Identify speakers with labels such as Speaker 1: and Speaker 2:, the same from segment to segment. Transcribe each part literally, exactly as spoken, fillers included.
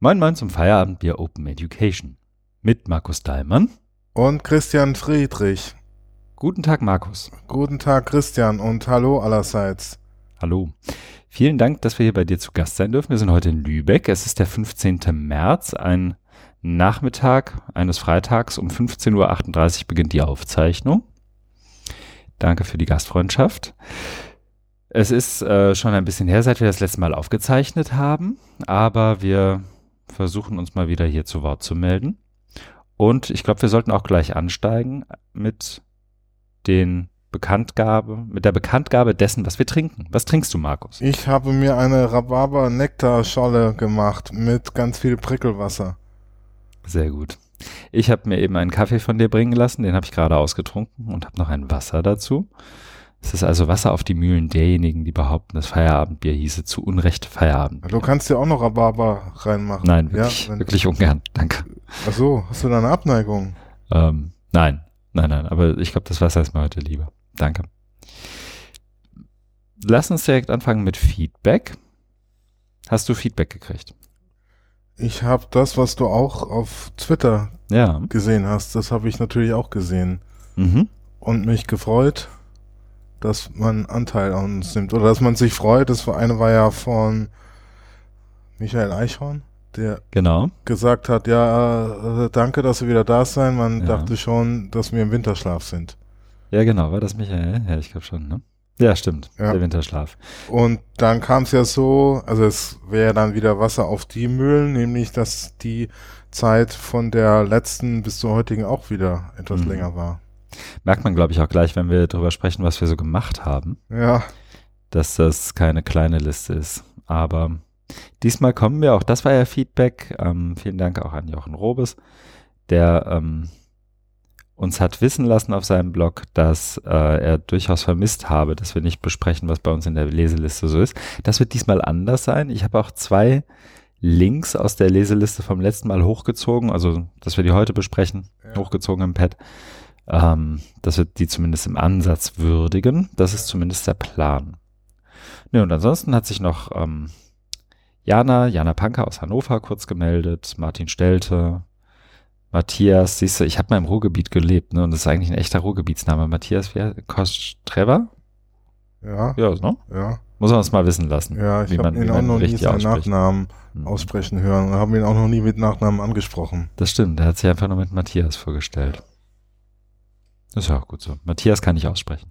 Speaker 1: Moin Moin zum Feierabendbier Open Education mit Markus Dahlmann
Speaker 2: und Christian Friedrich.
Speaker 1: Guten Tag, Markus.
Speaker 2: Guten Tag, Christian, und hallo allerseits.
Speaker 1: Hallo. Vielen Dank, dass wir hier bei dir zu Gast sein dürfen. Wir sind heute in Lübeck. Es ist der fünfzehnten März, ein Nachmittag eines Freitags. Um fünfzehn Uhr achtunddreißig beginnt die Aufzeichnung. Danke für die Gastfreundschaft. Es ist äh, schon ein bisschen her, seit wir das letzte Mal aufgezeichnet haben, aber wir versuchen uns mal wieder hier zu Wort zu melden. Und ich glaube, wir sollten auch gleich ansteigen mit den Bekanntgabe, mit der Bekanntgabe dessen, was wir trinken. Was trinkst du, Markus?
Speaker 2: Ich habe mir eine Rhabarber-Nektar-Scholle gemacht mit ganz viel Prickelwasser.
Speaker 1: Sehr gut. Ich habe mir eben einen Kaffee von dir bringen lassen, den habe ich gerade ausgetrunken und habe noch ein Wasser dazu. Es ist also Wasser auf die Mühlen derjenigen, die behaupten, das Feierabendbier hieße zu Unrecht Feierabend.
Speaker 2: Du kannst ja auch noch Rhabarber reinmachen.
Speaker 1: Nein, wirklich,
Speaker 2: ja,
Speaker 1: wirklich ungern. Danke.
Speaker 2: Ach so, hast du da eine Abneigung?
Speaker 1: Ähm, nein, nein, nein. Aber ich glaube, das Wasser ist mir heute lieber. Danke. Lass uns direkt anfangen mit Feedback. Hast du Feedback gekriegt?
Speaker 2: Ich habe das, was du auch auf Twitter
Speaker 1: ja.
Speaker 2: gesehen hast, das habe ich natürlich auch gesehen.
Speaker 1: Mhm.
Speaker 2: Und mich gefreut, dass man Anteil an uns nimmt. Oder dass man sich freut. Das war, eine war ja von Michael Eichhorn, der
Speaker 1: genau.
Speaker 2: gesagt hat, ja, äh, danke, dass Sie wieder da sein. Man
Speaker 1: ja.
Speaker 2: dachte schon, dass wir im Winterschlaf sind.
Speaker 1: Ja, genau. War das Michael? Ja, ich glaube schon, ne? Ja, stimmt. Ja. Der Winterschlaf.
Speaker 2: Und dann kam es ja so, also es wäre dann wieder Wasser auf die Mühlen, nämlich, dass die Zeit von der letzten bis zur heutigen auch wieder etwas mhm. länger war.
Speaker 1: Merkt man, glaube ich, auch gleich, wenn wir darüber sprechen, was wir so gemacht haben.
Speaker 2: Ja.
Speaker 1: Dass das keine kleine Liste ist. Aber diesmal kommen wir, auch das war ja Feedback. Ähm, vielen Dank auch an Jochen Robes, der ähm, uns hat wissen lassen auf seinem Blog, dass äh, er durchaus vermisst habe, dass wir nicht besprechen, was bei uns in der Leseliste so ist. Das wird diesmal anders sein. Ich habe auch zwei Links aus der Leseliste vom letzten Mal hochgezogen, also dass wir die heute besprechen, ja. hochgezogen im Pad. Ähm, dass wir die zumindest im Ansatz würdigen. Das ist zumindest der Plan. Ne, und ansonsten hat sich noch ähm, Jana, Jana Panker aus Hannover kurz gemeldet, Martin Stelte, Matthias, siehst du, ich habe mal im Ruhrgebiet gelebt, ne, und das ist eigentlich ein echter Ruhrgebietsname. Matthias, wer? Kostreva?
Speaker 2: Ja.
Speaker 1: Ja, ne?
Speaker 2: Ja.
Speaker 1: Muss man uns mal wissen lassen.
Speaker 2: Ja, ich habe ihn auch noch nie seinen Nachnamen hm. aussprechen hören und habe ihn auch noch nie mit Nachnamen angesprochen.
Speaker 1: Das stimmt, der hat sich einfach nur mit Matthias vorgestellt. Das ist ja auch gut so. Matthias kann ich aussprechen.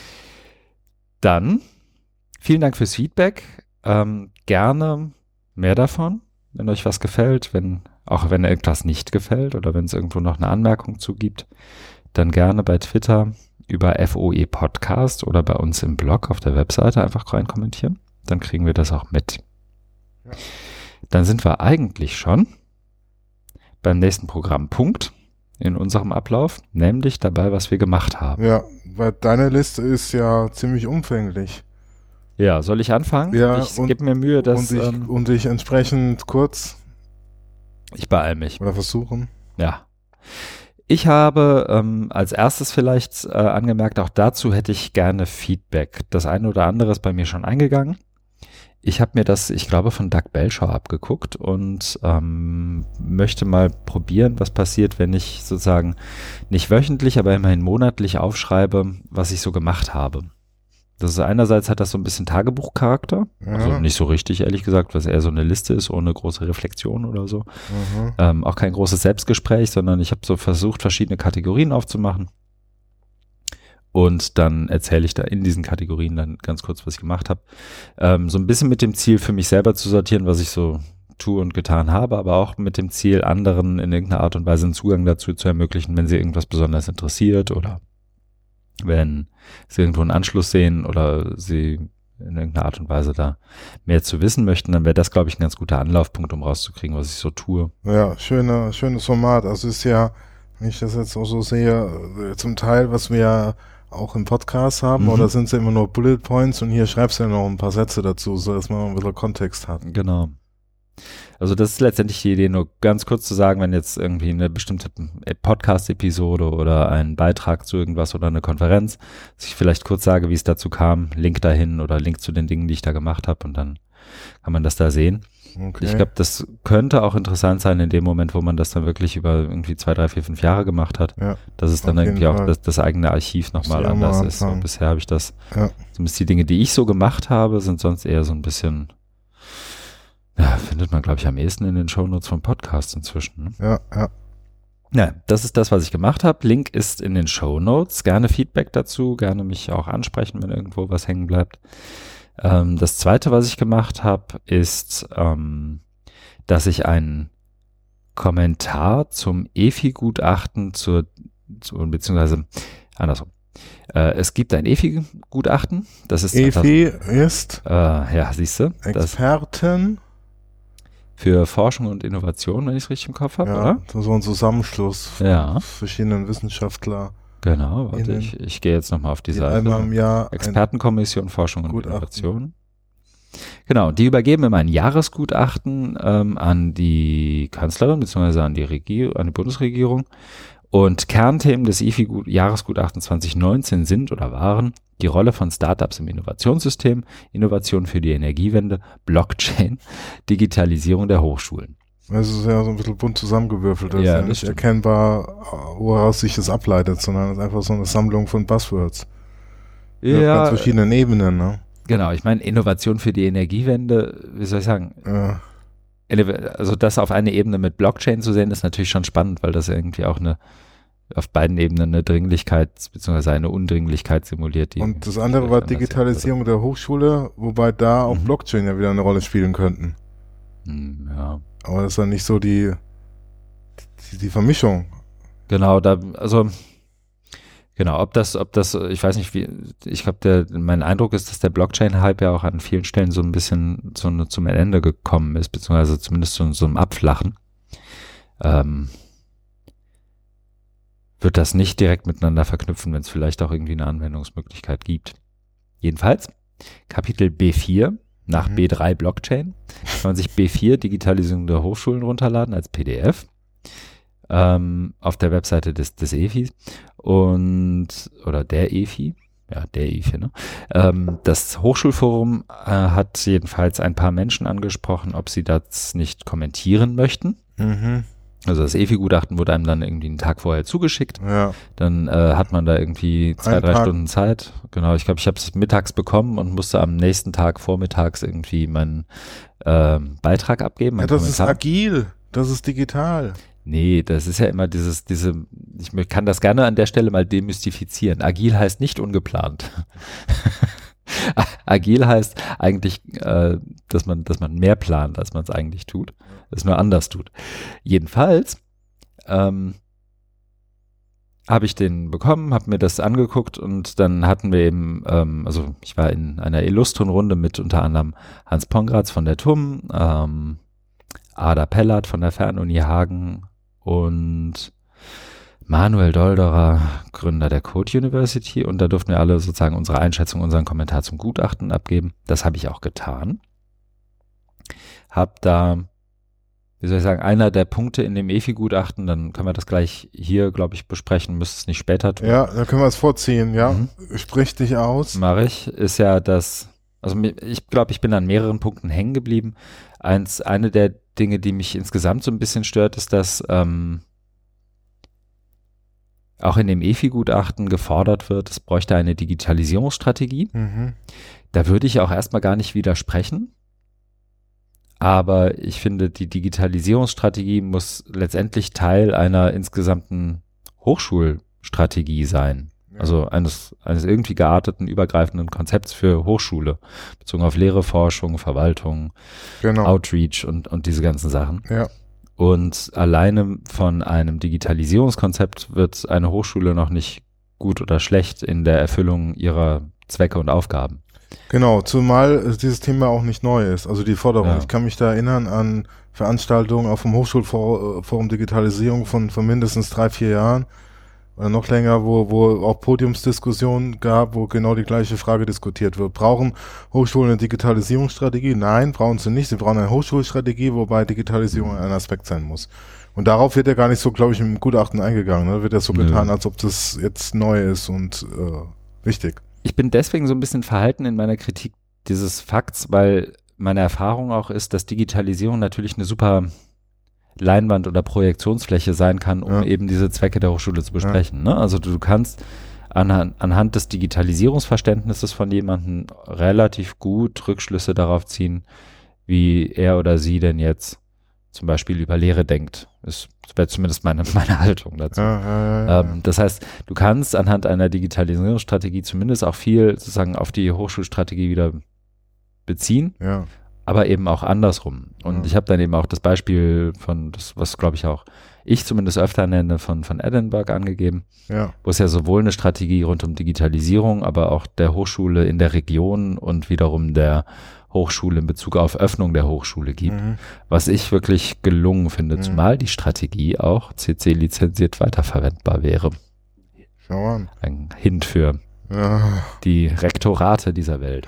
Speaker 1: Dann, vielen Dank fürs Feedback. Ähm, gerne mehr davon, wenn euch was gefällt, wenn, auch wenn irgendwas nicht gefällt oder wenn es irgendwo noch eine Anmerkung zugibt, dann gerne bei Twitter über F O E Podcast oder bei uns im Blog auf der Webseite einfach rein kommentieren. Dann kriegen wir das auch mit. Ja. Dann sind wir eigentlich schon beim nächsten Programmpunkt in unserem Ablauf, nämlich dabei, was wir gemacht haben.
Speaker 2: Ja, weil deine Liste ist ja ziemlich umfänglich.
Speaker 1: Ja, soll ich anfangen?
Speaker 2: Ja,
Speaker 1: ich gebe mir Mühe, dass...
Speaker 2: Und ich,
Speaker 1: ähm,
Speaker 2: und ich entsprechend kurz...
Speaker 1: Ich beeile mich.
Speaker 2: Oder versuchen.
Speaker 1: Ja. Ich habe ähm, als erstes vielleicht äh, angemerkt, auch dazu hätte ich gerne Feedback. Das eine oder andere ist bei mir schon eingegangen. Ich habe mir das, ich glaube, von Doug Belshore abgeguckt und ähm, möchte mal probieren, was passiert, wenn ich sozusagen nicht wöchentlich, aber immerhin monatlich aufschreibe, was ich so gemacht habe. Das ist einerseits hat das so ein bisschen Tagebuchcharakter, ja. Also nicht so richtig, ehrlich gesagt, was eher so eine Liste ist, ohne große Reflexion oder so. Mhm. Ähm, auch kein großes Selbstgespräch, sondern ich habe so versucht, verschiedene Kategorien aufzumachen. Und dann erzähle ich da in diesen Kategorien dann ganz kurz, was ich gemacht habe. Ähm, so ein bisschen mit dem Ziel, für mich selber zu sortieren, was ich so tue und getan habe, aber auch mit dem Ziel, anderen in irgendeiner Art und Weise einen Zugang dazu zu ermöglichen, wenn sie irgendwas besonders interessiert oder wenn sie irgendwo einen Anschluss sehen oder sie in irgendeiner Art und Weise da mehr zu wissen möchten, dann wäre das, glaube ich, ein ganz guter Anlaufpunkt, um rauszukriegen, was ich so tue.
Speaker 2: Ja, schöne, schönes Format. Also ist ja, wenn ich das jetzt auch so sehe, zum Teil, was wir auch im Podcast haben, mhm. oder sind es immer nur Bullet Points und hier schreibst du ja noch ein paar Sätze dazu, so dass man ein bisschen Kontext hat.
Speaker 1: Genau. Also das ist letztendlich die Idee, nur ganz kurz zu sagen, wenn jetzt irgendwie eine bestimmte Podcast-Episode oder ein Beitrag zu irgendwas oder eine Konferenz, dass ich vielleicht kurz sage, wie es dazu kam, Link dahin oder Link zu den Dingen, die ich da gemacht habe und dann kann man das da sehen.
Speaker 2: Okay.
Speaker 1: Ich glaube, das könnte auch interessant sein in dem Moment, wo man das dann wirklich über irgendwie zwei, drei, vier, fünf Jahre gemacht hat,
Speaker 2: Ja,
Speaker 1: dass es dann
Speaker 2: auf
Speaker 1: irgendwie
Speaker 2: jeden
Speaker 1: auch
Speaker 2: Fall.
Speaker 1: das, das eigene Archiv nochmal
Speaker 2: Muss ich auch
Speaker 1: anders
Speaker 2: mal
Speaker 1: ist. So,
Speaker 2: anfangen.
Speaker 1: bisher habe ich das,
Speaker 2: Ja.
Speaker 1: zumindest die Dinge, die ich so gemacht habe, sind sonst eher so ein bisschen, ja, findet man, glaube ich, am ehesten in den Shownotes vom Podcast inzwischen. Ne?
Speaker 2: Ja, ja.
Speaker 1: Ja, das ist das, was ich gemacht habe. Link ist in den Shownotes. Gerne Feedback dazu, gerne mich auch ansprechen, wenn irgendwo was hängen bleibt. Ähm, das zweite, was ich gemacht habe, ist, ähm, dass ich einen Kommentar zum E F I-Gutachten zur, zu, beziehungsweise andersrum. Äh, es gibt ein E F I-Gutachten, das ist
Speaker 2: E F I ist
Speaker 1: äh, ja, siehst du, das
Speaker 2: Experten,
Speaker 1: für Forschung und Innovation, wenn ich es richtig im Kopf habe,
Speaker 2: ja,
Speaker 1: oder?
Speaker 2: so ein Zusammenschluss von
Speaker 1: Ja.
Speaker 2: verschiedenen Wissenschaftlern,
Speaker 1: Genau, warte,
Speaker 2: Innen,
Speaker 1: ich, ich gehe jetzt nochmal auf die
Speaker 2: die
Speaker 1: Seite.
Speaker 2: einmal im Jahr ein
Speaker 1: Expertenkommission Forschung und
Speaker 2: Gutachten.
Speaker 1: Innovation. Genau, die übergeben immer ein Jahresgutachten ähm, an die Kanzlerin bzw. an die Regier an die Bundesregierung. Und Kernthemen des E F I-Jahresgutachtens zwanzig neunzehn sind oder waren die Rolle von Startups im Innovationssystem, Innovation für die Energiewende, Blockchain, Digitalisierung der Hochschulen.
Speaker 2: Es ist ja so ein bisschen bunt zusammengewürfelt, das
Speaker 1: Ja,
Speaker 2: ist ja
Speaker 1: das
Speaker 2: nicht
Speaker 1: stimmt.
Speaker 2: erkennbar, woraus sich das ableitet, sondern es ist einfach so eine Sammlung von Buzzwords. Auf ganz verschiedenen Ebenen, ne?
Speaker 1: Genau, ich meine, Innovation für die Energiewende, wie soll ich sagen,
Speaker 2: Ja.
Speaker 1: also das auf eine Ebene mit Blockchain zu sehen, ist natürlich schon spannend, weil das irgendwie auch eine auf beiden Ebenen eine Dringlichkeit bzw. eine Undringlichkeit simuliert. Die
Speaker 2: Und das andere war Digitalisierung der Hochschule, wobei da auch
Speaker 1: Mhm.
Speaker 2: Blockchain ja wieder eine Rolle spielen könnten.
Speaker 1: Hm, ja,
Speaker 2: Aber das ist dann nicht so die, die, die Vermischung.
Speaker 1: genau, da, also genau, ob das, ob das, ich weiß nicht, wie, ich glaube, der, mein Eindruck ist, dass der Blockchain-Hype ja auch an vielen Stellen so ein bisschen so eine, zum Ende gekommen ist, beziehungsweise zumindest zu so einem Abflachen. Ähm, wird das nicht direkt miteinander verknüpfen, wenn es vielleicht auch irgendwie eine Anwendungsmöglichkeit gibt. Jedenfalls, Kapitel B vier nach
Speaker 2: Mhm.
Speaker 1: B drei Blockchain kann man sich B vier Digitalisierung der Hochschulen runterladen als P D F ähm, auf der Webseite des, des E F I und oder der E F I, ja der E F I, ne? Ähm, das Hochschulforum äh, hat jedenfalls ein paar Menschen angesprochen, ob sie das nicht kommentieren möchten.
Speaker 2: Mhm.
Speaker 1: Also das E F I-Gutachten wurde einem dann irgendwie einen Tag vorher zugeschickt.
Speaker 2: Ja.
Speaker 1: Dann äh, hat man da irgendwie zwei,
Speaker 2: Ein
Speaker 1: drei
Speaker 2: Tag.
Speaker 1: Stunden Zeit. Genau, ich glaube, ich habe es mittags bekommen und musste am nächsten Tag vormittags irgendwie meinen ähm, Beitrag abgeben.
Speaker 2: ja,
Speaker 1: meinen
Speaker 2: das ist
Speaker 1: Kommentar.
Speaker 2: agil, das ist digital.
Speaker 1: Nee, das ist ja immer dieses, diese, ich mö- kann das gerne an der Stelle mal demystifizieren. Agil heißt nicht ungeplant. Agil heißt eigentlich, äh, dass man, dass man mehr plant, als man es eigentlich tut, es nur anders tut. Jedenfalls ähm, habe ich den bekommen, habe mir das angeguckt und dann hatten wir eben, ähm, also ich war in einer illustren Runde mit unter anderem Hans Pongratz von der T U M, ähm, Ada Pellert von der Fernuni Hagen und Manuel Dolderer, Gründer der Code University, und da durften wir alle sozusagen unsere Einschätzung, unseren Kommentar zum Gutachten abgeben. Das habe ich auch getan. Hab da, wie soll ich sagen, einer der Punkte in dem E F I-Gutachten, dann können wir das gleich hier, glaube ich, besprechen, müsste es nicht später tun.
Speaker 2: Ja, dann können wir es vorziehen, ja.
Speaker 1: Mhm.
Speaker 2: Sprich dich aus.
Speaker 1: Mache ich, ist ja das, also mir- ich glaube, ich bin an mehreren Punkten hängen geblieben. Eins, eine der Dinge, die mich insgesamt so ein bisschen stört, ist, dass ähm, auch in dem E F I-Gutachten gefordert wird, es bräuchte eine Digitalisierungsstrategie.
Speaker 2: Mhm.
Speaker 1: Da würde ich auch erstmal gar nicht widersprechen. Aber ich finde, die Digitalisierungsstrategie muss letztendlich Teil einer insgesamten Hochschulstrategie sein.
Speaker 2: Ja.
Speaker 1: Also eines, eines irgendwie gearteten, übergreifenden Konzepts für Hochschule, bezogen auf Lehre, Forschung, Verwaltung,
Speaker 2: Genau.
Speaker 1: Outreach und, und diese ganzen Sachen.
Speaker 2: Ja.
Speaker 1: Und alleine von einem Digitalisierungskonzept wird eine Hochschule noch nicht gut oder schlecht in der Erfüllung ihrer Zwecke und Aufgaben.
Speaker 2: Genau, zumal äh, dieses Thema auch nicht neu ist. Also die Forderung.
Speaker 1: Ja.
Speaker 2: Ich kann mich da erinnern an Veranstaltungen auf dem Hochschulforum Digitalisierung von, von mindestens drei, vier Jahren oder noch länger, wo, wo auch Podiumsdiskussionen gab, wo genau die gleiche Frage diskutiert wird. Brauchen Hochschulen eine Digitalisierungsstrategie? Nein, brauchen sie nicht. Sie brauchen eine Hochschulstrategie, wobei Digitalisierung ein Aspekt sein muss. Und darauf wird ja gar nicht so, glaube ich, im Gutachten eingegangen. Ne? Wird ja so
Speaker 1: Nö.
Speaker 2: getan, als ob das jetzt neu ist und äh, wichtig.
Speaker 1: Ich bin deswegen so ein bisschen verhalten in meiner Kritik dieses Fakts, weil meine Erfahrung auch ist, dass Digitalisierung natürlich eine super Leinwand oder Projektionsfläche sein kann, um ja. eben diese Zwecke der Hochschule zu besprechen. Ja. Ne? Also du, du kannst anhand, anhand des Digitalisierungsverständnisses von jemandem relativ gut Rückschlüsse darauf ziehen, wie er oder sie denn jetzt zum Beispiel über Lehre denkt. Das wäre zumindest meine, meine Haltung dazu. Ja, ja, ja, ähm, das heißt, du kannst anhand einer Digitalisierungsstrategie zumindest auch viel sozusagen auf die Hochschulstrategie wieder beziehen,
Speaker 2: ja.
Speaker 1: aber eben auch andersrum. Und ja. ich habe dann eben auch das Beispiel von, das, was glaube ich auch ich zumindest öfter nenne, von, von Edinburgh angegeben,
Speaker 2: ja.
Speaker 1: wo es ja sowohl eine Strategie rund um Digitalisierung, aber auch der Hochschule in der Region und wiederum der Hochschule in Bezug auf Öffnung der Hochschule gibt, mhm. was ich wirklich gelungen finde, mhm. zumal die Strategie auch C C-lizenziert weiterverwendbar wäre.
Speaker 2: Schau an.
Speaker 1: Ein Hint für
Speaker 2: ja.
Speaker 1: die Rektorate dieser Welt.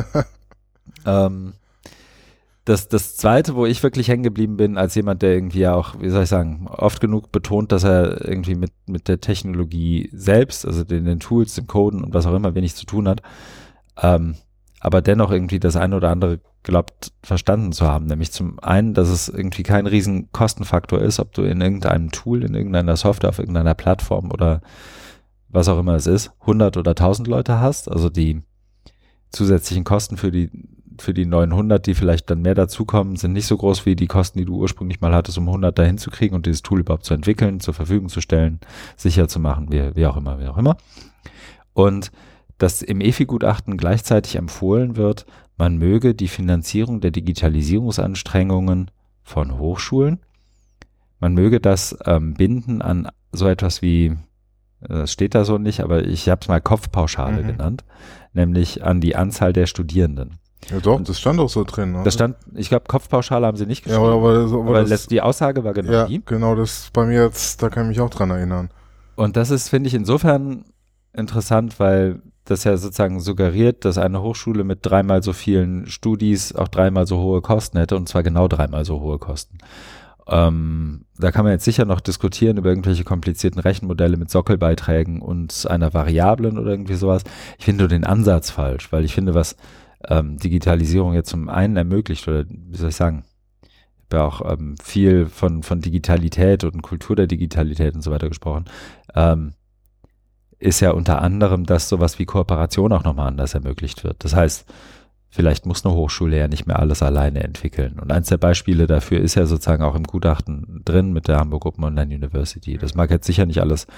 Speaker 1: ähm, das, das Zweite, wo ich wirklich hängen geblieben bin, als jemand, der irgendwie auch, wie soll ich sagen, oft genug betont, dass er irgendwie mit, mit der Technologie selbst, also den, den Tools, dem Coden und was auch immer wenig zu tun hat, ähm, aber dennoch irgendwie das eine oder andere glaubt verstanden zu haben. Nämlich zum einen, dass es irgendwie kein riesen Kostenfaktor ist, ob du in irgendeinem Tool, in irgendeiner Software, auf irgendeiner Plattform oder was auch immer es ist, hundert oder tausend Leute hast. Also die zusätzlichen Kosten für die für die neunhundert, die vielleicht dann mehr dazukommen, sind nicht so groß wie die Kosten, die du ursprünglich mal hattest, um hundert dahin zu kriegen und dieses Tool überhaupt zu entwickeln, zur Verfügung zu stellen, sicher zu machen, wie, wie auch immer, wie auch immer. Und dass im E F I-Gutachten gleichzeitig empfohlen wird, man möge die Finanzierung der Digitalisierungsanstrengungen von Hochschulen, man möge das ähm, binden an so etwas wie, das steht da so nicht, aber ich habe es mal Kopfpauschale mhm. genannt, nämlich an die Anzahl der Studierenden.
Speaker 2: Ja doch, und das stand auch so drin. Oder?
Speaker 1: Das stand, ich glaube, Kopfpauschale haben sie nicht geschrieben,
Speaker 2: ja, aber, aber, aber
Speaker 1: aber
Speaker 2: das,
Speaker 1: die Aussage war genau
Speaker 2: ja,
Speaker 1: die.
Speaker 2: Genau, das bei mir jetzt, da kann ich mich auch dran erinnern.
Speaker 1: Und das ist, finde ich, insofern interessant, weil das ja sozusagen suggeriert, dass eine Hochschule mit dreimal so vielen Studis auch dreimal so hohe Kosten hätte, und zwar genau dreimal so hohe Kosten. Ähm, da kann man jetzt sicher noch diskutieren über irgendwelche komplizierten Rechenmodelle mit Sockelbeiträgen und einer Variablen oder irgendwie sowas. Ich finde nur den Ansatz falsch, weil ich finde, was ähm, Digitalisierung jetzt zum einen ermöglicht, oder wie soll ich sagen, ich habe ja auch ähm, viel von, von Digitalität und Kultur der Digitalität und so weiter gesprochen, ähm, ist ja unter anderem, dass sowas wie Kooperation auch nochmal anders ermöglicht wird. Das heißt, vielleicht muss eine Hochschule ja nicht mehr alles alleine entwickeln. Und eins der Beispiele dafür ist ja sozusagen auch im Gutachten drin mit der Hamburg Open Online University. Das mag jetzt sicher nicht alles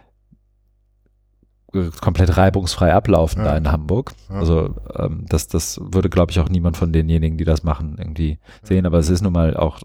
Speaker 1: komplett reibungsfrei ablaufen ja. da in Hamburg. Ja. Also ähm, das, das würde, glaube ich, auch niemand von denjenigen, die das machen, irgendwie sehen. Aber es ist nun mal auch,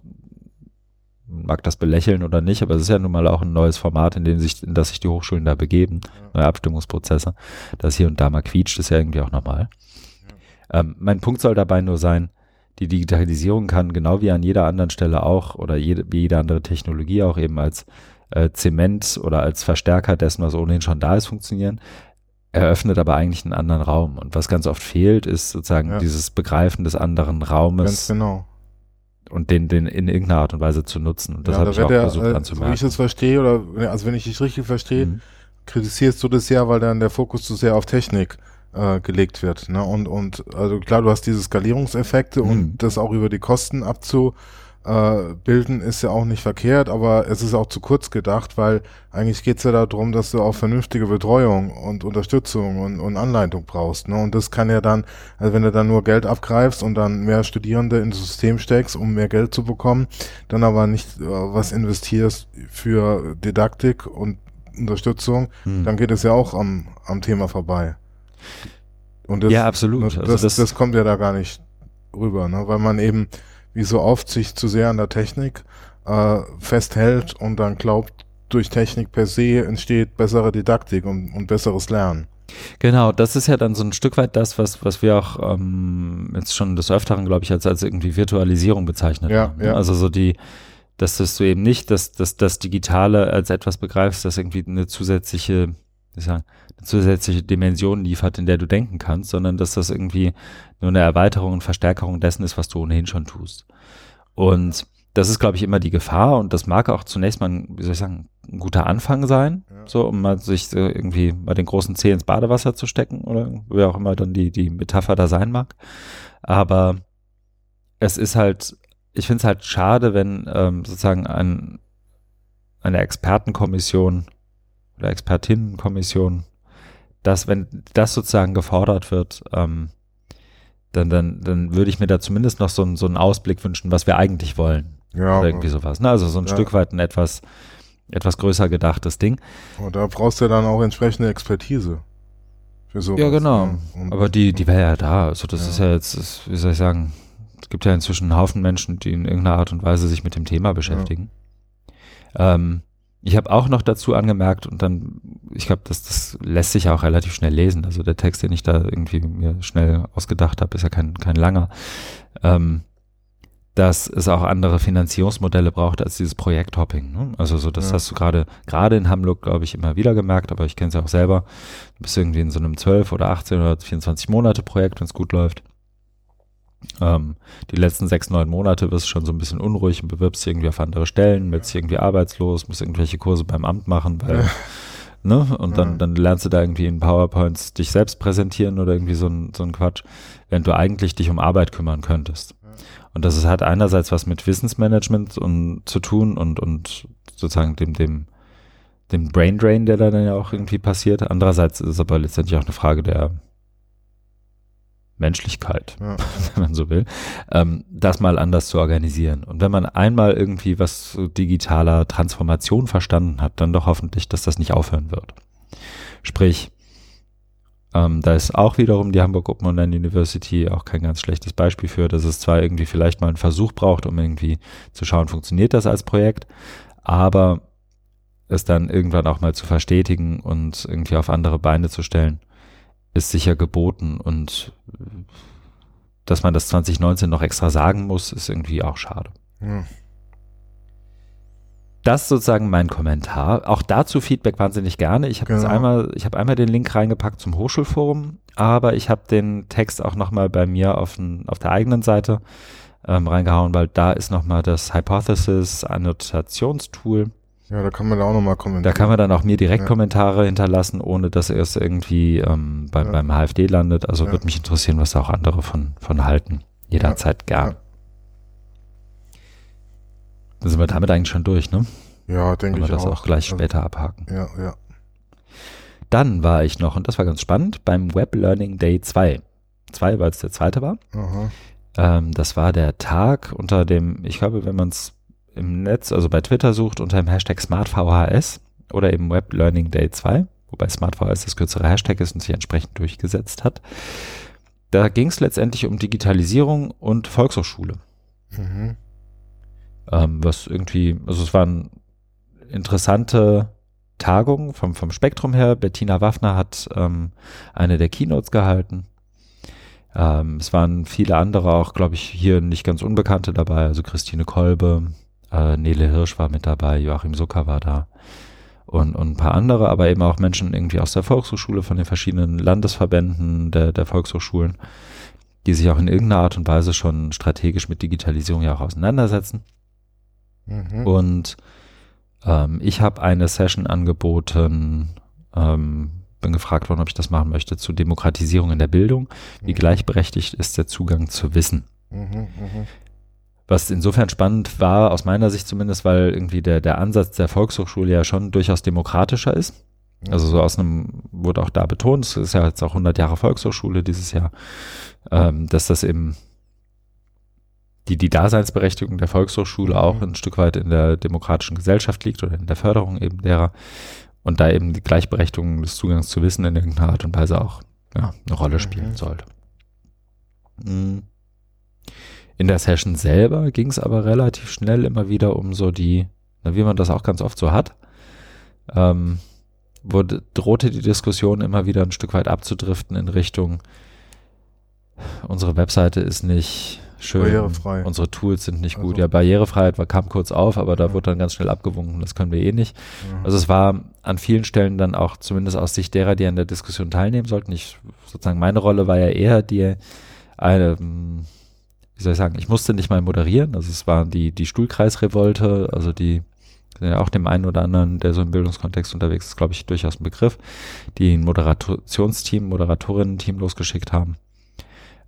Speaker 1: mag das belächeln oder nicht, aber es ist ja nun mal auch ein neues Format, in dem sich, in das sich die Hochschulen da begeben, ja. neue Abstimmungsprozesse. Das hier und da mal quietscht, ist ja irgendwie auch normal. Ja. Ähm, mein Punkt soll dabei nur sein, die Digitalisierung kann genau wie an jeder anderen Stelle auch oder jede, wie jede andere Technologie auch eben als äh, Zement oder als Verstärker dessen, was ohnehin schon da ist, funktionieren, eröffnet aber eigentlich einen anderen Raum. Und was ganz oft fehlt, ist sozusagen ja. dieses Begreifen des anderen Raumes.
Speaker 2: Ganz genau.
Speaker 1: Und den, den in irgendeiner Art und Weise zu nutzen. Und das
Speaker 2: ja,
Speaker 1: habe
Speaker 2: da
Speaker 1: ich auch
Speaker 2: der,
Speaker 1: versucht
Speaker 2: äh,
Speaker 1: anzumerken.
Speaker 2: So wie ich das verstehe, oder also wenn ich dich richtig verstehe,
Speaker 1: mhm.
Speaker 2: kritisierst du das ja, weil dann der Fokus zu sehr auf Technik äh, gelegt wird. Ne? Und, und also klar, du hast diese Skalierungseffekte mhm. und das auch über die Kosten abzu äh, bilden ist ja auch nicht verkehrt, aber es ist auch zu kurz gedacht, weil eigentlich geht es ja darum, dass du auch vernünftige Betreuung und Unterstützung und, und Anleitung brauchst. Ne? Und das kann ja dann, also wenn du dann nur Geld abgreifst und dann mehr Studierende ins System steckst, um mehr Geld zu bekommen, dann aber nicht äh, was investierst für Didaktik und Unterstützung, hm. dann geht es ja auch am, am Thema vorbei. Und das,
Speaker 1: ja, absolut.
Speaker 2: Das,
Speaker 1: also
Speaker 2: das,
Speaker 1: das,
Speaker 2: das kommt ja da gar nicht rüber, ne? Weil man eben wie so oft sich zu sehr an der Technik äh, festhält und dann glaubt, durch Technik per se entsteht bessere Didaktik und, und besseres Lernen.
Speaker 1: Genau, das ist ja dann so ein Stück weit das, was, was wir auch ähm, jetzt schon des Öfteren, glaube ich, als, als irgendwie Virtualisierung bezeichnet
Speaker 2: ja,
Speaker 1: haben.
Speaker 2: Ja.
Speaker 1: Also so die, dass das du eben nicht dass, dass das Digitale als etwas begreifst, das irgendwie eine zusätzliche, wie sagen, eine zusätzliche Dimension liefert, in der du denken kannst, sondern dass das irgendwie nur eine Erweiterung und Verstärkung dessen ist, was du ohnehin schon tust. Und das ist, glaube ich, immer die Gefahr, und das mag auch zunächst mal, ein, wie soll ich sagen, ein guter Anfang sein, ja. so, um mal sich so irgendwie mal den großen Zeh ins Badewasser zu stecken oder wie auch immer dann die, die Metapher da sein mag. Aber es ist halt, ich finde es halt schade, wenn ähm, sozusagen ein, eine Expertenkommission oder Expertinnenkommission, dass wenn das sozusagen gefordert wird, ähm, dann, dann, dann würde ich mir da zumindest noch so, ein, so einen Ausblick wünschen, was wir eigentlich wollen.
Speaker 2: Ja,
Speaker 1: oder irgendwie sowas. Ne? Also so ein
Speaker 2: ja.
Speaker 1: Stück weit ein etwas, etwas größer gedachtes Ding.
Speaker 2: Und da brauchst du ja dann auch entsprechende Expertise für sowas.
Speaker 1: Ja, genau.
Speaker 2: Ja. Und,
Speaker 1: aber die, die wäre ja da. Also das
Speaker 2: ja.
Speaker 1: ist ja jetzt, ist, wie soll ich sagen, es gibt ja inzwischen einen Haufen Menschen, die in irgendeiner Art und Weise sich mit dem Thema beschäftigen. Ja. Ähm, ich habe auch noch dazu angemerkt und dann, ich glaube, das, das lässt sich auch relativ schnell lesen. Also der Text, den ich da irgendwie mir schnell ausgedacht habe, ist ja kein, kein langer. Ähm, dass es auch andere Finanzierungsmodelle braucht als dieses Projekthopping. Ne? Also so, das ja. hast du gerade gerade in Hamburg, glaube ich, immer wieder gemerkt, aber ich kenne es ja auch selber. Du bist irgendwie in so einem zwölf oder achtzehn oder vierundzwanzig Monate Projekt, wenn es gut läuft. Ähm, die letzten sechs, neun Monate wirst du schon so ein bisschen unruhig und bewirbst dich irgendwie auf andere Stellen, bist irgendwie arbeitslos, musst irgendwelche Kurse beim Amt machen, weil, ja. ne? Und dann, ja. dann lernst du da irgendwie in PowerPoints dich selbst präsentieren oder irgendwie so ein, so ein Quatsch, während du eigentlich dich um Arbeit kümmern könntest. Und das ist, hat einerseits was mit Wissensmanagement und, zu tun und, und sozusagen dem, dem, dem Braindrain, der da dann ja auch irgendwie passiert. Andererseits ist es aber letztendlich auch eine Frage der Menschlichkeit, ja. wenn man so will, ähm, das mal anders zu organisieren. Und wenn man einmal irgendwie was zu digitaler Transformation verstanden hat, dann doch hoffentlich, dass das nicht aufhören wird. Sprich, Ähm, da ist auch wiederum die Hamburg Open Online University auch kein ganz schlechtes Beispiel für, dass es zwar irgendwie vielleicht mal einen Versuch braucht, um irgendwie zu schauen, funktioniert das als Projekt, aber es dann irgendwann auch mal zu verstetigen und irgendwie auf andere Beine zu stellen, ist sicher geboten. Und dass man das zwanzig neunzehn noch extra sagen muss, ist irgendwie auch schade. Ja. Das ist sozusagen mein Kommentar. Auch dazu Feedback wahnsinnig gerne. Ich habe genau. einmal, ich habe einmal den Link reingepackt zum Hochschulforum, aber ich habe den Text auch nochmal bei mir auf, n, auf der eigenen Seite ähm, reingehauen, weil da ist nochmal das Hypothesis-Annotationstool.
Speaker 2: Ja, da kann man da auch nochmal kommentieren.
Speaker 1: Da kann man dann auch mir direkt ja. Kommentare hinterlassen, ohne dass es irgendwie ähm, beim, ja. beim H F D landet. Also ja. würde mich interessieren, was da auch andere von, von halten. Jederzeit ja. gern. Ja. Dann sind wir damit eigentlich schon durch, ne?
Speaker 2: Ja, denke ich auch.
Speaker 1: Können wir das auch gleich also, später abhaken.
Speaker 2: Ja, ja.
Speaker 1: Dann war ich noch, und das war ganz spannend, beim Web Learning Day zwei. zwei, weil es der zweite war.
Speaker 2: Aha.
Speaker 1: Ähm, das war der Tag unter dem, ich glaube, wenn man es im Netz, also bei Twitter sucht, unter dem Hashtag SmartVHS oder eben Web Learning Day zwei, wobei SmartVHS das kürzere Hashtag ist und sich entsprechend durchgesetzt hat. Da ging es letztendlich um Digitalisierung und Volkshochschule.
Speaker 2: Mhm.
Speaker 1: Ähm, was irgendwie, also es waren interessante Tagungen vom, vom Spektrum her. Bettina Waffner hat ähm, eine der Keynotes gehalten. Ähm, es waren viele andere auch, glaube ich, hier nicht ganz Unbekannte dabei. Also Christine Kolbe, äh, Nele Hirsch war mit dabei, Joachim Zucker war da und, und ein paar andere, aber eben auch Menschen irgendwie aus der Volkshochschule, von den verschiedenen Landesverbänden der, der Volkshochschulen, die sich auch in irgendeiner Art und Weise schon strategisch mit Digitalisierung ja auch auseinandersetzen.
Speaker 2: Mhm.
Speaker 1: Und ähm, ich habe eine Session angeboten, ähm, bin gefragt worden, ob ich das machen möchte, zu Demokratisierung in der Bildung. Wie
Speaker 2: mhm.
Speaker 1: gleichberechtigt ist der Zugang zu Wissen?
Speaker 2: Mhm, mh.
Speaker 1: Was insofern spannend war, aus meiner Sicht zumindest, weil irgendwie der, der Ansatz der Volkshochschule ja schon durchaus demokratischer ist. Mhm. Also so aus einem, wurde auch da betont, es ist ja jetzt auch hundert Jahre Volkshochschule dieses Jahr, ähm, dass das eben die, die Daseinsberechtigung der Volkshochschule auch ein Stück weit in der demokratischen Gesellschaft liegt oder in der Förderung eben derer und da eben die Gleichberechtigung des Zugangs zu Wissen in irgendeiner Art und Weise auch ja, eine Rolle spielen mhm. sollte. In der Session selber ging es aber relativ schnell immer wieder um so die, na, wie man das auch ganz oft so hat, ähm, wurde, drohte die Diskussion immer wieder ein Stück weit abzudriften in Richtung, unsere Webseite ist nicht schön,
Speaker 2: barrierefrei.
Speaker 1: Unsere Tools sind nicht
Speaker 2: also.
Speaker 1: gut. Ja, Barrierefreiheit war, kam kurz auf, aber da ja. wurde dann ganz schnell abgewunken, das können wir eh nicht.
Speaker 2: Ja.
Speaker 1: Also es war an vielen Stellen dann auch, zumindest aus Sicht derer, die an der Diskussion teilnehmen sollten, ich, sozusagen meine Rolle war ja eher die, eine, wie soll ich sagen, ich musste nicht mal moderieren, also es waren die, die Stuhlkreisrevolte, also die, ja auch dem einen oder anderen, der so im Bildungskontext unterwegs ist, glaube ich, durchaus ein Begriff, die ein Moderationsteam, Moderatorinnen-Team losgeschickt haben.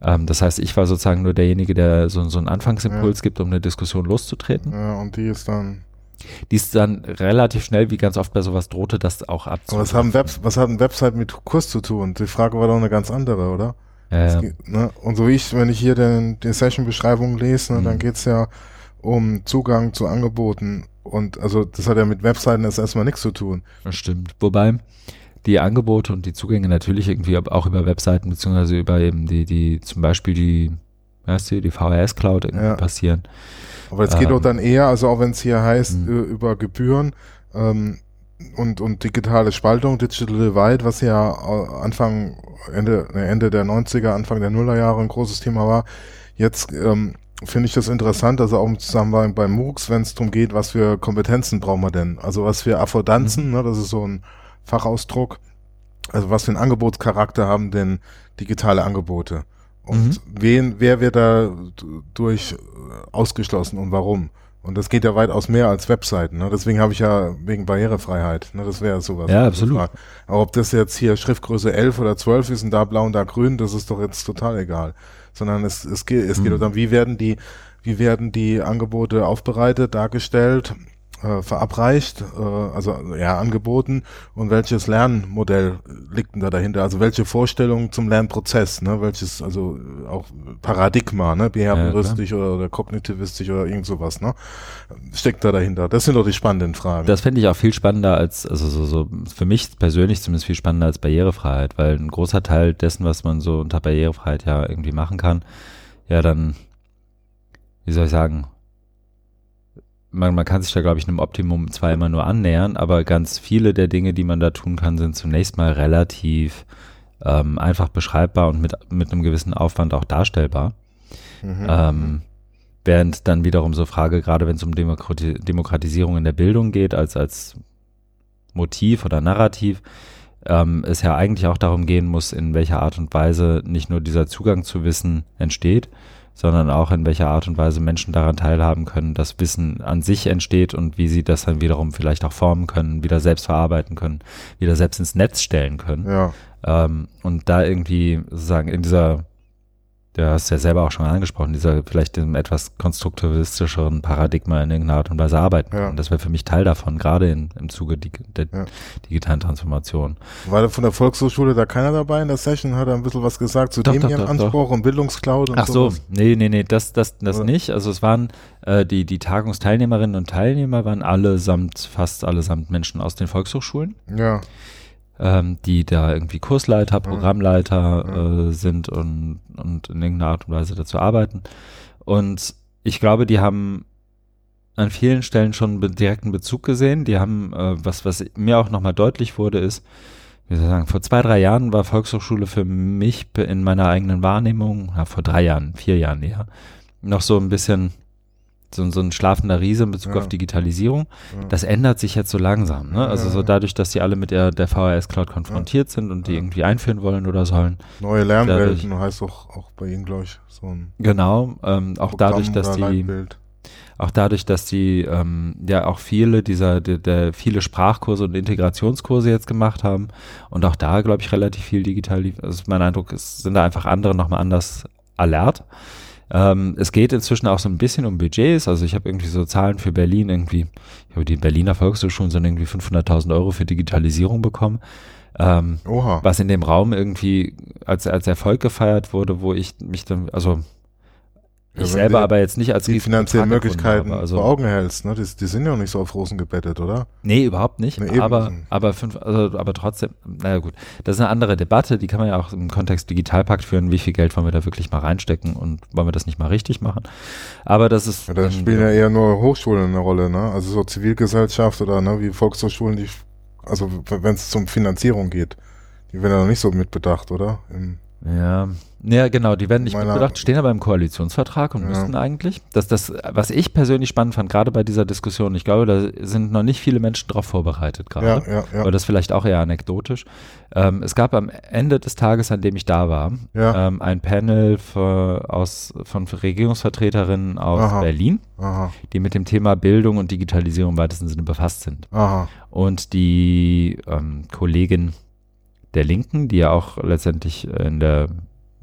Speaker 1: Ähm, das heißt, ich war sozusagen nur derjenige, der so, so einen Anfangsimpuls ja. gibt, um eine Diskussion loszutreten.
Speaker 2: Ja, und die ist dann...
Speaker 1: Die ist dann relativ schnell, wie ganz oft bei sowas drohte, das auch abzugreifen.
Speaker 2: Aber was haben Webs, was hat ein Website mit Kurs zu tun? Die Frage war doch eine ganz andere, oder?
Speaker 1: Ja,
Speaker 2: geht, ne? Und so wie ich, wenn ich hier den, die Session-Beschreibung lese, ne, mhm. dann geht's ja um Zugang zu Angeboten und also das hat ja mit Webseiten jetzt erstmal nichts zu tun.
Speaker 1: Das stimmt. Wobei die Angebote und die Zugänge natürlich irgendwie auch über Webseiten beziehungsweise über eben die, die zum Beispiel die, weißt du, die V H S-Cloud irgendwie ja. passieren.
Speaker 2: Aber es geht ähm, doch dann eher, also auch wenn es hier heißt, mh. über Gebühren ähm, und, und digitale Spaltung, Digital Divide, was ja Anfang, Ende, Ende der neunziger, Anfang der Nullerjahre ein großes Thema war. Jetzt ähm, finde ich das interessant, also auch im Zusammenhang bei MOOCs, wenn es darum geht, was für Kompetenzen brauchen wir denn? Also was für Affordanzen, mhm. ne, das ist so ein Fachausdruck, also was für einen Angebotscharakter haben denn digitale Angebote? Und mhm. wen, wer wird da durch ausgeschlossen und warum? Und das geht ja weitaus mehr als Webseiten. Ne? Deswegen habe ich ja wegen Barrierefreiheit. Ne? Das wäre sowas.
Speaker 1: Ja, absolut.
Speaker 2: Aber ob das jetzt hier Schriftgröße elf oder zwölf ist und da blau und da grün, das ist doch jetzt total egal. Sondern es, es geht, es geht mhm. darum, wie werden die, wie werden die Angebote aufbereitet, dargestellt, äh, verabreicht, äh, also ja angeboten und welches Lernmodell liegt denn da dahinter? Also welche Vorstellung zum Lernprozess, ne? Welches, also auch Paradigma, ne? Behavioristisch ja, oder, oder kognitivistisch oder irgend sowas, ne? Steckt da dahinter? Das sind doch die spannenden Fragen.
Speaker 1: Das finde ich auch viel spannender als, also so, so für mich persönlich zumindest viel spannender als Barrierefreiheit, weil ein großer Teil dessen, was man so unter Barrierefreiheit ja irgendwie machen kann, ja dann, wie soll ich sagen, Man, man kann sich da, glaube ich, einem Optimum zwar immer nur annähern, aber ganz viele der Dinge, die man da tun kann, sind zunächst mal relativ ähm, einfach beschreibbar und mit, mit einem gewissen Aufwand auch darstellbar. Mhm. Ähm, während dann wiederum so Frage, gerade wenn es um Demokrati- Demokratisierung in der Bildung geht, als, als Motiv oder Narrativ, ähm, es ja eigentlich auch darum gehen muss, in welcher Art und Weise nicht nur dieser Zugang zu Wissen entsteht, sondern auch in welcher Art und Weise Menschen daran teilhaben können, dass Wissen an sich entsteht und wie sie das dann wiederum vielleicht auch formen können, wieder selbst verarbeiten können, wieder selbst ins Netz stellen können.
Speaker 2: Ja.
Speaker 1: Ähm, und da irgendwie sozusagen in dieser, du hast ja selber auch schon angesprochen, dieser vielleicht dem etwas konstruktivistischeren Paradigma in irgendeiner Art und Weise arbeiten
Speaker 2: ja.
Speaker 1: können. Das wäre für mich Teil davon, gerade in, im Zuge die, der ja. digitalen Transformation.
Speaker 2: War da von der Volkshochschule da keiner dabei in der Session? Hat er ein bisschen was gesagt zu
Speaker 1: doch,
Speaker 2: dem
Speaker 1: doch,
Speaker 2: ihren
Speaker 1: doch,
Speaker 2: Anspruch
Speaker 1: doch.
Speaker 2: und Bildungscloud und
Speaker 1: Ach so, sowas? nee, nee, nee, das, das, das nicht. Also es waren äh, die, die Tagungsteilnehmerinnen und Teilnehmer waren allesamt, fast allesamt Menschen aus den Volkshochschulen.
Speaker 2: Ja.
Speaker 1: Ähm, die da irgendwie Kursleiter, Programmleiter ja. äh, sind und, und in irgendeiner Art und Weise dazu arbeiten. Und ich glaube, die haben an vielen Stellen schon be- direkten Bezug gesehen. Die haben, äh, was, was mir auch nochmal deutlich wurde, ist, wie soll ich sagen, vor zwei, drei Jahren war Volkshochschule für mich in meiner eigenen Wahrnehmung, ja, vor drei Jahren, vier Jahren eher, noch so ein bisschen So, so ein schlafender Riese in Bezug ja. auf Digitalisierung. Ja. Das ändert sich jetzt so langsam. Ne? Also so dadurch, dass die alle mit der, der V H S-Cloud konfrontiert ja. sind und die ja. irgendwie einführen wollen oder sollen.
Speaker 2: Neue Lernwelten dadurch, heißt auch, auch bei Ihnen, glaube ich, so ein
Speaker 1: Genau, ähm, auch
Speaker 2: Programm
Speaker 1: dadurch, dass die
Speaker 2: Leitbild.
Speaker 1: auch dadurch, dass die ähm, ja auch viele dieser, der, der viele Sprachkurse und Integrationskurse jetzt gemacht haben und auch da, glaube ich, relativ viel digital, also mein Eindruck ist, sind da einfach andere nochmal anders alert. Ähm, es geht inzwischen auch so ein bisschen um Budgets, also ich habe irgendwie so Zahlen für Berlin irgendwie, ich habe die Berliner Volkshochschulen sind irgendwie fünfhunderttausend Euro für Digitalisierung bekommen, ähm,
Speaker 2: Oha.
Speaker 1: was in dem Raum irgendwie als, als Erfolg gefeiert wurde, wo ich mich dann, also ich ja, selber die, aber jetzt nicht als
Speaker 2: die finanziellen Möglichkeiten
Speaker 1: habe, also
Speaker 2: vor Augen hältst, ne? Die, die sind ja noch nicht so auf Rosen gebettet, oder?
Speaker 1: Nee, überhaupt nicht,
Speaker 2: nee,
Speaker 1: aber, aber, fünf, also, aber trotzdem, naja gut, das ist eine andere Debatte, die kann man ja auch im Kontext Digitalpakt führen, wie viel Geld wollen wir da wirklich mal reinstecken und wollen wir das nicht mal richtig machen, aber das ist...
Speaker 2: Ja, da spielen ja eher nur Hochschulen eine Rolle, ne? Also so Zivilgesellschaft oder ne, wie Volkshochschulen, die, also wenn es um Finanzierung geht, die werden ja noch nicht so mitbedacht, oder? Im
Speaker 1: Ja, ja, genau, die werden nicht mitbedacht, stehen aber im Koalitionsvertrag und ja. müssten eigentlich. Das, das, was ich persönlich spannend fand, gerade bei dieser Diskussion, ich glaube, da sind noch nicht viele Menschen drauf vorbereitet gerade,
Speaker 2: ja, ja, ja.
Speaker 1: aber das vielleicht auch eher anekdotisch. Ähm, es gab am Ende des Tages, an dem ich da war,
Speaker 2: ja.
Speaker 1: ähm, ein Panel für, aus, von Regierungsvertreterinnen aus
Speaker 2: Aha.
Speaker 1: Berlin,
Speaker 2: Aha.
Speaker 1: die mit dem Thema Bildung und Digitalisierung im weitesten Sinne befasst sind.
Speaker 2: Aha.
Speaker 1: Und die ähm, Kollegin der Linken, die ja auch letztendlich in der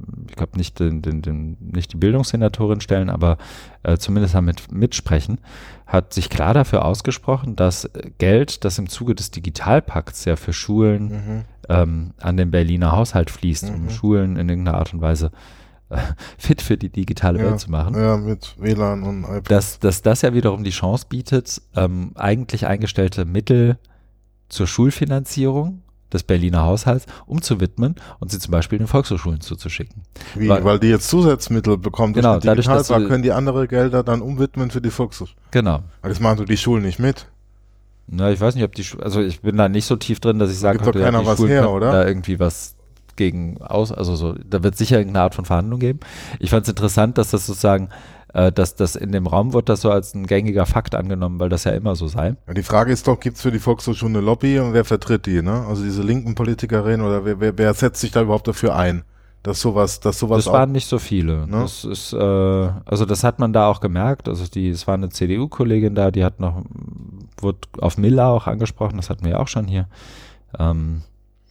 Speaker 1: ich glaube nicht, den, den, den, nicht die Bildungssenatorin stellen, aber äh, zumindest damit mitsprechen, hat sich klar dafür ausgesprochen, dass Geld, das im Zuge des Digitalpakts ja für Schulen mhm. ähm, an den Berliner Haushalt fließt, mhm. um Schulen in irgendeiner Art und Weise äh, fit für die digitale
Speaker 2: ja,
Speaker 1: Welt zu machen.
Speaker 2: Ja, mit W L A N und iPad.
Speaker 1: Dass, dass das ja wiederum die Chance bietet, ähm, eigentlich eingestellte Mittel zur Schulfinanzierung des Berliner Haushalts umzuwidmen und sie zum Beispiel den Volkshochschulen zuzuschicken.
Speaker 2: Wie? Weil, weil die jetzt Zusatzmittel bekommen
Speaker 1: genau,
Speaker 2: durch den
Speaker 1: Digitalpakt,
Speaker 2: dadurch, können die andere Gelder dann umwidmen für die Volkshochschulen.
Speaker 1: Genau.
Speaker 2: Aber das machen so die Schulen nicht mit.
Speaker 1: Na, ich weiß nicht, ob die Schu- also ich bin da nicht so tief drin, dass ich sagen könnte,
Speaker 2: ja, die
Speaker 1: was
Speaker 2: Schulen her, oder?
Speaker 1: Da irgendwie was gegen aus, also so, da wird sicher irgendeine Art von Verhandlung geben. Ich fand es interessant, dass das sozusagen dass das in dem Raum wird das so als ein gängiger Fakt angenommen, weil das ja immer so sei.
Speaker 2: Ja, die Frage ist doch, gibt es für die Volkshochschule eine Lobby und wer vertritt die, ne? Also diese linken Politikerin oder wer, wer, wer setzt sich da überhaupt dafür ein, dass sowas, dass sowas
Speaker 1: Das waren nicht so viele. Ne? Das ist, äh, also das hat man da auch gemerkt. Also die, es war eine C D U-Kollegin da, die hat noch, wurde auf Miller auch angesprochen, das hatten wir ja auch schon hier. Ähm,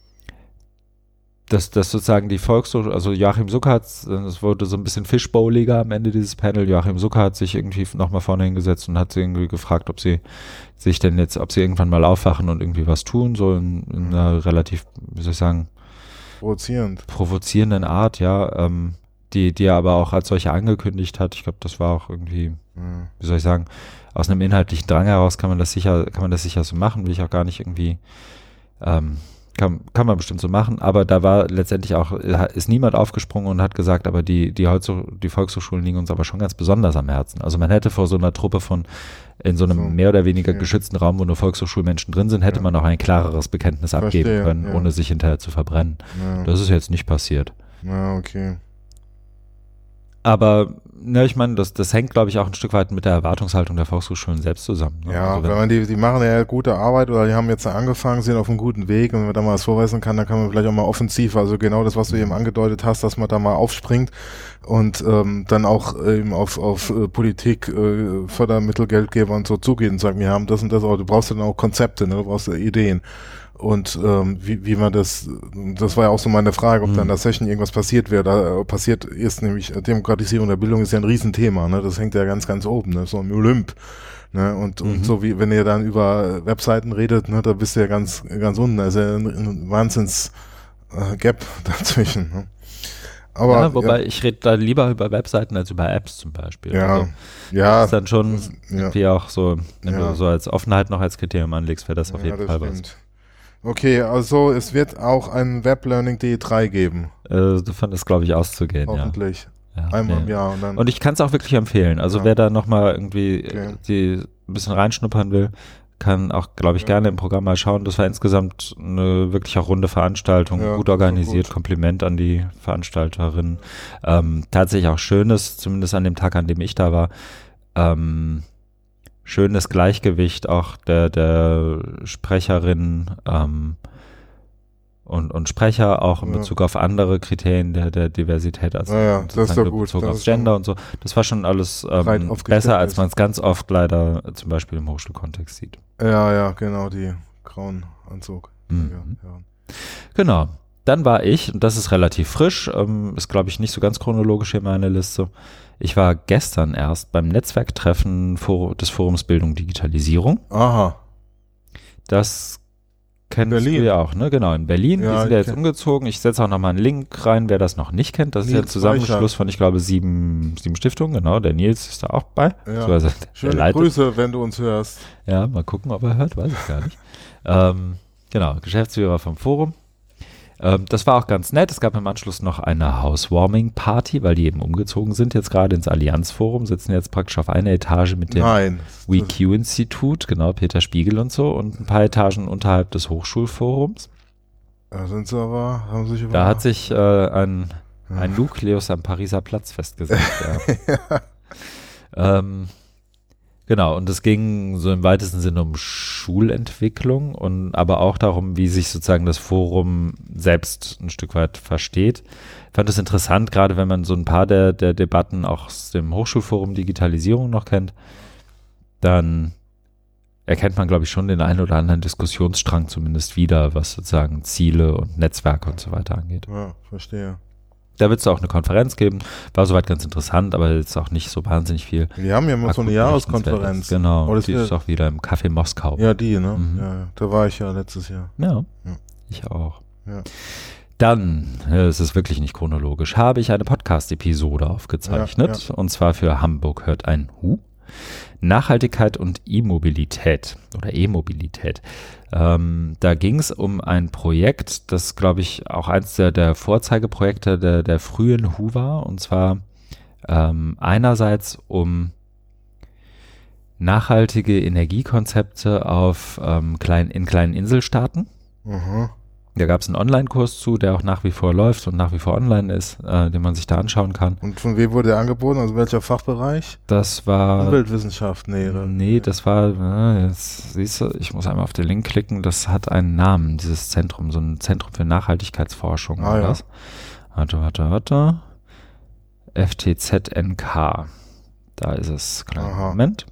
Speaker 1: Dass, dass sozusagen die Volkshochschule, also Joachim Zucker hat, es wurde so ein bisschen fishbowliger am Ende dieses Panel. Joachim Zucker hat sich irgendwie nochmal vorne hingesetzt und hat sie irgendwie gefragt, ob sie sich denn jetzt, ob sie irgendwann mal aufwachen und irgendwie was tun, so in, in einer relativ, wie soll ich sagen,
Speaker 2: provozierend.
Speaker 1: provozierenden Art, ja, ähm, die, die er aber auch als solche angekündigt hat. Ich glaube, das war auch irgendwie, mhm. wie soll ich sagen, aus einem inhaltlichen Drang heraus kann man das sicher, kann man das sicher so machen, will ich auch gar nicht irgendwie, ähm, Kann, kann man bestimmt so machen, aber da war letztendlich auch, ist niemand aufgesprungen und hat gesagt, aber die, die, Holz- die Volkshochschulen liegen uns aber schon ganz besonders am Herzen. Also man hätte vor so einer Truppe von, in so einem so, mehr oder weniger ja. geschützten Raum, wo nur Volkshochschulmenschen drin sind, hätte ja. man auch ein klareres Bekenntnis Verstehe, abgeben können, ja. ohne sich hinterher zu verbrennen. Ja. Das ist jetzt nicht passiert.
Speaker 2: Ja, okay.
Speaker 1: Aber, ne, ich meine, das, das hängt, glaube ich, auch ein Stück weit mit der Erwartungshaltung der Volkshochschulen selbst zusammen. Ne?
Speaker 2: Ja,
Speaker 1: also
Speaker 2: wenn man die, die machen ja gute Arbeit oder die haben jetzt angefangen, sind auf einem guten Weg und wenn man da mal was vorweisen kann, dann kann man vielleicht auch mal offensiv, also genau das, was du eben angedeutet hast, dass man da mal aufspringt und ähm, dann auch eben auf, auf äh, Politik, äh, Fördermittel, Geldgeber und so zugeht und sagt, wir haben das und das, aber du brauchst dann auch Konzepte, ne? Du brauchst ja Ideen. Und ähm, wie, wie man das, das war ja auch so meine Frage, ob mhm. da in der Session irgendwas passiert wäre. Da äh, passiert ist nämlich, Demokratisierung der Bildung ist ja ein Riesenthema, ne? Das hängt ja ganz, ganz oben, ne? So im Olymp. Ne? Und, mhm. und so wie, wenn ihr dann über Webseiten redet, ne, da bist du ja ganz, ganz unten. Also ein, ein Wahnsinns äh, Gap dazwischen. Ne? Aber,
Speaker 1: ja, wobei ja. ich rede da lieber über Webseiten als über Apps zum Beispiel.
Speaker 2: Ja,
Speaker 1: also,
Speaker 2: ja.
Speaker 1: Das ist dann schon
Speaker 2: das, ja.
Speaker 1: irgendwie auch so, wenn
Speaker 2: ja.
Speaker 1: du so als Offenheit noch als Kriterium anlegst, wäre das auf
Speaker 2: ja,
Speaker 1: jeden
Speaker 2: das
Speaker 1: Fall
Speaker 2: stimmt.
Speaker 1: was.
Speaker 2: Okay, also es wird auch ein Weblearning D drei geben.
Speaker 1: Äh, davon ist, glaube ich, auszugehen,
Speaker 2: Hoffentlich.
Speaker 1: Ja.
Speaker 2: Einmal
Speaker 1: ja.
Speaker 2: im Jahr. Und, dann
Speaker 1: und ich kann es auch wirklich empfehlen. Also
Speaker 2: ja.
Speaker 1: wer da nochmal irgendwie
Speaker 2: okay.
Speaker 1: die ein bisschen reinschnuppern will, kann auch, glaube ich,
Speaker 2: ja.
Speaker 1: gerne im Programm mal schauen. Das war insgesamt eine wirklich auch runde Veranstaltung,
Speaker 2: ja,
Speaker 1: gut organisiert,
Speaker 2: gut.
Speaker 1: Kompliment an die Veranstalterin. Ähm, tatsächlich auch Schönes, zumindest an dem Tag, an dem ich da war, ähm, schönes Gleichgewicht auch der, der Sprecherin ähm, und, und Sprecher auch in
Speaker 2: ja.
Speaker 1: Bezug auf andere Kriterien der, der Diversität, also
Speaker 2: ja, ja, das ist doch gut.
Speaker 1: Bezug
Speaker 2: das
Speaker 1: auf Gender und so. Das war schon alles ähm, besser, als man es ganz oft leider zum Beispiel im Hochschulkontext sieht.
Speaker 2: Ja, ja, genau, die grauen Anzug.
Speaker 1: Mhm.
Speaker 2: Ja, ja.
Speaker 1: Genau. Dann war ich, und das ist relativ frisch, ähm, ist glaube ich nicht so ganz chronologisch hier meine Liste. Ich war gestern erst beim Netzwerktreffen For- des Forums Bildung Digitalisierung.
Speaker 2: Aha.
Speaker 1: Das kennst
Speaker 2: Berlin.
Speaker 1: du ja auch, ne? Genau, in Berlin.
Speaker 2: Ja,
Speaker 1: Die sind ja jetzt
Speaker 2: kenn-
Speaker 1: umgezogen. Ich setze auch nochmal einen Link rein, wer das noch nicht kennt. Das ist ja ein
Speaker 2: Nils
Speaker 1: Zusammenschluss
Speaker 2: Reichert.
Speaker 1: von, ich glaube, sieben, sieben Stiftungen. Genau, der Nils ist da auch bei.
Speaker 2: Ja.
Speaker 1: Also, der
Speaker 2: Schöne
Speaker 1: leitet.
Speaker 2: Grüße, wenn du uns hörst.
Speaker 1: Ja, mal gucken, ob er hört, weiß ich gar nicht. ähm, genau, Geschäftsführer vom Forum. Ähm, das war auch ganz nett. Es gab im Anschluss noch eine Housewarming-Party, weil die eben umgezogen sind, jetzt gerade ins Allianz-Forum, sitzen jetzt praktisch auf einer Etage mit dem
Speaker 2: Nein.
Speaker 1: W Q-Institut, genau, Peter Spiegel und so, und ein paar Etagen unterhalb des Hochschulforums.
Speaker 2: Da sind sie aber, haben sich über.
Speaker 1: Da hat sich äh, ein, ein Nukleus am Pariser Platz festgesetzt. ja.
Speaker 2: ja.
Speaker 1: ähm, Genau, und es ging so im weitesten Sinne um Schulentwicklung und aber auch darum, wie sich sozusagen das Forum selbst ein Stück weit versteht. Ich fand es interessant, gerade wenn man so ein paar der, der Debatten auch aus dem Hochschulforum Digitalisierung noch kennt, dann erkennt man, glaube ich, schon den einen oder anderen Diskussionsstrang zumindest wieder, was sozusagen Ziele und Netzwerke und so weiter angeht.
Speaker 2: Ja, verstehe.
Speaker 1: Da wird es auch eine Konferenz geben. War soweit ganz interessant, aber jetzt auch nicht so wahnsinnig viel.
Speaker 2: Wir haben ja immer so eine Jahreskonferenz.
Speaker 1: Genau,
Speaker 2: oh, das
Speaker 1: die ist auch wieder im Café Moskau.
Speaker 2: Ja, die, ne?
Speaker 1: Mhm.
Speaker 2: Ja, da war ich ja letztes Jahr.
Speaker 1: Ja,
Speaker 2: ja.
Speaker 1: ich auch.
Speaker 2: Ja.
Speaker 1: Dann, es ist wirklich nicht chronologisch, habe ich eine Podcast-Episode aufgezeichnet. Ja, ja. Und zwar für Hamburg hört ein Hu. Nachhaltigkeit und E-Mobilität oder E-Mobilität. Ähm, da ging es um ein Projekt, das, glaube ich, auch eins der, der Vorzeigeprojekte der, der frühen Hu war. Und zwar ähm, einerseits um nachhaltige Energiekonzepte auf ähm, klein, in kleinen Inselstaaten.
Speaker 2: Mhm.
Speaker 1: Da gab es einen Online-Kurs zu, der auch nach wie vor läuft und nach wie vor online ist, äh, den man sich da anschauen kann.
Speaker 2: Und von wem wurde der angeboten? Also welcher Fachbereich?
Speaker 1: Das war...
Speaker 2: Umweltwissenschaft, nee. Oder?
Speaker 1: Nee, das war, äh, jetzt siehst du, ich muss einmal auf den Link klicken, das hat einen Namen, dieses Zentrum, so ein Zentrum für Nachhaltigkeitsforschung.
Speaker 2: Ah,
Speaker 1: oder
Speaker 2: ja.
Speaker 1: was? Warte, warte, warte. F T Z N K. Da ist es. Kleinen Moment.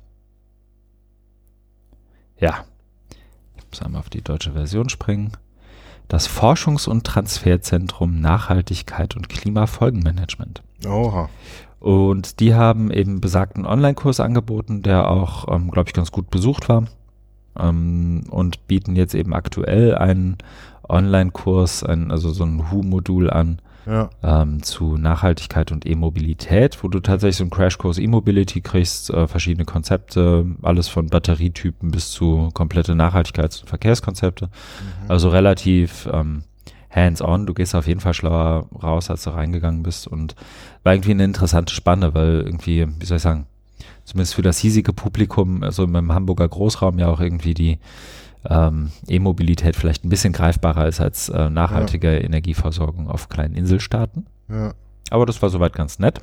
Speaker 1: Ja. Ich muss einmal auf die deutsche Version springen. Das Forschungs- und Transferzentrum Nachhaltigkeit und Klimafolgenmanagement.
Speaker 2: Oha.
Speaker 1: Und die haben eben besagten Online-Kurs angeboten, der auch, ähm, glaube ich, ganz gut besucht war. Ähm, und bieten jetzt eben aktuell einen Online-Kurs, ein, also so ein H U-Modul an,
Speaker 2: ja.
Speaker 1: ähm, zu Nachhaltigkeit und E-Mobilität, wo du tatsächlich so einen Crashkurs E-Mobility kriegst, äh, verschiedene Konzepte, alles von Batterietypen bis zu komplette Nachhaltigkeits- und Verkehrskonzepte. Mhm. Also relativ ähm, hands-on. Du gehst auf jeden Fall schlauer raus, als du reingegangen bist, und war irgendwie eine interessante Spanne, weil irgendwie, wie soll ich sagen, zumindest für das hiesige Publikum, also im Hamburger Großraum ja auch irgendwie die ähm, E-Mobilität vielleicht ein bisschen greifbarer ist als äh, nachhaltige ja. Energieversorgung auf kleinen Inselstaaten.
Speaker 2: Ja.
Speaker 1: Aber das war soweit ganz nett,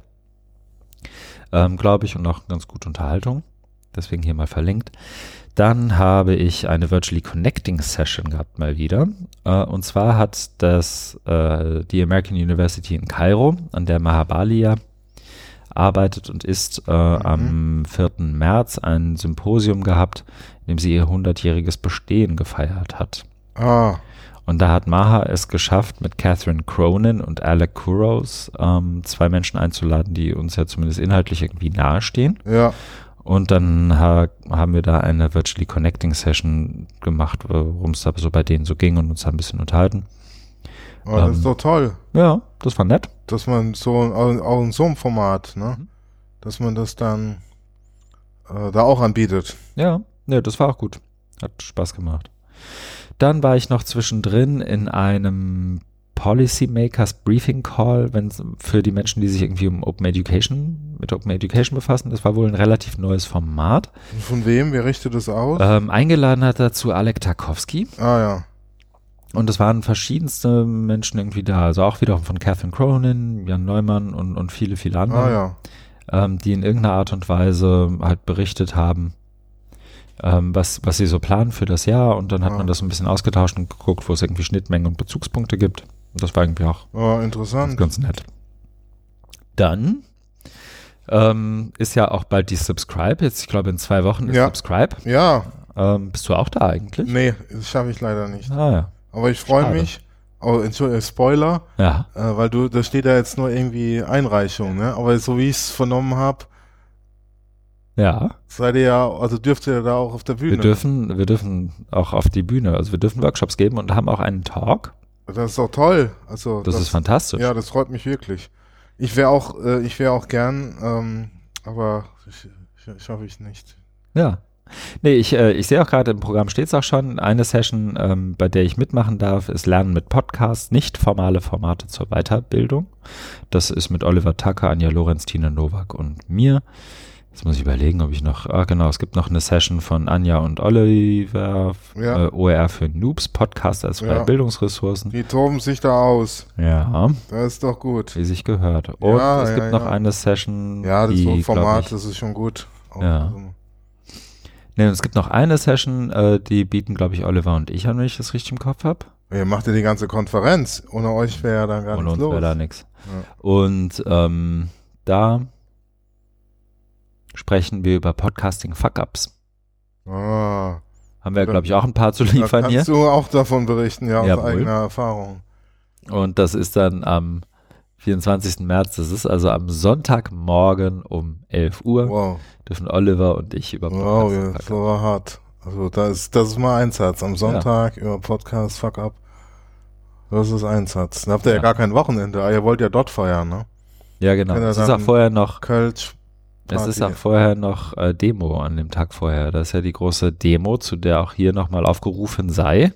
Speaker 1: ähm, glaube ich, und auch ganz gute Unterhaltung. Deswegen hier mal verlinkt. Dann habe ich eine Virtually Connecting Session gehabt mal wieder. Äh, und zwar hat das äh, die American University in Kairo, an der Mahabali ja arbeitet und ist, äh, mhm. am vierten März ein Symposium gehabt, in dem sie ihr hundertjähriges Bestehen gefeiert hat.
Speaker 2: Ah.
Speaker 1: Und da hat Maha es geschafft, mit Catherine Cronin und Alec Couros ähm, zwei Menschen einzuladen, die uns ja zumindest inhaltlich irgendwie nahestehen.
Speaker 2: Ja.
Speaker 1: Und dann ha- haben wir da eine Virtually Connecting Session gemacht, worum es da so bei denen so ging, und uns da ein bisschen unterhalten.
Speaker 2: Oh, das ähm, ist doch toll.
Speaker 1: Ja, das war nett.
Speaker 2: Dass man so, auch in so einem Format, ne, mhm. dass man das dann äh, da auch anbietet.
Speaker 1: Ja, ja, das war auch gut. Hat Spaß gemacht. Dann war ich noch zwischendrin in einem Policymakers Briefing Call, wenn für die Menschen, die sich irgendwie um Open Education, mit Open Education befassen. Das war wohl ein relativ neues Format.
Speaker 2: Und von wem? Wer richtet das aus?
Speaker 1: Ähm, eingeladen hat dazu Alek Tarkowski.
Speaker 2: Ah ja.
Speaker 1: Und es waren verschiedenste Menschen irgendwie da, also auch wieder von Catherine Cronin, Jan Neumann und, und viele, viele andere,
Speaker 2: ah, ja.
Speaker 1: ähm, die in irgendeiner Art und Weise halt berichtet haben, ähm, was, was sie so planen für das Jahr, und dann hat ah. man das ein bisschen ausgetauscht und geguckt, wo es irgendwie Schnittmengen und Bezugspunkte gibt. Und das war irgendwie auch
Speaker 2: oh, interessant.
Speaker 1: Ganz, ganz nett. Dann ähm, ist ja auch bald die Subscribe, jetzt ich glaube in zwei Wochen ist
Speaker 2: ja.
Speaker 1: Subscribe.
Speaker 2: Ja.
Speaker 1: Ähm, bist du auch da eigentlich?
Speaker 2: Nee, das schaffe ich leider nicht.
Speaker 1: Ah ja.
Speaker 2: Aber ich freue mich, oh, Entschuldigung, Spoiler,
Speaker 1: ja.
Speaker 2: äh, weil du, da steht ja jetzt nur irgendwie Einreichung, ne? Aber so wie ich es vernommen habe,
Speaker 1: ja.
Speaker 2: seid ihr ja, also dürft ihr da auch auf der Bühne.
Speaker 1: Wir dürfen, wir dürfen auch auf die Bühne, also wir dürfen Workshops geben und haben auch einen Talk.
Speaker 2: Das ist doch toll. Also
Speaker 1: das, das ist fantastisch.
Speaker 2: Ja, das freut mich wirklich. Ich wäre auch, äh, ich wäre auch gern, ähm, aber ich, ich, schaffe ich nicht.
Speaker 1: Ja. Nee, ich, äh, ich sehe auch gerade, im Programm steht es auch schon, eine Session, ähm, bei der ich mitmachen darf, ist Lernen mit Podcasts, nicht formale Formate zur Weiterbildung. Das ist mit Oliver Tucker, Anja Lorenz, Tina Nowak und mir. Jetzt muss ich überlegen, ob ich noch, ah genau, es gibt noch eine Session von Anja und Oliver,
Speaker 2: ja.
Speaker 1: äh, O E R für Noobs, Podcast als freie
Speaker 2: ja.
Speaker 1: Bildungsressourcen.
Speaker 2: Die toben sich da aus.
Speaker 1: Ja.
Speaker 2: Das ist doch gut.
Speaker 1: Wie sich gehört. Und
Speaker 2: ja,
Speaker 1: es
Speaker 2: ja,
Speaker 1: gibt
Speaker 2: ja.
Speaker 1: noch eine Session,
Speaker 2: ja, das
Speaker 1: die,
Speaker 2: so ein Format,
Speaker 1: ich,
Speaker 2: das ist schon gut. Auch
Speaker 1: ja.
Speaker 2: so.
Speaker 1: Nee, und es gibt noch eine Session, äh, die bieten, glaube ich, Oliver und ich an, wenn ich das richtig im Kopf habe.
Speaker 2: Ihr macht ja die ganze Konferenz. Ohne euch wäre ja dann gar
Speaker 1: Ohne
Speaker 2: nichts los.
Speaker 1: Ohne uns wäre da nichts.
Speaker 2: Ja.
Speaker 1: Und ähm, da sprechen wir über Podcasting-Fuck-Ups.
Speaker 2: Ah.
Speaker 1: Haben wir, glaube ich, auch ein paar zu liefern
Speaker 2: da
Speaker 1: hier.
Speaker 2: kannst du auch davon berichten, ja, aus
Speaker 1: Jawohl.
Speaker 2: eigener Erfahrung.
Speaker 1: Und das ist dann am vierundzwanzigsten März, das ist also am Sonntagmorgen um elf Uhr,
Speaker 2: Wow.
Speaker 1: dürfen Oliver und ich über
Speaker 2: Wow,
Speaker 1: Podcast
Speaker 2: ja, das war hart. Also das ist, das ist mal Einsatz. Am Sonntag ja. über Podcast, fuck up. Das ist Einsatz. Dann habt ihr ja. ja gar kein Wochenende. Ah, ihr wollt ja dort feiern, ne?
Speaker 1: Ja, genau. Es ist auch vorher noch
Speaker 2: Kölsch.
Speaker 1: Es ist auch vorher noch äh, Demo an dem Tag vorher. Das ist ja die große Demo, zu der auch hier nochmal aufgerufen sei.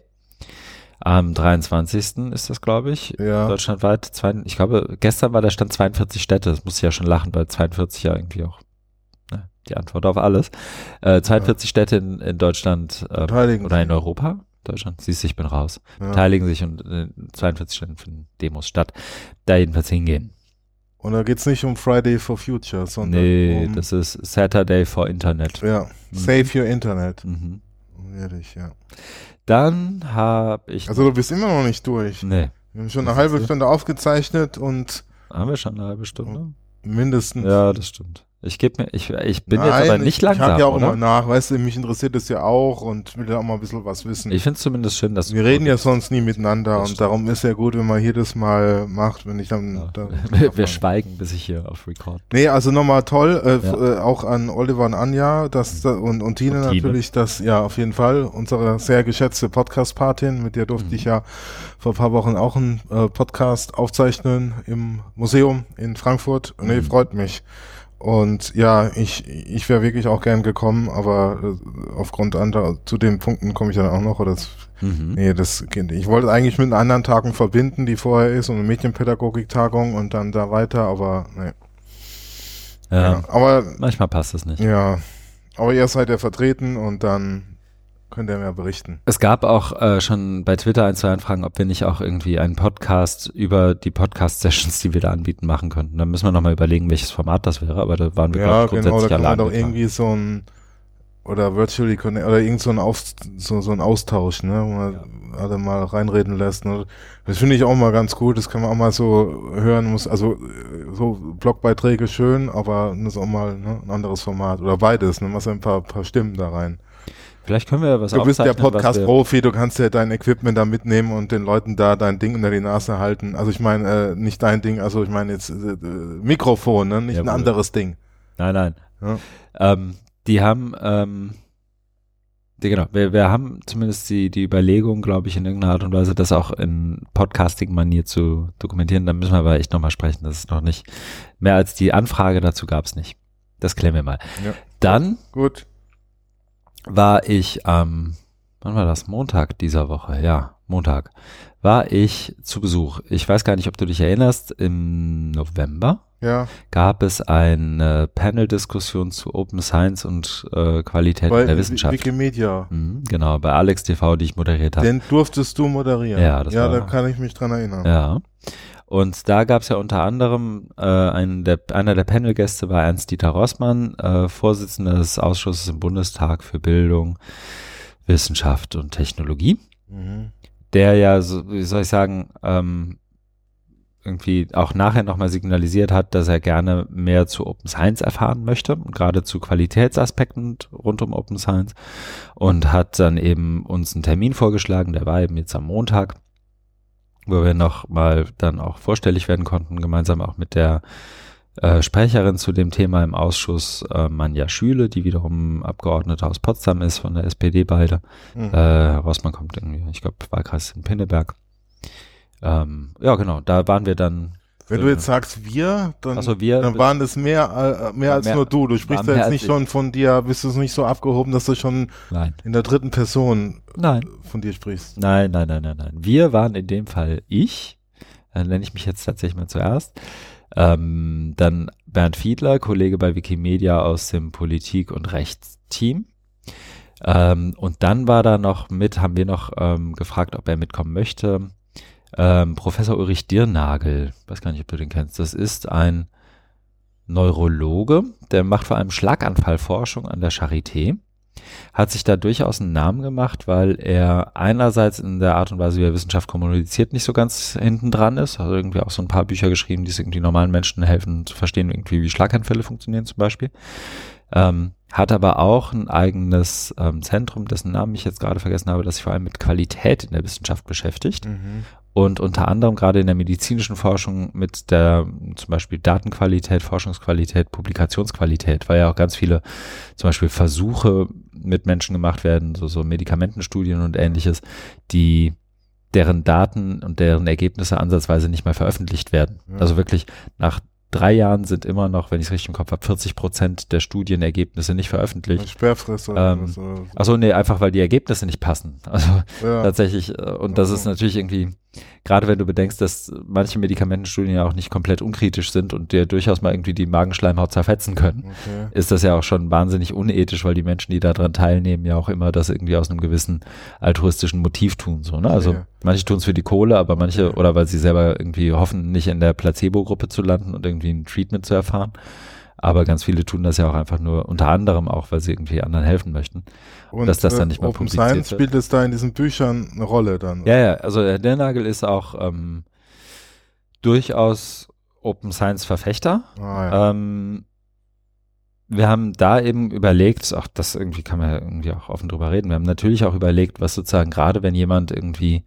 Speaker 1: Am dreiundzwanzigsten ist das, glaube ich,
Speaker 2: ja.
Speaker 1: deutschlandweit. Zwei, ich glaube, gestern war der Stand zweiundvierzig Städte. Das muss ich ja schon lachen, weil zweiundvierzig ja irgendwie auch ne, die Antwort auf alles. Äh, zweiundvierzig ja. Städte in, in Deutschland äh, oder in Europa. Deutschland, siehst du, ich bin raus. Ja. Beteiligen sich und äh, zweiundvierzig Städten finden Demos statt. Da jedenfalls hingehen.
Speaker 2: Und da geht's nicht um Friday for Future, sondern
Speaker 1: nee,
Speaker 2: um
Speaker 1: das ist Saturday for Internet.
Speaker 2: Ja, mhm. Save your Internet.
Speaker 1: Mhm.
Speaker 2: Ehrlich, ja.
Speaker 1: Dann habe ich...
Speaker 2: Also du bist immer noch nicht durch.
Speaker 1: Nee.
Speaker 2: Wir haben schon eine halbe Stunde aufgezeichnet und...
Speaker 1: Haben wir schon eine halbe Stunde?
Speaker 2: Mindestens.
Speaker 1: Ja, das stimmt. Ich gebe mir, ich, ich bin
Speaker 2: Nein,
Speaker 1: jetzt aber nicht
Speaker 2: ich,
Speaker 1: langsam,
Speaker 2: ich hake ja auch
Speaker 1: oder?
Speaker 2: immer nach, weißt du, mich interessiert das ja auch und will ja auch mal ein bisschen was wissen.
Speaker 1: Ich finde es zumindest schön, dass
Speaker 2: wir reden ja sonst nie miteinander
Speaker 1: das
Speaker 2: und
Speaker 1: stimmt.
Speaker 2: Darum ist ja gut, wenn man hier das mal macht, wenn ich dann...
Speaker 1: Ja.
Speaker 2: Da,
Speaker 1: wir wir schweigen, bis ich hier auf Record.
Speaker 2: Nee, also nochmal toll, äh,
Speaker 1: Ja.
Speaker 2: äh, auch an Oliver und Anja das, da, und, und Tine
Speaker 1: Und Tine.
Speaker 2: natürlich, das, ja, auf jeden Fall, unsere sehr geschätzte Podcast-Patin, mit der durfte
Speaker 1: Mhm.
Speaker 2: ich ja vor ein paar Wochen auch einen äh, Podcast aufzeichnen im Museum in Frankfurt. Nee,
Speaker 1: Mhm.
Speaker 2: freut mich. Und ja, ich ich wäre wirklich auch gern gekommen, aber äh, aufgrund anderer, zu den Punkten komme ich dann auch noch, oder das,
Speaker 1: Mhm.
Speaker 2: nee, das geht nicht. Ich wollte eigentlich mit einer anderen Tagung verbinden, die vorher ist, und eine Medienpädagogik-Tagung und dann da weiter, aber nee.
Speaker 1: Ja,
Speaker 2: Ja, aber
Speaker 1: manchmal passt es nicht.
Speaker 2: ja, aber ihr seid ja vertreten und dann könnt ihr mir berichten.
Speaker 1: Es gab auch äh, schon bei Twitter ein, zwei Anfragen, ob wir nicht auch irgendwie einen Podcast über die Podcast-Sessions, die wir da anbieten, machen könnten. Da müssen wir nochmal überlegen, welches Format das wäre, aber da waren wir
Speaker 2: Ja,
Speaker 1: glaub,
Speaker 2: genau, da
Speaker 1: grundsätzlich
Speaker 2: kann man
Speaker 1: alle
Speaker 2: doch
Speaker 1: angetan.
Speaker 2: irgendwie so ein oder Virtually Connect oder irgend so ein, Auf, so, so ein Austausch, ne, wo man ja. alle mal reinreden lässt. Ne? Das finde ich auch mal ganz gut, das kann man auch mal so hören, muss, also so Blogbeiträge schön, aber das ist auch mal ne, ein anderes Format oder beides, ne, machst ein paar, paar Stimmen da rein.
Speaker 1: Vielleicht können wir was
Speaker 2: Du bist der
Speaker 1: aufzeichnen, was wir-
Speaker 2: Podcast-Profi, du kannst ja dein Equipment da mitnehmen und den Leuten da dein Ding unter die Nase halten. Also ich meine, äh, nicht dein Ding, also ich meine jetzt äh, äh, Mikrofon, ne? Nicht
Speaker 1: Ja,
Speaker 2: ein
Speaker 1: wohl.
Speaker 2: anderes Ding.
Speaker 1: Nein, nein.
Speaker 2: Ja.
Speaker 1: Ähm, die haben, ähm, die, genau, wir, wir haben zumindest die, die Überlegung, glaube ich, in irgendeiner Art und Weise, das auch in Podcasting-Manier zu dokumentieren. Da müssen wir aber echt nochmal sprechen. Das ist noch nicht, mehr als die Anfrage dazu gab es nicht. Das klären wir mal.
Speaker 2: Ja.
Speaker 1: Dann
Speaker 2: Gut.
Speaker 1: war ich am, wann war das? Montag dieser Woche, ja, Montag, war ich zu Besuch. Ich weiß gar nicht, ob du dich erinnerst, im November
Speaker 2: Ja.
Speaker 1: gab es eine Panel-Diskussion zu Open Science und äh, Qualität
Speaker 2: Bei
Speaker 1: in der Wissenschaft.
Speaker 2: Wikimedia.
Speaker 1: Mhm, genau, bei Alex T V, die ich moderiert habe.
Speaker 2: Den durftest du moderieren.
Speaker 1: Ja, das
Speaker 2: ja
Speaker 1: war-
Speaker 2: da kann ich mich dran erinnern.
Speaker 1: Ja. Und da gab es ja unter anderem, äh, einen der, einer der Panelgäste war Ernst-Dieter Rossmann, äh, Vorsitzender des Ausschusses im Bundestag für Bildung, Wissenschaft und Technologie,
Speaker 2: Mhm.
Speaker 1: der ja, so, wie soll ich sagen, ähm, irgendwie auch nachher nochmal signalisiert hat, dass er gerne mehr zu Open Science erfahren möchte, und gerade zu Qualitätsaspekten rund um Open Science, und hat dann eben uns einen Termin vorgeschlagen, der war eben jetzt am Montag, wo wir noch mal dann auch vorstellig werden konnten, gemeinsam auch mit der äh, Sprecherin zu dem Thema im Ausschuss, äh, Manja Schüle, die wiederum Abgeordnete aus Potsdam ist, von der S P D beide.
Speaker 2: Mhm.
Speaker 1: Äh, Herr Rossmann kommt irgendwie, ich glaube, Wahlkreis in Pinneberg. Ähm, ja, genau, da waren wir dann.
Speaker 2: Wenn
Speaker 1: für-
Speaker 2: du jetzt sagst wir, dann,
Speaker 1: Ach so, wir-
Speaker 2: dann waren das mehr, äh, mehr als
Speaker 1: mehr-
Speaker 2: nur du. Du sprichst
Speaker 1: war
Speaker 2: ja
Speaker 1: mehr
Speaker 2: jetzt nicht
Speaker 1: als
Speaker 2: schon von dir, bist du es nicht so abgehoben, dass du schon
Speaker 1: Nein,
Speaker 2: in der dritten Person
Speaker 1: nein,
Speaker 2: von dir sprichst.
Speaker 1: nein, nein, nein, nein, nein. Wir waren in dem Fall ich, äh, nenne ich mich jetzt tatsächlich mal zuerst. Ähm, dann Bernd Fiedler, Kollege bei Wikimedia aus dem Politik- und Rechtsteam. Ähm, und dann war da noch mit, haben wir noch ähm, gefragt, ob er mitkommen möchte, ähm, Professor Ulrich Dirnagel. Weiß gar nicht, ob du den kennst. Das ist ein Neurologe, der macht vor allem Schlaganfallforschung an der Charité. Hat sich da durchaus einen Namen gemacht, weil er einerseits in der Art und Weise, wie er Wissenschaft kommuniziert, nicht so ganz hinten dran ist. Also irgendwie auch so ein paar Bücher geschrieben, die es irgendwie normalen Menschen helfen zu verstehen, irgendwie wie Schlaganfälle funktionieren zum Beispiel. Ähm, hat aber auch ein eigenes ähm, Zentrum, dessen Namen ich jetzt gerade vergessen habe, das sich vor allem mit Qualität in der Wissenschaft beschäftigt.
Speaker 2: Mhm.
Speaker 1: und unter anderem gerade in der medizinischen Forschung mit der zum Beispiel Datenqualität, Forschungsqualität, Publikationsqualität, weil ja auch ganz viele zum Beispiel Versuche mit Menschen gemacht werden, so, so Medikamentenstudien und ähnliches, die deren Daten und deren Ergebnisse ansatzweise nicht mal veröffentlicht werden. Ja. Also wirklich nach drei Jahren sind immer noch, wenn ich es richtig im Kopf habe, vierzig Prozent der Studienergebnisse nicht veröffentlicht.
Speaker 2: Sperrfrist oder
Speaker 1: ähm,
Speaker 2: was, oder so.
Speaker 1: Achso, nee, einfach weil die Ergebnisse nicht passen. Also ja. tatsächlich, und das ist natürlich irgendwie, gerade wenn du bedenkst, dass manche Medikamentenstudien ja auch nicht komplett unkritisch sind und dir durchaus mal irgendwie die Magenschleimhaut zerfetzen können, okay. ist das ja auch schon wahnsinnig unethisch, weil die Menschen, die daran teilnehmen, ja auch immer das irgendwie aus einem gewissen altruistischen Motiv tun. So, ne? Also okay. manche tun es für die Kohle, aber manche, okay. oder weil sie selber irgendwie hoffen, nicht in der Placebo-Gruppe zu landen und irgendwie ein Treatment zu erfahren. Aber ganz viele tun das ja auch einfach nur, unter anderem auch, weil sie irgendwie anderen helfen möchten. Und dass das dann nicht
Speaker 2: äh,
Speaker 1: mal
Speaker 2: Open
Speaker 1: publiziert
Speaker 2: Science
Speaker 1: wird.
Speaker 2: spielt es da in diesen Büchern eine Rolle dann?
Speaker 1: Ja, ja, also der Dirnagel ist auch ähm, durchaus Open Science Verfechter.
Speaker 2: Ah, ja.
Speaker 1: ähm, wir haben da eben überlegt, auch das irgendwie kann man ja irgendwie auch offen drüber reden, wir haben natürlich auch überlegt, was sozusagen gerade wenn jemand irgendwie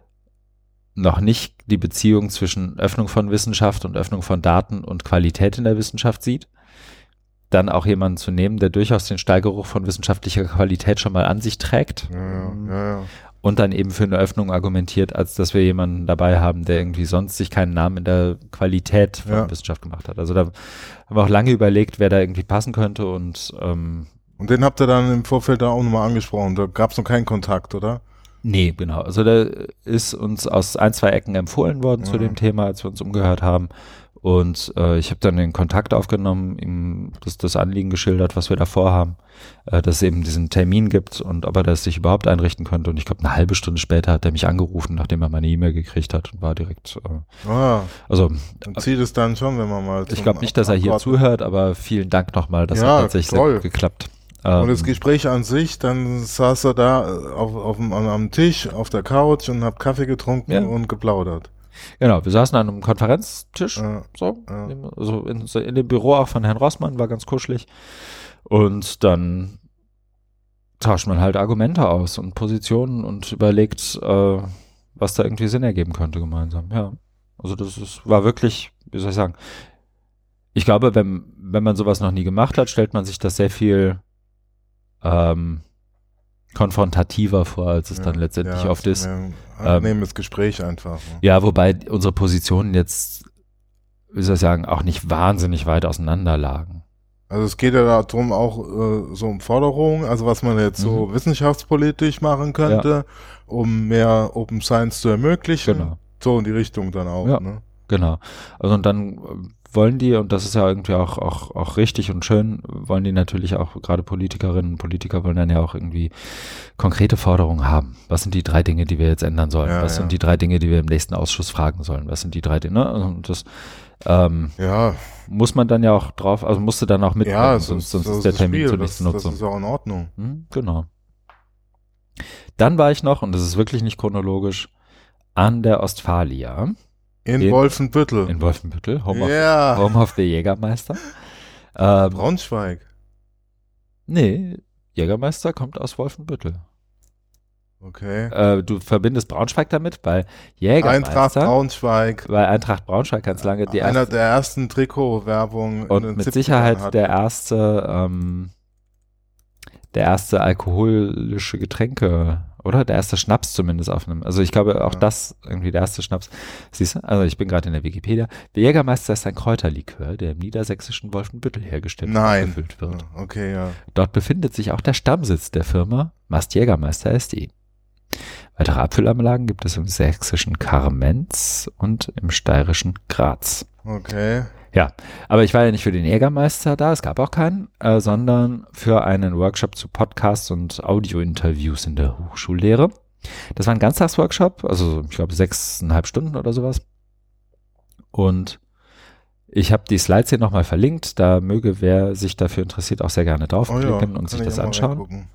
Speaker 1: noch nicht die Beziehung zwischen Öffnung von Wissenschaft und Öffnung von Daten und Qualität in der Wissenschaft sieht, dann auch jemanden zu nehmen, der durchaus den Steigeruch von wissenschaftlicher Qualität schon mal an sich trägt
Speaker 2: ja, ja, ja.
Speaker 1: und dann eben für eine Öffnung argumentiert, als dass wir jemanden dabei haben, der irgendwie sonst sich keinen Namen in der Qualität von
Speaker 2: ja.
Speaker 1: Wissenschaft gemacht hat. Also da haben wir auch lange überlegt, wer da irgendwie passen könnte und ähm,
Speaker 2: und den habt ihr dann im Vorfeld da auch nochmal angesprochen, da gab es noch keinen Kontakt, oder?
Speaker 1: Nee, genau. Also da ist uns aus ein, zwei Ecken empfohlen worden ja. zu dem Thema, als wir uns umgehört haben. Und äh, ich habe dann den Kontakt aufgenommen, ihm das, das Anliegen geschildert, was wir da vorhaben, äh, dass es eben diesen Termin gibt und ob er das sich überhaupt einrichten könnte. Und ich glaube, eine halbe Stunde später hat er mich angerufen, nachdem er meine E-Mail gekriegt hat und war direkt. Äh,
Speaker 2: ah,
Speaker 1: also
Speaker 2: dann zieht es dann schon, wenn man mal.
Speaker 1: Ich glaube nicht, dass er hier zuhört, aber vielen Dank nochmal, das
Speaker 2: ja,
Speaker 1: hat tatsächlich
Speaker 2: toll.
Speaker 1: sehr gut geklappt.
Speaker 2: Und das Gespräch an sich, dann saß er da auf, auf dem, am Tisch, auf der Couch und hab Kaffee getrunken ja. und geplaudert.
Speaker 1: Genau, wir saßen an einem Konferenztisch,
Speaker 2: ja.
Speaker 1: so,
Speaker 2: ja.
Speaker 1: also in, in dem Büro auch von Herrn Rossmann, war ganz kuschelig. Und dann tauscht man halt Argumente aus und Positionen und überlegt, äh, was da irgendwie Sinn ergeben könnte gemeinsam. Ja, also das ist, war wirklich, wie soll ich sagen, ich glaube, wenn, wenn man sowas noch nie gemacht hat, stellt man sich das sehr viel ähm, konfrontativer vor, als es ja, dann letztendlich
Speaker 2: ja,
Speaker 1: oft ist.
Speaker 2: Ein angenehmes ähm, Gespräch einfach. Ne?
Speaker 1: Ja, wobei unsere Positionen jetzt, wie soll ich sagen, auch nicht wahnsinnig weit auseinander lagen.
Speaker 2: Also es geht ja darum auch äh, so um Forderungen, also was man jetzt mhm. so wissenschaftspolitisch machen könnte, ja. um mehr Open Science zu ermöglichen.
Speaker 1: Genau.
Speaker 2: So in die Richtung dann auch.
Speaker 1: Ja,
Speaker 2: ne?
Speaker 1: Genau. Also und dann wollen die, und das ist ja irgendwie auch, auch, auch richtig und schön, wollen die natürlich auch, gerade Politikerinnen und Politiker wollen dann ja auch irgendwie konkrete Forderungen haben. Was sind die drei Dinge, die wir jetzt ändern sollen?
Speaker 2: Ja,
Speaker 1: Was
Speaker 2: ja.
Speaker 1: sind die drei Dinge, die wir im nächsten Ausschuss fragen sollen? Was sind die drei Dinge? Und das ähm,
Speaker 2: ja.
Speaker 1: muss man dann ja auch drauf, also musste dann auch mitnehmen,
Speaker 2: ja,
Speaker 1: sonst,
Speaker 2: sonst
Speaker 1: sonst
Speaker 2: ist
Speaker 1: der Termin
Speaker 2: Spiel.
Speaker 1: zunichte
Speaker 2: das,
Speaker 1: Nutzung.
Speaker 2: Das ist auch in Ordnung.
Speaker 1: Hm, genau. Dann war ich noch, und das ist wirklich nicht chronologisch, an der Ostfalia.
Speaker 2: In, in Wolfenbüttel.
Speaker 1: In Wolfenbüttel, Home,
Speaker 2: yeah.
Speaker 1: of, Home of the Jägermeister. Ähm,
Speaker 2: Braunschweig.
Speaker 1: Nee, Jägermeister kommt aus Wolfenbüttel.
Speaker 2: Okay.
Speaker 1: Äh, du verbindest Braunschweig damit, weil Jägermeister.
Speaker 2: Eintracht Braunschweig.
Speaker 1: Weil Eintracht Braunschweig ganz lange die
Speaker 2: Einer
Speaker 1: erste,
Speaker 2: der ersten Trikotwerbung.
Speaker 1: Und mit Sicherheit der erste, ähm, der erste alkoholische Getränke, oder? Der erste Schnaps zumindest auf einem. Also ich glaube auch ja. das irgendwie der erste Schnaps. Siehst du? Also ich bin gerade in der Wikipedia. Der Jägermeister ist ein Kräuterlikör, der im niedersächsischen Wolfenbüttel hergestellt
Speaker 2: Nein.
Speaker 1: und gefüllt wird.
Speaker 2: Okay, ja.
Speaker 1: Dort befindet sich auch der Stammsitz der Firma Mast Jägermeister S D. Weitere Abfüllanlagen gibt es im sächsischen Kamenz und im steirischen Graz.
Speaker 2: Okay.
Speaker 1: Ja, aber ich war ja nicht für den Jägermeister da, es gab auch keinen, äh, sondern für einen Workshop zu Podcasts und Audio-Interviews in der Hochschullehre. Das war ein Ganztagsworkshop, also ich glaube sechseinhalb Stunden oder sowas. Und ich habe die Slides hier nochmal verlinkt, da möge wer sich dafür interessiert auch sehr gerne draufklicken oh ja, und sich das anschauen.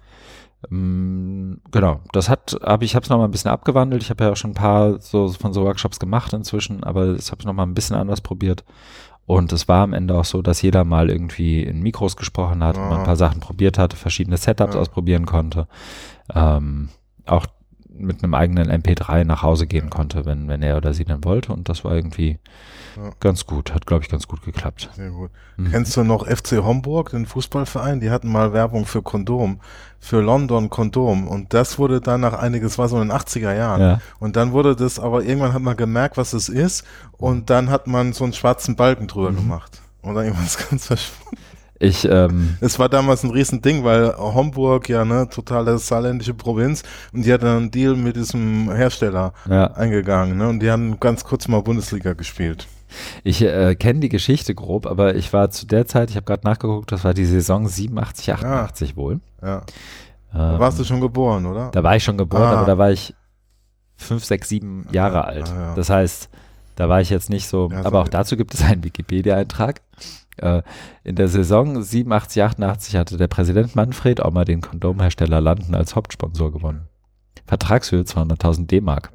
Speaker 1: Ähm, genau, das hat, aber ich habe es nochmal ein bisschen abgewandelt. Ich habe ja auch schon ein paar so von so Workshops gemacht inzwischen, aber das habe ich nochmal ein bisschen anders probiert. Und es war am Ende auch so, dass jeder mal irgendwie in Mikros gesprochen hat, ja. und mal ein paar Sachen probiert hatte, verschiedene Setups ja. ausprobieren konnte. Ähm, auch mit einem eigenen M P drei nach Hause gehen konnte, wenn, wenn er oder sie dann wollte. Und das war irgendwie ja. ganz gut. Hat, glaube ich, ganz gut geklappt.
Speaker 2: Sehr gut. Mhm. Kennst du noch F C Homburg, den Fußballverein? Die hatten mal Werbung für Kondom, für London Kondom. Und das wurde dann nach einiges, war so in den achtziger Jahren. Ja. Und dann wurde das, aber irgendwann hat man gemerkt, was es ist. Und dann hat man so einen schwarzen Balken drüber mhm. gemacht. Und dann irgendwann ist ganz verschwunden.
Speaker 1: Ich, ähm,
Speaker 2: es war damals ein Riesending, weil Homburg ja ne totale saarländische Provinz und die hat dann einen Deal mit diesem Hersteller ja. eingegangen, ne? Und die haben ganz kurz mal Bundesliga gespielt.
Speaker 1: Ich äh, kenne die Geschichte grob, aber ich war zu der Zeit, ich habe gerade nachgeguckt, das war die Saison siebenundachtzig, achtundachtzig ja. wohl.
Speaker 2: Ja. Da ähm, warst du schon geboren, oder?
Speaker 1: Da war ich schon geboren, ah. aber da war ich fünf, sechs, sieben Jahre ah, alt. Ah, ja. Das heißt, da war ich jetzt nicht so, ja, aber so auch dazu gibt es einen Wikipedia-Eintrag. In der Saison siebenundachtzig, achtundachtzig hatte der Präsident Manfred auch mal den Kondomhersteller Landen als Hauptsponsor gewonnen. Vertragshöhe zweihunderttausend D-Mark.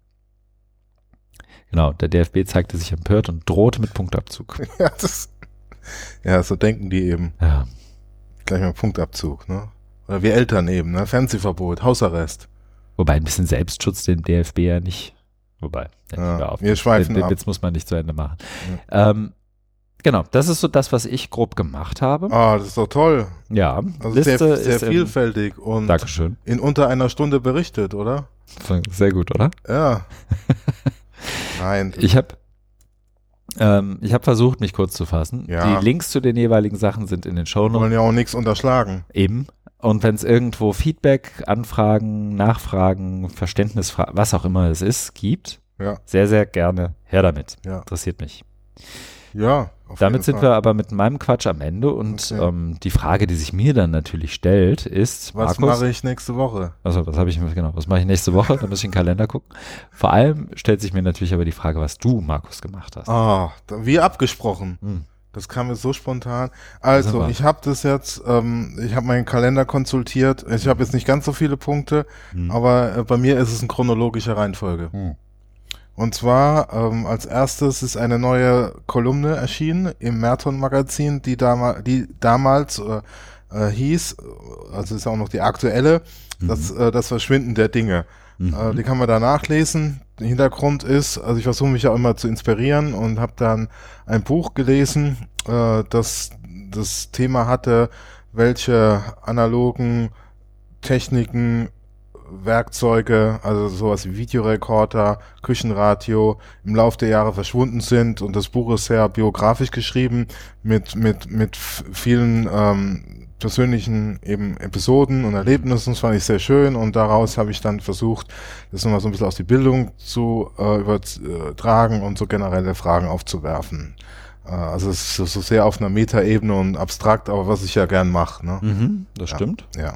Speaker 1: Genau, der D F B zeigte sich empört und drohte mit Punktabzug.
Speaker 2: Ja, das, ja, so denken die eben.
Speaker 1: Ja.
Speaker 2: Gleich mal Punktabzug, ne? Oder wir Eltern eben, ne? Fernsehverbot, Hausarrest.
Speaker 1: Wobei ein bisschen Selbstschutz den D F B ja nicht. Wobei,
Speaker 2: ja, auf. wir schweifen
Speaker 1: den,
Speaker 2: ab.
Speaker 1: Den Witz muss man nicht zu Ende machen. Ja. Ähm, Genau, das ist so das, was ich grob gemacht habe.
Speaker 2: Ah, das ist doch toll.
Speaker 1: Ja,
Speaker 2: also Liste sehr, sehr ist vielfältig im, und
Speaker 1: Dankeschön.
Speaker 2: in unter einer Stunde berichtet, oder?
Speaker 1: Sehr gut, oder?
Speaker 2: Ja. Nein.
Speaker 1: Ich habe ähm, ich habe versucht, mich kurz zu fassen.
Speaker 2: Ja.
Speaker 1: Die Links zu den jeweiligen Sachen sind in den Shownotes.
Speaker 2: Wir wollen ja auch nichts unterschlagen.
Speaker 1: Eben. Und wenn es irgendwo Feedback, Anfragen, Nachfragen, Verständnisfragen, was auch immer es ist, gibt,
Speaker 2: ja.
Speaker 1: sehr, sehr gerne her damit.
Speaker 2: Ja.
Speaker 1: Interessiert mich.
Speaker 2: Ja,
Speaker 1: auf Damit sind Fall. wir aber mit meinem Quatsch am Ende und okay. ähm, die Frage, die sich mir dann natürlich stellt, ist,
Speaker 2: was
Speaker 1: Markus,
Speaker 2: mache ich nächste Woche?
Speaker 1: Also, was habe ich genau, was mache ich nächste Woche? Da muss ich in den Kalender gucken. Vor allem stellt sich mir natürlich aber die Frage, was du, Markus, gemacht hast.
Speaker 2: Ah, wie abgesprochen. Hm. Das kam jetzt so spontan. Also, ich habe das jetzt, ähm, ich habe meinen Kalender konsultiert. Ich habe jetzt nicht ganz so viele Punkte, hm. aber äh, bei mir ist es in chronologischer Reihenfolge. Hm. Und zwar ähm, als erstes ist eine neue Kolumne erschienen im Merton-Magazin, die, dama- die damals äh, äh, hieß, also ist auch noch die aktuelle, mhm. das, äh, das Verschwinden der Dinge. Mhm. Äh, die kann man da nachlesen. Der Hintergrund ist, also ich versuche mich ja immer zu inspirieren und habe dann ein Buch gelesen, äh, das das Thema hatte, welche analogen Techniken, Werkzeuge, also sowas wie Videorekorder, Küchenradio im Laufe der Jahre verschwunden sind, und das Buch ist sehr biografisch geschrieben mit mit mit vielen ähm, persönlichen eben Episoden und Erlebnissen. Das fand ich sehr schön, und daraus habe ich dann versucht, das nochmal so ein bisschen aus die Bildung zu äh, übertragen und so generelle Fragen aufzuwerfen. Äh, also es ist so sehr auf einer Metaebene und abstrakt, aber was ich ja gern mache. Ne?
Speaker 1: Mhm, das
Speaker 2: ja,
Speaker 1: stimmt.
Speaker 2: Ja.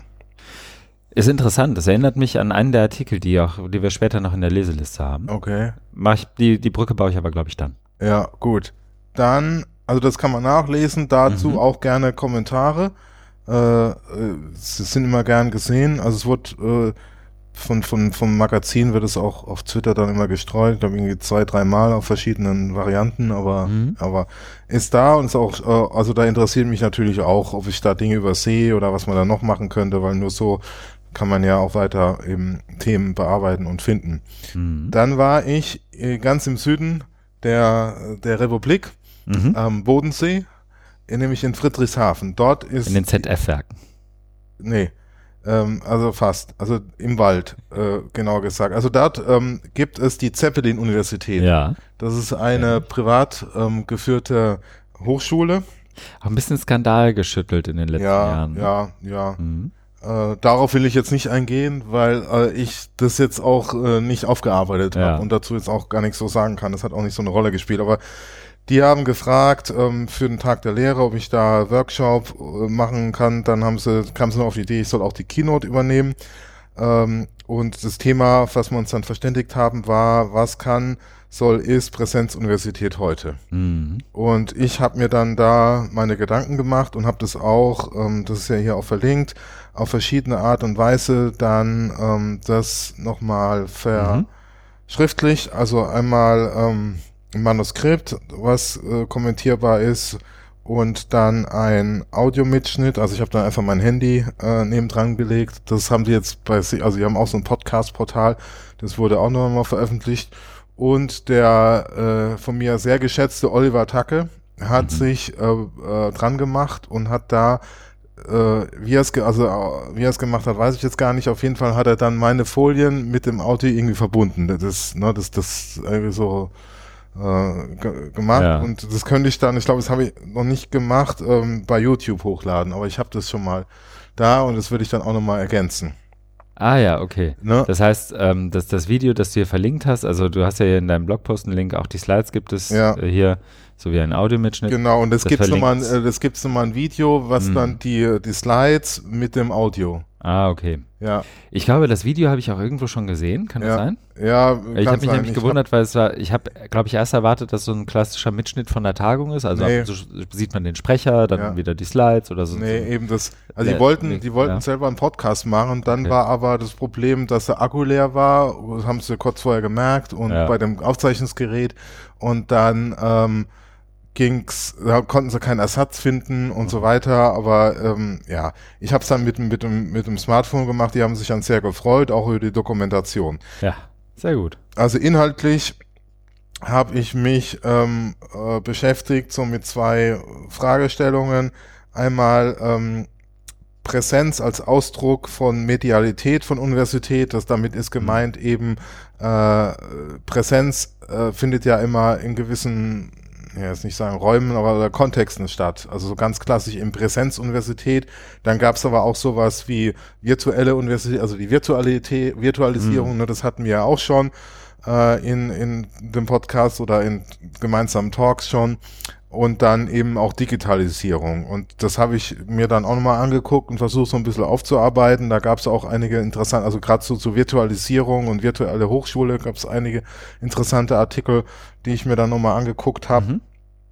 Speaker 1: Ist interessant, das erinnert mich an einen der Artikel, die auch, die wir später noch in der Leseliste haben.
Speaker 2: Okay.
Speaker 1: Mach ich, die, die Brücke baue ich aber, glaube ich, dann.
Speaker 2: Ja, gut. Dann, also das kann man nachlesen, dazu mhm. auch gerne Kommentare. Äh, sie sind immer gern gesehen. Also es wird äh, von, von, vom Magazin wird es auch auf Twitter dann immer gestreut. Ich glaube irgendwie zwei, drei Mal auf verschiedenen Varianten, aber, mhm. aber ist da, und ist auch, äh, also da interessiert mich natürlich auch, ob ich da Dinge übersehe oder was man da noch machen könnte, weil nur so kann man ja auch weiter eben Themen bearbeiten und finden. Mhm. Dann war ich ganz im Süden der, der Republik, mhm. am Bodensee, nämlich in Friedrichshafen. Dort ist...
Speaker 1: In den Z F-Werken.
Speaker 2: Nee, ähm, also fast. Also im Wald, äh, genauer gesagt. Also dort ähm, gibt es die Zeppelin-Universität.
Speaker 1: Ja.
Speaker 2: Das ist eine ja. privat ähm, geführte Hochschule.
Speaker 1: Auch ein bisschen Skandal geschüttelt in den letzten
Speaker 2: ja,
Speaker 1: Jahren. Ne?
Speaker 2: Ja, ja, mhm. Äh, darauf will ich jetzt nicht eingehen, weil äh, ich das jetzt auch äh, nicht aufgearbeitet ja. habe und dazu jetzt auch gar nichts so sagen kann. Das hat auch nicht so eine Rolle gespielt. Aber die haben gefragt ähm, für den Tag der Lehre, ob ich da Workshop äh, machen kann. Dann haben sie, kam sie noch auf die Idee, ich soll auch die Keynote übernehmen. Ähm, und das Thema, auf was wir uns dann verständigt haben, war, was kann, soll, ist Präsenzuniversität heute. Mhm. Und ich habe mir dann da meine Gedanken gemacht und habe das auch, ähm, das ist ja hier auch verlinkt, auf verschiedene Art und Weise dann ähm, das nochmal verschriftlich, mhm. also einmal ähm, ein Manuskript, was äh, kommentierbar ist, und dann ein Audiomitschnitt. Also ich habe dann einfach mein Handy äh, nebendran gelegt. Das haben die jetzt bei sich, also die haben auch so ein Podcast-Portal, das wurde auch noch mal veröffentlicht. Und der äh, von mir sehr geschätzte Oliver Tacke hat mhm. sich äh, äh, dran gemacht und hat da, äh, wie er es ge- also äh, wie er es gemacht hat, weiß ich jetzt gar nicht. Auf jeden Fall hat er dann meine Folien mit dem Audio irgendwie verbunden. Das, ne, das, das irgendwie so Äh, g- gemacht ja. Und das könnte ich dann, ich glaube, das habe ich noch nicht gemacht, ähm, bei YouTube hochladen, aber ich habe das schon mal da und das würde ich dann auch nochmal ergänzen.
Speaker 1: Ah ja, okay.
Speaker 2: Ne?
Speaker 1: Das heißt, ähm, dass das Video, das du hier verlinkt hast, also du hast ja hier in deinem Blogpost einen Link, auch die Slides gibt es
Speaker 2: ja.
Speaker 1: äh, hier, sowie ein Audiomitschnitt.
Speaker 2: Genau, und das, das gibt's nochmal, äh, das gibt's nochmal ein Video, was mm. dann die, die Slides mit dem Audio.
Speaker 1: Ah, okay.
Speaker 2: Ja.
Speaker 1: Ich glaube, das Video habe ich auch irgendwo schon gesehen, kann
Speaker 2: ja.
Speaker 1: das sein?
Speaker 2: Ja,
Speaker 1: ich habe mich nämlich gewundert, weil es war, ich habe, glaube ich, erst erwartet, dass so ein klassischer Mitschnitt von der Tagung ist, also
Speaker 2: nee.
Speaker 1: ab, so sieht man den Sprecher, dann
Speaker 2: ja.
Speaker 1: wieder die Slides oder so.
Speaker 2: Nee,
Speaker 1: so.
Speaker 2: eben das, also die wollten, die wollten
Speaker 1: ja.
Speaker 2: selber einen Podcast machen, dann
Speaker 1: okay.
Speaker 2: war aber das Problem, dass der Akku leer war, das haben sie kurz vorher gemerkt und ja. bei dem Aufzeichnungsgerät und dann ähm, ging's, da konnten sie keinen Ersatz finden und mhm. so weiter, aber ähm, ja, ich habe es dann mit, mit, dem, mit dem Smartphone gemacht, die haben sich dann sehr gefreut, auch über die Dokumentation.
Speaker 1: Ja, sehr gut.
Speaker 2: Also inhaltlich habe ich mich ähm, äh, beschäftigt so mit zwei Fragestellungen. Einmal ähm, Präsenz als Ausdruck von Medialität von Universität, das damit ist gemeint mhm. eben äh, Präsenz äh, findet ja immer in gewissen, ja jetzt nicht sagen Räumen, aber Kontexten statt. Also so ganz klassisch in Präsenzuniversität. Dann gab es aber auch sowas wie virtuelle Universität, also die Virtualität, Virtualisierung, mhm. ne, das hatten wir ja auch schon äh, in, in dem Podcast oder in gemeinsamen Talks schon. Und dann eben auch Digitalisierung. Und das habe ich mir dann auch nochmal angeguckt und versucht so ein bisschen aufzuarbeiten. Da gab es auch einige interessante, also gerade so zur Virtualisierung und virtuelle Hochschule gab es einige interessante Artikel, die ich mir dann nochmal angeguckt habe. Mhm.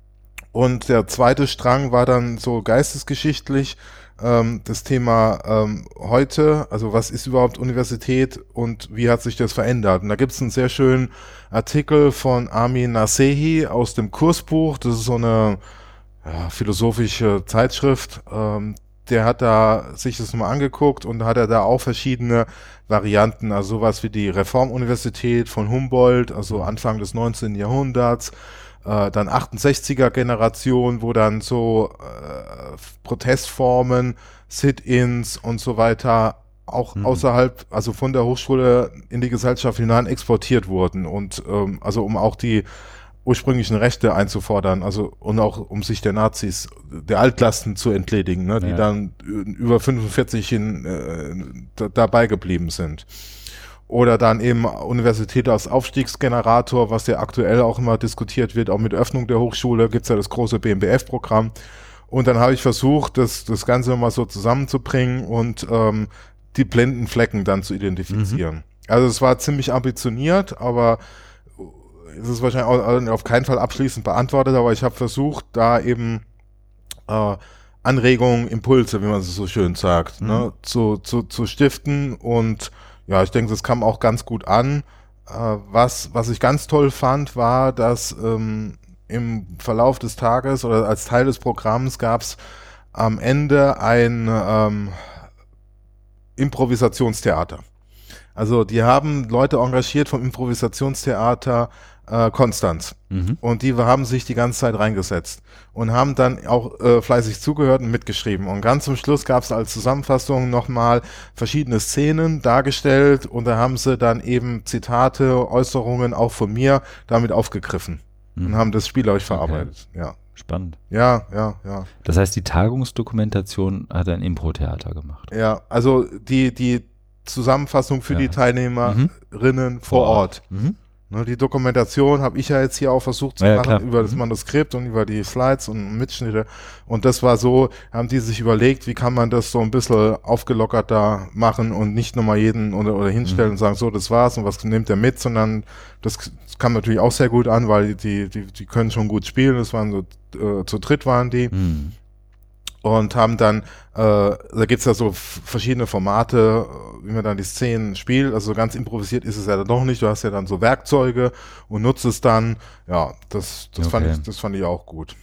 Speaker 2: Und der zweite Strang war dann so geistesgeschichtlich ähm, das Thema ähm, heute, also was ist überhaupt Universität und wie hat sich das verändert? Und da gibt es einen sehr schönen Artikel von Amin Nasehi aus dem Kursbuch, das ist so eine ja, philosophische Zeitschrift, ähm, der hat da sich das mal angeguckt und hat er da auch verschiedene Varianten, also sowas wie die Reformuniversität von Humboldt, also Anfang des neunzehnten Jahrhunderts, Äh, dann achtundsechziger Generation, wo dann so äh, Protestformen, Sit-ins und so weiter auch mhm. außerhalb, also von der Hochschule in die Gesellschaft hinein exportiert wurden und ähm, also um auch die ursprünglichen Rechte einzufordern, also und auch um sich der Nazis, der Altlasten zu entledigen, ne, die ja. dann über fünfundvierzig hin äh, dabei geblieben sind. Oder dann eben Universität als Aufstiegsgenerator, was ja aktuell auch immer diskutiert wird, auch mit Öffnung der Hochschule gibt's ja das große B M B F-Programm. Und dann habe ich versucht, das, das Ganze mal so zusammenzubringen und ähm, die blinden Flecken dann zu identifizieren. Mhm. Also es war ziemlich ambitioniert, aber es ist wahrscheinlich auch auf keinen Fall abschließend beantwortet, aber ich habe versucht, da eben äh, Anregungen, Impulse, wie man es so schön sagt, mhm. ne, zu, zu, zu stiften und ja, ich denke, das kam auch ganz gut an. Äh, was, was ich ganz toll fand, war, dass ähm, im Verlauf des Tages oder als Teil des Programms gab es am Ende ein ähm, Improvisationstheater. Also die haben Leute engagiert vom Improvisationstheater äh, Konstanz. Mhm. Und die haben sich die ganze Zeit reingesetzt und haben dann auch äh, fleißig zugehört und mitgeschrieben. Und ganz zum Schluss gab es als Zusammenfassung nochmal verschiedene Szenen dargestellt und da haben sie dann eben Zitate, Äußerungen auch von mir damit aufgegriffen mhm. und haben das spielerisch verarbeitet. Okay. Ja.
Speaker 1: Spannend.
Speaker 2: Ja, ja, ja.
Speaker 1: Das heißt, die Tagungsdokumentation hat ein Impro-Theater gemacht.
Speaker 2: Ja, also die, die Zusammenfassung für ja. die Teilnehmerinnen mhm. vor Ort. Mhm. Ne, die Dokumentation habe ich ja jetzt hier auch versucht zu ja, machen klar. über das Manuskript und über die Slides und Mitschnitte. Und das war so, haben die sich überlegt, wie kann man das so ein bisschen aufgelockerter machen und nicht nochmal jeden oder, oder hinstellen mhm. und sagen, so, das war's und was nimmt der mit, sondern das, das kam natürlich auch sehr gut an, weil die, die, die können schon gut spielen. Das waren so, äh, zu dritt waren die. Mhm. Und haben dann, äh, da gibt's ja so f- verschiedene Formate, wie man dann die Szenen spielt. Also ganz improvisiert ist es ja dann doch nicht. Du hast ja dann so Werkzeuge und nutzt es dann. Ja, das, das okay. fand ich, das fand ich auch gut.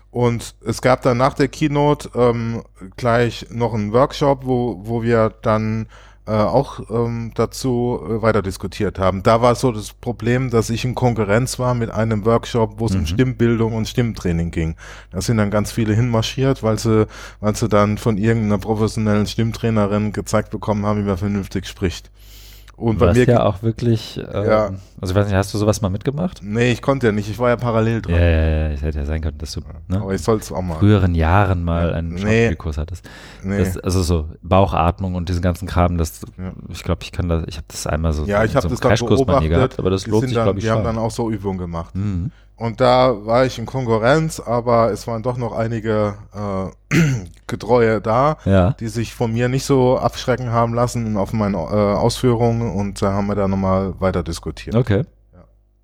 Speaker 2: Und es gab dann nach der Keynote ähm, gleich noch einen Workshop, wo, wo wir dann äh, auch ähm, dazu äh, weiter diskutiert haben. Da war so das Problem, dass ich in Konkurrenz war mit einem Workshop, wo es mhm. um Stimmbildung und Stimmtraining ging. Da sind dann ganz viele hinmarschiert, weil sie, weil sie dann von irgendeiner professionellen Stimmtrainerin gezeigt bekommen haben, wie man vernünftig spricht. Und
Speaker 1: du
Speaker 2: bei mir
Speaker 1: ja auch wirklich, ähm,
Speaker 2: ja.
Speaker 1: also ich weiß nicht, hast du sowas mal mitgemacht?
Speaker 2: Nee, ich konnte ja nicht, ich war ja parallel dran.
Speaker 1: Ja, ja, ja, es hätte ja sein können, dass du ne,
Speaker 2: aber ich soll es auch mal.
Speaker 1: früheren Jahren mal einen
Speaker 2: nee.
Speaker 1: Schauspielkurs hattest.
Speaker 2: Nee.
Speaker 1: Das, also so Bauchatmung und diesen ganzen Kram, das,
Speaker 2: ja.
Speaker 1: ich glaube, ich kann das, ich habe das einmal so,
Speaker 2: ja,
Speaker 1: so,
Speaker 2: ich hab
Speaker 1: so
Speaker 2: das
Speaker 1: einen Crashkurs bei mir gehabt, aber das
Speaker 2: die
Speaker 1: lohnt sich, glaube ich,
Speaker 2: Die
Speaker 1: schon.
Speaker 2: haben dann auch so Übungen gemacht.
Speaker 1: Mhm.
Speaker 2: Und da war ich in Konkurrenz, aber es waren doch noch einige äh, Getreue da,
Speaker 1: ja.
Speaker 2: die sich von mir nicht so abschrecken haben lassen auf meine äh, Ausführungen, und da haben wir dann nochmal weiter diskutiert.
Speaker 1: Okay.
Speaker 2: Ja,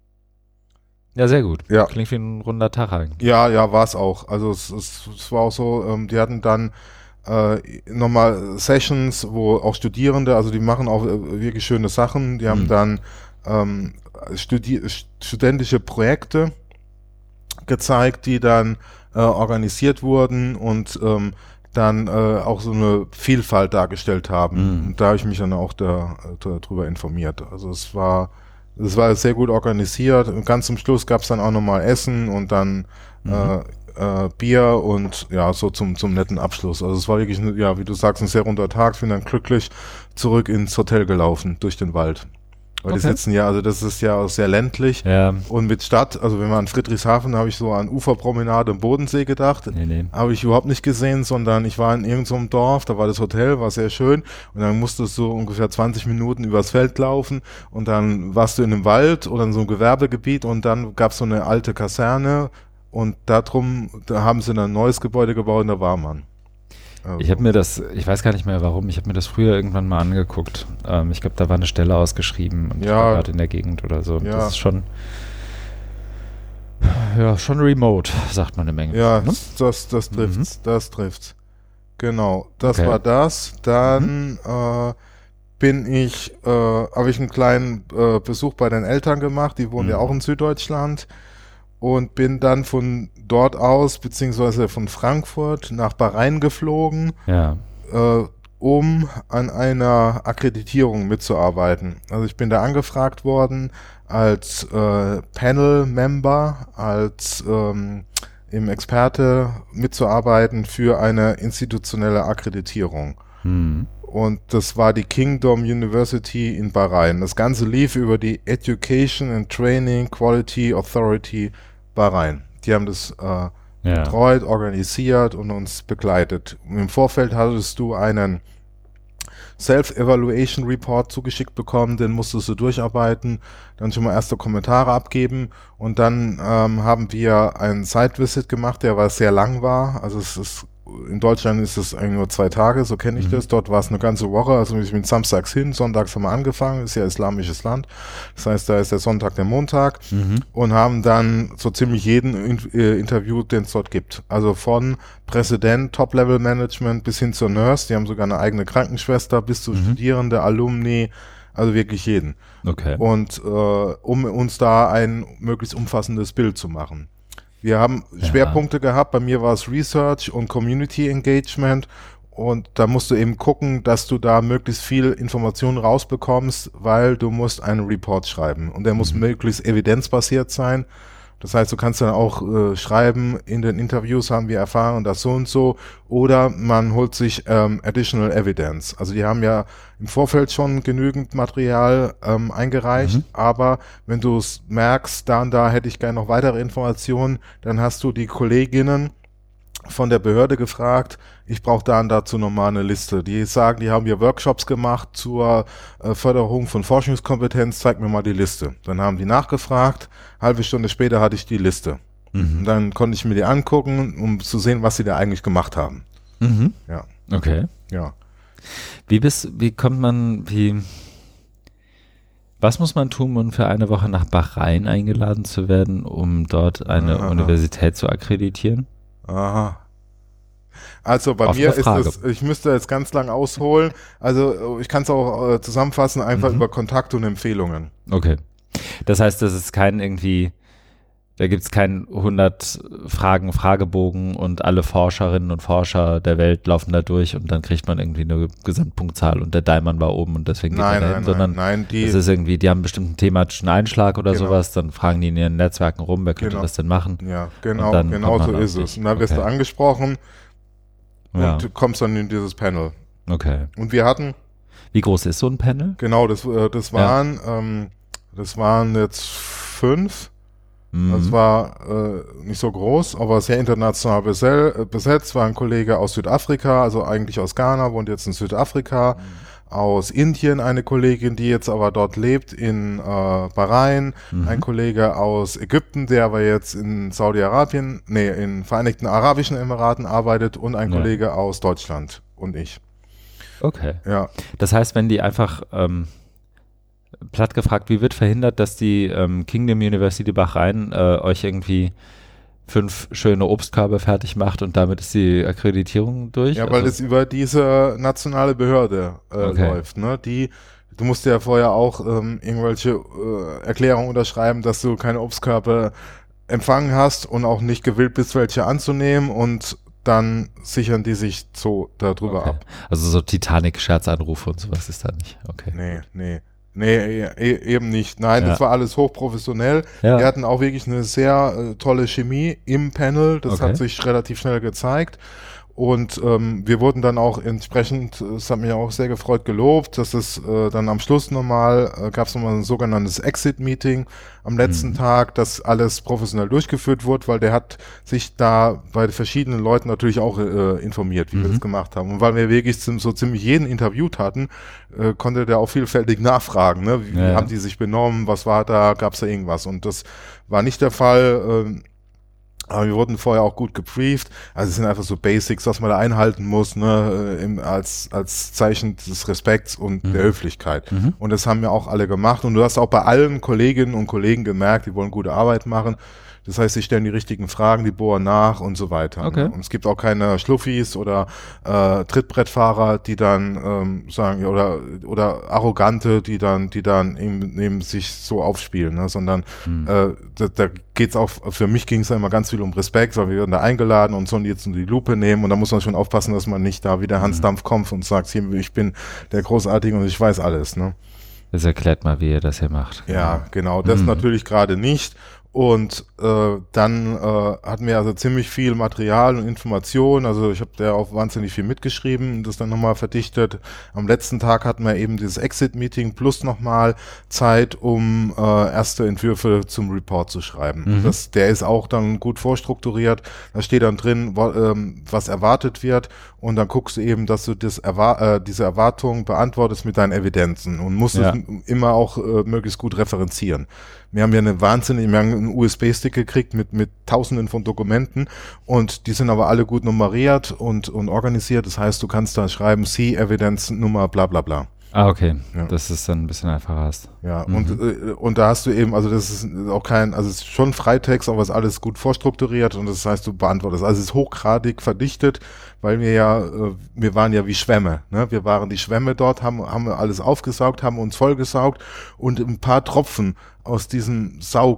Speaker 1: ja sehr gut.
Speaker 2: Ja.
Speaker 1: Klingt wie ein runder Tag eigentlich.
Speaker 2: Ja, ja, war es auch. Also es, es, es war auch so, ähm, die hatten dann äh, nochmal Sessions, wo auch Studierende, also die machen auch äh, wirklich schöne Sachen, die haben mhm. dann ähm, Studi- studentische Projekte gezeigt, die dann äh, organisiert wurden und ähm, dann äh, auch so eine Vielfalt dargestellt haben.
Speaker 1: Mhm.
Speaker 2: Und da habe ich mich dann auch da, da, darüber informiert. Also es war es war sehr gut organisiert. Und ganz zum Schluss gab es dann auch nochmal Essen und dann mhm. äh, äh, Bier und ja, so zum zum netten Abschluss. Also es war wirklich, ja, wie du sagst, ein sehr runder Tag. Ich bin dann glücklich zurück ins Hotel gelaufen, durch den Wald. Weil okay. die sitzen ja, also das ist ja auch sehr ländlich
Speaker 1: ja.
Speaker 2: und mit Stadt, also wenn man an Friedrichshafen, habe ich so an Uferpromenade im Bodensee gedacht,
Speaker 1: nee, nee.
Speaker 2: habe ich überhaupt nicht gesehen, sondern ich war in irgendeinem so Dorf, da war das Hotel, war sehr schön und dann musstest du ungefähr zwanzig Minuten übers Feld laufen und dann warst du in einem Wald oder in so einem Gewerbegebiet und dann gab es so eine alte Kaserne und darum, da haben sie dann ein neues Gebäude gebaut und da war man.
Speaker 1: Also. Ich habe mir das, ich weiß gar nicht mehr warum, ich habe mir das früher irgendwann mal angeguckt. Ähm, ich glaube, da war eine Stelle ausgeschrieben und
Speaker 2: ja.
Speaker 1: ich war gerade in der Gegend oder so. Und
Speaker 2: ja.
Speaker 1: das ist schon, ja, schon remote, sagt man im Englischen.
Speaker 2: Ja,
Speaker 1: ne?
Speaker 2: das, das trifft's, mhm. das trifft's. Genau, das
Speaker 1: okay.
Speaker 2: war das. Dann mhm. äh, bin ich, äh, habe ich einen kleinen äh, Besuch bei den Eltern gemacht, die wohnen mhm. ja auch in Süddeutschland. Und bin dann von dort aus, beziehungsweise von Frankfurt nach Bahrain geflogen,
Speaker 1: ja.
Speaker 2: äh, um an einer Akkreditierung mitzuarbeiten. Also ich bin da angefragt worden als äh, Panel-Member, als ähm, im Experte mitzuarbeiten für eine institutionelle Akkreditierung.
Speaker 1: Hm.
Speaker 2: Und das war die Kingdom University in Bahrain. Das Ganze lief über die Education and Training Quality Authority Bahrain. Die haben das äh, ja. betreut, organisiert und uns begleitet. Und im Vorfeld hattest du einen Self-Evaluation Report zugeschickt bekommen, den musstest du durcharbeiten, dann schon mal erste Kommentare abgeben und dann ähm, haben wir einen Site-Visit gemacht, der war sehr lang war. Also es ist in Deutschland ist es eigentlich nur zwei Tage, so kenne ich mhm. das. Dort war es eine ganze Woche, also ich bin samstags hin, sonntags haben wir angefangen, ist ja islamisches Land. Das heißt, da ist der Sonntag der Montag mhm. und haben dann so ziemlich jeden in, äh, interviewt, den es dort gibt. Also von Präsident, Top-Level-Management bis hin zur Nurse, die haben sogar eine eigene Krankenschwester, bis zu mhm. Studierende, Alumni, also wirklich jeden.
Speaker 1: Okay.
Speaker 2: Und äh, um uns da ein möglichst umfassendes Bild zu machen. Wir haben ja. Schwerpunkte gehabt, bei mir war es Research und Community Engagement und da musst du eben gucken, dass du da möglichst viel Informationen rausbekommst, weil du musst einen Report schreiben und der mhm. muss möglichst evidenzbasiert sein. Das heißt, du kannst dann auch äh, schreiben, in den Interviews haben wir erfahren, das so und so, oder man holt sich ähm, Additional Evidence. Also die haben ja im Vorfeld schon genügend Material ähm, eingereicht, mhm. aber wenn du es merkst, da und da hätte ich gerne noch weitere Informationen, dann hast du die Kolleginnen von der Behörde gefragt, ich brauche da und dazu nochmal eine Liste. Die sagen, die haben hier Workshops gemacht zur äh, Förderung von Forschungskompetenz, zeig mir mal die Liste. Dann haben die nachgefragt, halbe Stunde später hatte ich die Liste. Mhm. Und dann konnte ich mir die angucken, um zu sehen, was sie da eigentlich gemacht haben.
Speaker 1: Mhm.
Speaker 2: Ja.
Speaker 1: Okay.
Speaker 2: Ja.
Speaker 1: Wie bist, wie kommt man, wie, was muss man tun, um für eine Woche nach Bahrain eingeladen zu werden, um dort eine Aha. Universität zu akkreditieren?
Speaker 2: Aha. Also bei mir ist es, ich müsste jetzt ganz lang ausholen, also ich kann es auch äh, zusammenfassen, einfach mhm. über Kontakte und Empfehlungen.
Speaker 1: Okay. Das heißt, das ist kein irgendwie Da gibt es keinen hundert Fragen, Fragebogen und alle Forscherinnen und Forscher der Welt laufen da durch und dann kriegt man irgendwie eine Gesamtpunktzahl und der Daimann war oben und deswegen geht
Speaker 2: nein,
Speaker 1: man dahin,
Speaker 2: nein,
Speaker 1: sondern
Speaker 2: nein, nein, die,
Speaker 1: es ist irgendwie, die haben einen bestimmten thematischen Einschlag oder
Speaker 2: genau.
Speaker 1: sowas, dann fragen die in ihren Netzwerken rum, wer könnte
Speaker 2: genau.
Speaker 1: das denn machen?
Speaker 2: Ja, genau, genau so ist es. Und dann wirst okay. du angesprochen
Speaker 1: ja.
Speaker 2: und du kommst dann in dieses Panel.
Speaker 1: Okay.
Speaker 2: Und wir hatten...
Speaker 1: Wie groß ist so ein Panel?
Speaker 2: Genau, das, das waren, ja. ähm, das waren jetzt fünf. Das war äh, nicht so groß, aber sehr international besetzt. War ein Kollege aus Südafrika, also eigentlich aus Ghana, wohnt jetzt in Südafrika. Mhm. Aus Indien eine Kollegin, die jetzt aber dort lebt, in äh, Bahrain. Mhm. Ein Kollege aus Ägypten, der aber jetzt in Saudi-Arabien, nee, in Vereinigten Arabischen Emiraten arbeitet und ein ja. Kollege aus Deutschland und ich.
Speaker 1: Okay.
Speaker 2: Ja.
Speaker 1: Das heißt, wenn die einfach... Ähm platt gefragt, wie wird verhindert, dass die ähm, Kingdom University Bahrain äh, euch irgendwie fünf schöne Obstkörbe fertig macht und damit ist die Akkreditierung durch?
Speaker 2: Ja, weil
Speaker 1: also,
Speaker 2: es über diese nationale Behörde äh, okay. läuft. Ne? Die, du musst ja vorher auch ähm, irgendwelche äh, Erklärungen unterschreiben, dass du keine Obstkörbe empfangen hast und auch nicht gewillt bist, welche anzunehmen und dann sichern die sich so darüber
Speaker 1: okay.
Speaker 2: ab.
Speaker 1: Also so Titanic-Scherzanrufe und sowas ist da nicht. Okay.
Speaker 2: Nee, nee. Nee, e eben nicht. Nein, ja. das war alles hochprofessionell.
Speaker 1: Ja.
Speaker 2: Wir hatten auch wirklich eine sehr äh, tolle Chemie im Panel. Das
Speaker 1: okay.
Speaker 2: hat sich relativ schnell gezeigt. Und ähm, wir wurden dann auch entsprechend, es hat mich auch sehr gefreut, gelobt, dass es äh, dann am Schluss nochmal, äh, gab es nochmal ein sogenanntes Exit-Meeting am letzten mhm. Tag, dass alles professionell durchgeführt wurde, weil der hat sich da bei verschiedenen Leuten natürlich auch äh, informiert, wie mhm. wir das gemacht haben. Und weil wir wirklich zum, so ziemlich jeden interviewt hatten, äh, konnte der auch vielfältig nachfragen, ne? Wie, ja. wie haben die sich benommen, was war da, gab es da irgendwas? Und das war nicht der Fall. Äh, Aber wir wurden vorher auch gut gebrieft. Also es sind einfach so Basics, was man da einhalten muss, ne, im, als, als Zeichen des Respekts und mhm. der Höflichkeit. Mhm. Und das haben wir auch alle gemacht. Und du hast auch bei allen Kolleginnen und Kollegen gemerkt, die wollen gute Arbeit machen. Das heißt, sie stellen die richtigen Fragen, die bohren nach und so weiter.
Speaker 1: Okay.
Speaker 2: Ne? Und es gibt auch keine Schluffis oder äh, Trittbrettfahrer, die dann ähm, sagen, oder oder Arrogante, die dann, die dann eben, eben sich so aufspielen, ne? Sondern hm. äh, da, da geht's auch, für mich ging es immer ganz viel um Respekt, weil wir werden da eingeladen und sollen jetzt die Lupe nehmen und da muss man schon aufpassen, dass man nicht da wie der Hans Dampf kommt und sagt, hier, ich bin der Großartige und ich weiß alles. Ne?
Speaker 1: Das erklärt mal, wie ihr das hier macht.
Speaker 2: Ja, genau, das hm. natürlich gerade nicht. Und äh, dann äh, hatten wir also ziemlich viel Material und Information, also ich habe da auch wahnsinnig viel mitgeschrieben und das dann nochmal verdichtet. Am letzten Tag hatten wir eben dieses Exit-Meeting plus nochmal Zeit, um äh, erste Entwürfe zum Report zu schreiben. Mhm. Das, der ist auch dann gut vorstrukturiert, da steht dann drin, wo, ähm, was erwartet wird und dann guckst du eben, dass du das Erwa- äh, diese Erwartung beantwortest mit deinen Evidenzen und musst ja. es immer auch äh, möglichst gut referenzieren. Wir haben ja eine wahnsinnige, wir haben einen U S B-Stick gekriegt mit mit Tausenden von Dokumenten und die sind aber alle gut nummeriert und und organisiert. Das heißt, du kannst da schreiben, C, Evidenz, Nummer, bla bla bla.
Speaker 1: Ah, okay. Ja. Dass es dann ein bisschen einfacher hast.
Speaker 2: Ja,
Speaker 1: mhm.
Speaker 2: und äh, und da hast du eben, also das ist auch kein, also es ist schon Freitext, aber es ist alles gut vorstrukturiert und das heißt, du beantwortest. Also es ist hochgradig verdichtet, weil wir ja, äh, wir waren ja wie Schwämme, ne? Wir waren die Schwämme dort, haben haben wir alles aufgesaugt, haben uns vollgesaugt und ein paar Tropfen aus diesem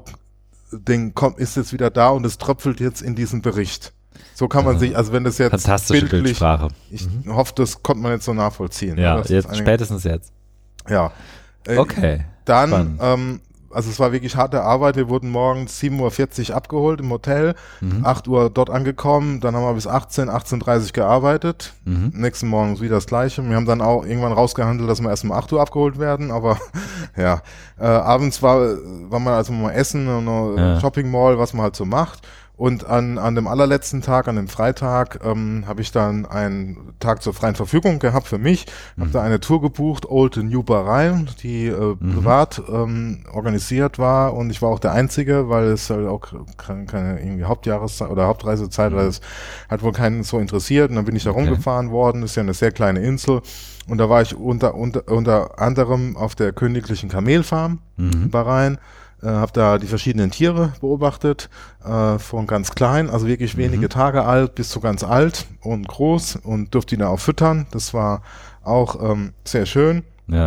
Speaker 2: Saugding kommt, ist jetzt wieder da und es tröpfelt jetzt in diesen Bericht. So kann man sich, also wenn das jetzt
Speaker 1: fantastische
Speaker 2: bildlich,
Speaker 1: Bildsprache.
Speaker 2: Ich mhm. hoffe, das konnte man jetzt so nachvollziehen.
Speaker 1: Ja, jetzt eine, spätestens jetzt.
Speaker 2: Ja. Äh,
Speaker 1: okay.
Speaker 2: Dann, ähm, also es war wirklich harte Arbeit. Wir wurden morgens sieben Uhr vierzig abgeholt im Hotel, mhm. acht Uhr dort angekommen, dann haben wir bis achtzehn, achtzehn Uhr dreißig gearbeitet. Mhm. Nächsten Morgen wieder das Gleiche. Wir haben dann auch irgendwann rausgehandelt, dass wir erst um acht Uhr abgeholt werden, aber ja. Äh, abends war, war man also mal essen, eine ja. Shopping Mall, was man halt so macht. Und an, an dem allerletzten Tag, an dem Freitag, ähm, habe ich dann einen Tag zur freien Verfügung gehabt für mich. Mhm. Habe da eine Tour gebucht, Old and New Bahrain, die äh, mhm. privat ähm, organisiert war. Und ich war auch der Einzige, weil es halt auch keine, keine irgendwie Hauptjahreszeit oder Hauptreisezeit, mhm. weil es hat wohl keinen so interessiert. Und dann bin ich da okay. rumgefahren worden. Das ist ja eine sehr kleine Insel. Und da war ich unter, unter, unter anderem auf der königlichen Kamelfarm mhm. in Bahrain. Äh, habe da die verschiedenen Tiere beobachtet, äh, von ganz klein, also wirklich wenige mhm. Tage alt, bis zu ganz alt und groß und durfte die da auch füttern. Das war auch ähm, sehr schön.
Speaker 1: Ja.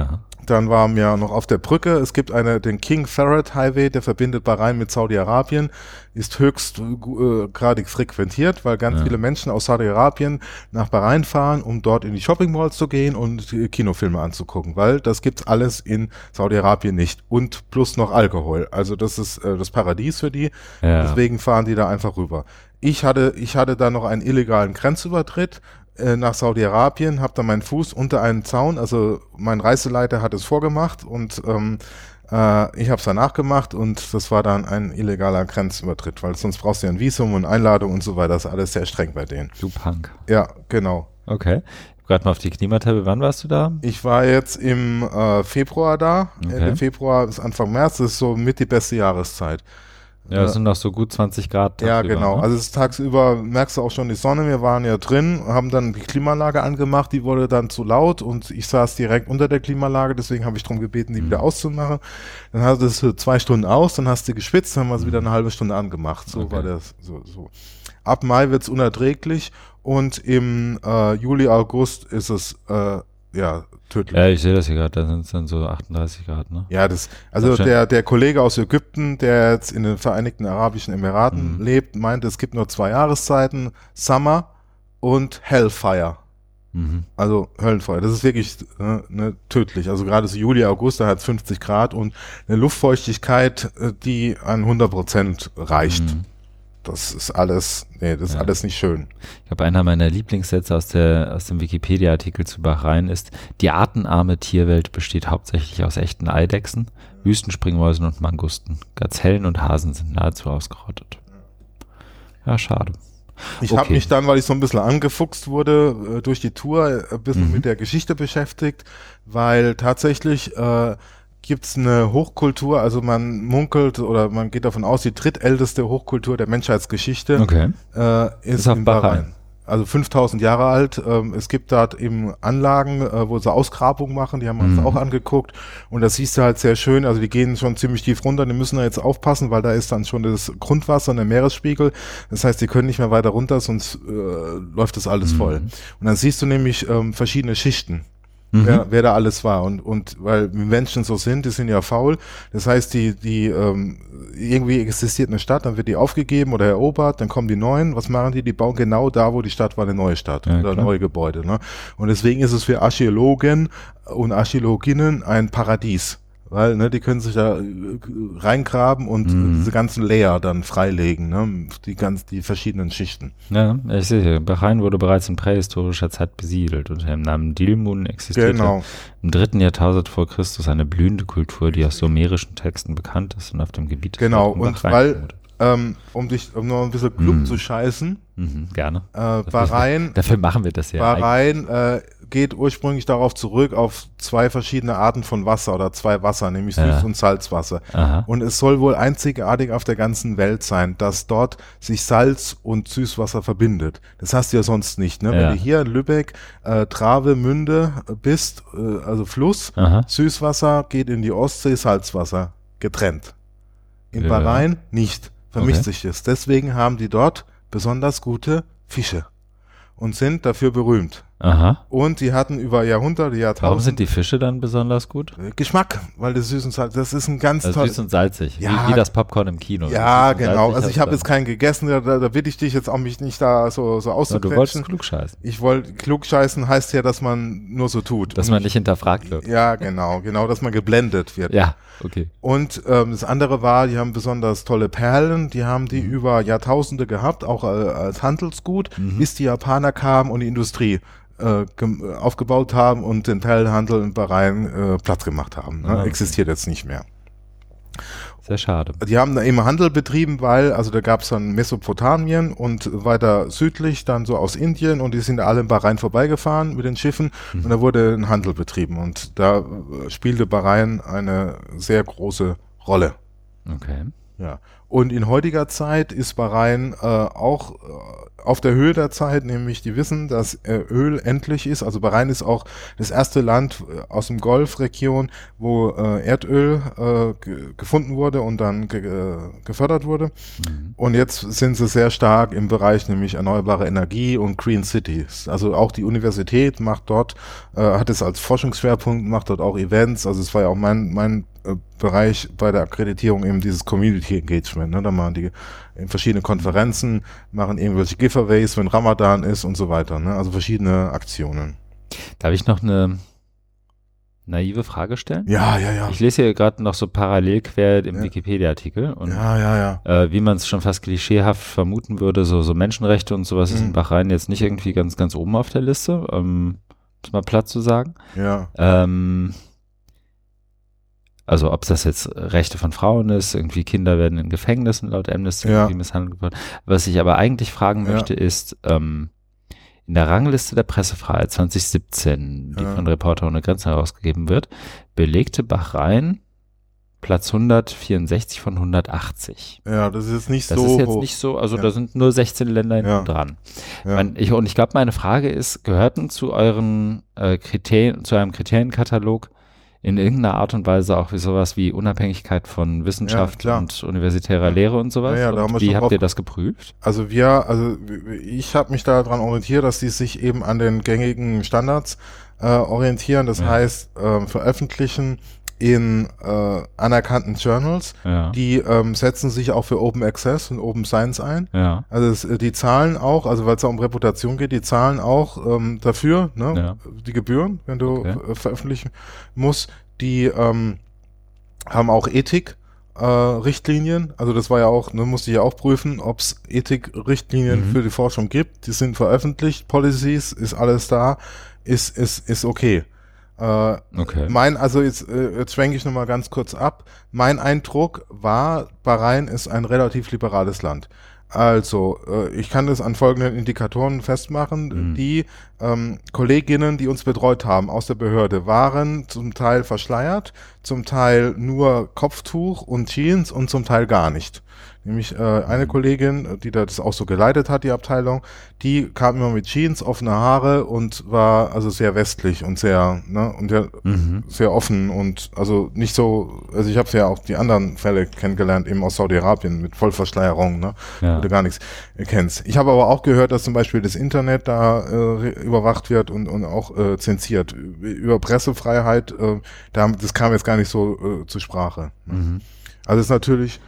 Speaker 2: Dann waren wir noch auf der Brücke. Es gibt eine, den King Fahd Highway, der verbindet Bahrain mit Saudi-Arabien, ist höchst äh, gradig frequentiert, weil ganz ja. viele Menschen aus Saudi-Arabien nach Bahrain fahren, um dort in die Shopping-Malls zu gehen und Kinofilme anzugucken, weil das gibt's alles in Saudi-Arabien nicht. Und plus noch Alkohol. Also das ist äh, das Paradies für die. Ja. Deswegen fahren die da einfach rüber. Ich hatte, ich hatte da noch einen illegalen Grenzübertritt nach Saudi-Arabien, habe da meinen Fuß unter einen Zaun, also mein Reiseleiter hat es vorgemacht und ähm, äh, ich habe es danach gemacht und das war dann ein illegaler Grenzübertritt, weil sonst brauchst du ja ein Visum und Einladung und so weiter, das ist alles sehr streng bei denen.
Speaker 1: Du Punk.
Speaker 2: Ja, genau.
Speaker 1: Okay. Gerade mal auf die Klimatabelle, wann warst du da?
Speaker 2: Ich war jetzt im äh, Februar da, okay. Ende Februar bis Anfang März, das ist so mit die beste Jahreszeit.
Speaker 1: Ja, es sind noch so gut zwanzig Grad.
Speaker 2: Ja, genau. Ne? Also es ist tagsüber, merkst du auch schon die Sonne, wir waren ja drin, haben dann die Klimaanlage angemacht, die wurde dann zu laut und ich saß direkt unter der Klimaanlage, deswegen habe ich darum gebeten, die mhm. wieder auszumachen. Dann hast du es für zwei Stunden aus, dann hast du geschwitzt, dann haben wir es mhm. wieder eine halbe Stunde angemacht. So okay. war das. So, so. Ab Mai wird es unerträglich und im äh, Juli, August ist es äh, ja tödlich.
Speaker 1: Ja, ich sehe das hier gerade, da sind es dann so achtunddreißig Grad, ne?
Speaker 2: Ja, das, also das der, der Kollege aus Ägypten, der jetzt in den Vereinigten Arabischen Emiraten mhm. lebt, meinte, es gibt nur zwei Jahreszeiten, Summer und Hellfire. Mhm. Also Höllenfeuer. Das ist wirklich äh, ne, tödlich. Also gerade so Juli, August, da hat es fünfzig Grad und eine Luftfeuchtigkeit, die an hundert Prozent reicht. Mhm. Das ist alles, nee, das ist ja. alles nicht schön.
Speaker 1: Ich glaube, einer meiner Lieblingssätze aus der aus dem Wikipedia-Artikel zu Bahrain ist: Die artenarme Tierwelt besteht hauptsächlich aus echten Eidechsen, Wüstenspringmäusen und Mangusten. Gazellen und Hasen sind nahezu ausgerottet. Ja, schade.
Speaker 2: Ich okay. habe mich dann, weil ich so ein bisschen angefuchst wurde, durch die Tour ein bisschen mhm. mit der Geschichte beschäftigt, weil tatsächlich äh, gibt es eine Hochkultur, also man munkelt oder man geht davon aus, die drittälteste Hochkultur der Menschheitsgeschichte
Speaker 1: okay.
Speaker 2: äh, ist, ist in Bahrain. Bahrain. Also fünftausend Jahre alt. Ähm, es gibt dort eben Anlagen, äh, wo sie Ausgrabungen machen, die haben wir uns mhm. auch angeguckt und das siehst du halt sehr schön, also die gehen schon ziemlich tief runter, die müssen da jetzt aufpassen, weil da ist dann schon das Grundwasser und der Meeresspiegel, das heißt, die können nicht mehr weiter runter, sonst äh, läuft das alles mhm. voll. Und dann siehst du nämlich ähm, verschiedene Schichten. Mhm. Wer, wer da alles war und und weil Menschen so sind, die sind ja faul, das heißt, die die ähm, irgendwie existiert eine Stadt, dann wird die aufgegeben oder erobert, dann kommen die Neuen, was machen die? Die bauen genau da, wo die Stadt war, eine neue Stadt ja, oder klar. neue Gebäude. Ne? Und deswegen ist es für Archäologen und Archäologinnen ein Paradies. Weil, ne, die können sich da reingraben und mhm. diese ganzen Layer dann freilegen, ne, die ganz, die verschiedenen Schichten.
Speaker 1: Ja, ich sehe, Bahrain wurde bereits in prähistorischer Zeit besiedelt. Unter dem Namen Dilmun existierte
Speaker 2: genau.
Speaker 1: im dritten Jahrtausend vor Christus eine blühende Kultur, die aus sumerischen Texten bekannt ist und auf dem Gebiet
Speaker 2: genau, und weil, ähm, um dich, um noch ein bisschen klug mhm. zu scheißen.
Speaker 1: Mhm, gerne.
Speaker 2: Äh, Bahrain.
Speaker 1: Dafür machen wir das ja.
Speaker 2: Bahrain, äh, geht ursprünglich darauf zurück, auf zwei verschiedene Arten von Wasser oder zwei Wasser, nämlich Süß- ja. und Salzwasser.
Speaker 1: Aha.
Speaker 2: Und es soll wohl einzigartig auf der ganzen Welt sein, dass dort sich Salz und Süßwasser verbindet. Das hast du ja sonst nicht. Ne? Ja. Wenn du hier in Lübeck, äh, Travemünde bist, äh, also Fluss, Aha. Süßwasser geht in die Ostsee, Salzwasser getrennt. In ja. Bahrain nicht, vermischt okay. sich das. Deswegen haben die dort besonders gute Fische und sind dafür berühmt.
Speaker 1: Aha.
Speaker 2: Und die hatten über Jahrhunderte, Jahrtausende.
Speaker 1: Warum sind die Fische dann besonders gut?
Speaker 2: Geschmack, weil das süß und salzig, das ist ein ganz
Speaker 1: also
Speaker 2: tolles.
Speaker 1: Süß und salzig,
Speaker 2: ja,
Speaker 1: wie, wie das Popcorn im Kino.
Speaker 2: Ja, genau. Also ich habe jetzt keinen gegessen, da, da bitte ich dich jetzt auch mich nicht da so, so auszuquetschen.
Speaker 1: Du wolltest klugscheißen.
Speaker 2: Ich wollte, klugscheißen heißt ja, dass man nur so tut.
Speaker 1: Dass und man nicht hinterfragt wird.
Speaker 2: Ja, genau, genau, dass man geblendet wird.
Speaker 1: Ja, okay.
Speaker 2: Und ähm, das andere war, die haben besonders tolle Perlen, die haben die mhm. über Jahrtausende gehabt, auch äh, als Handelsgut, mhm. bis die Japaner kamen und die Industrie Äh, aufgebaut haben und den Perlenhandel in Bahrain äh, platt gemacht haben. Ne? Okay. Existiert jetzt nicht mehr.
Speaker 1: Sehr schade.
Speaker 2: Die haben da immer Handel betrieben, weil, also da gab es dann Mesopotamien und weiter südlich dann so aus Indien und die sind alle in Bahrain vorbeigefahren mit den Schiffen mhm. und da wurde ein Handel betrieben und da äh, spielte Bahrain eine sehr große Rolle.
Speaker 1: Okay.
Speaker 2: Ja. Und in heutiger Zeit ist Bahrain äh, auch äh, auf der Höhe der Zeit, nämlich die wissen, dass äh, Öl endlich ist. Also Bahrain ist auch das erste Land äh, aus dem Golfregion, wo äh, Erdöl äh, ge- gefunden wurde und dann ge- äh, gefördert wurde. Mhm. Und jetzt sind sie sehr stark im Bereich nämlich erneuerbare Energie und Green Cities. Also auch die Universität macht dort, äh, hat es als Forschungsschwerpunkt, macht dort auch Events. Also es war ja auch mein mein Bereich bei der Akkreditierung eben dieses Community Engagement, ne? Da machen die in verschiedene Konferenzen, machen irgendwelche Giveaways, wenn Ramadan ist und so weiter, ne? Also verschiedene Aktionen.
Speaker 1: Darf ich noch eine naive Frage stellen?
Speaker 2: Ja, ja, ja.
Speaker 1: Ich lese hier gerade noch so parallel quer im
Speaker 2: ja.
Speaker 1: Wikipedia-Artikel und
Speaker 2: ja, ja, ja.
Speaker 1: Äh, wie man es schon fast klischeehaft vermuten würde, so, so Menschenrechte und sowas mhm. ist in Bahrain jetzt nicht irgendwie ganz, ganz oben auf der Liste, um es mal platt zu sagen.
Speaker 2: Ja.
Speaker 1: Ähm, Also ob das jetzt Rechte von Frauen ist, irgendwie Kinder werden in Gefängnissen laut Amnesty
Speaker 2: ja.
Speaker 1: misshandelt worden. Was ich aber eigentlich fragen
Speaker 2: ja.
Speaker 1: möchte ist, ähm, in der Rangliste der Pressefreiheit zwanzig siebzehn, die ja. von Reporter ohne Grenzen herausgegeben wird, belegte Bahrain Platz hundertvierundsechzig von hundertachtzig.
Speaker 2: Ja, das ist jetzt nicht
Speaker 1: das
Speaker 2: so
Speaker 1: Das ist jetzt
Speaker 2: hoch.
Speaker 1: nicht so, also
Speaker 2: ja.
Speaker 1: da sind nur sechzehn Länder hinten
Speaker 2: ja.
Speaker 1: dran.
Speaker 2: Ja.
Speaker 1: Man, ich, und ich glaube, meine Frage ist, gehörten zu euren äh, Kriterien, zu einem Kriterienkatalog in irgendeiner Art und Weise auch wie sowas wie Unabhängigkeit von Wissenschaft
Speaker 2: ja,
Speaker 1: und universitärer Lehre und sowas?
Speaker 2: Ja, ja, da
Speaker 1: und
Speaker 2: haben wir
Speaker 1: wie
Speaker 2: schon
Speaker 1: habt ihr
Speaker 2: drauf,
Speaker 1: das geprüft?
Speaker 2: Also wir, also ich habe mich daran orientiert, dass die sich eben an den gängigen Standards äh, orientieren. Das ja. heißt, äh, veröffentlichen in äh, anerkannten Journals,
Speaker 1: ja.
Speaker 2: die ähm, setzen sich auch für Open Access und Open Science ein.
Speaker 1: Ja.
Speaker 2: Also es, die zahlen auch, also weil es auch um Reputation geht, die zahlen auch ähm, dafür, ne,
Speaker 1: ja.
Speaker 2: die Gebühren, wenn du
Speaker 1: okay.
Speaker 2: ver veröffentlichen musst. Die ähm, haben auch Ethik. Äh, Richtlinien, also das war ja auch, ne, musste ich ja auch prüfen, ob es Ethik-Richtlinien mhm. für die Forschung gibt. Die sind veröffentlicht, Policies, ist alles da, ist ist ist okay. Äh,
Speaker 1: okay.
Speaker 2: Mein, also jetzt, äh, jetzt schwenke ich nochmal ganz kurz ab. Mein Eindruck war, Bahrain ist ein relativ liberales Land. Also, äh, ich kann das an folgenden Indikatoren festmachen. Mhm. Die ähm, Kolleginnen, die uns betreut haben aus der Behörde, waren zum Teil verschleiert, zum Teil nur Kopftuch und Jeans und zum Teil gar nicht. Nämlich äh, eine Kollegin, die das auch so geleitet hat, die Abteilung, die kam immer mit Jeans, offene Haare und war also sehr westlich und sehr, ne, und ja, mhm. sehr offen und also nicht so, also ich habe ja auch die anderen Fälle kennengelernt, eben aus Saudi-Arabien mit Vollverschleierung, ne,
Speaker 1: ja.
Speaker 2: wo du gar nichts kennst. Ich habe aber auch gehört, dass zum Beispiel das Internet da äh, überwacht wird und, und auch äh, zensiert. Über Pressefreiheit, äh, da, das kam jetzt gar nicht so äh, zur Sprache. Ne?
Speaker 1: Mhm.
Speaker 2: Also es ist natürlich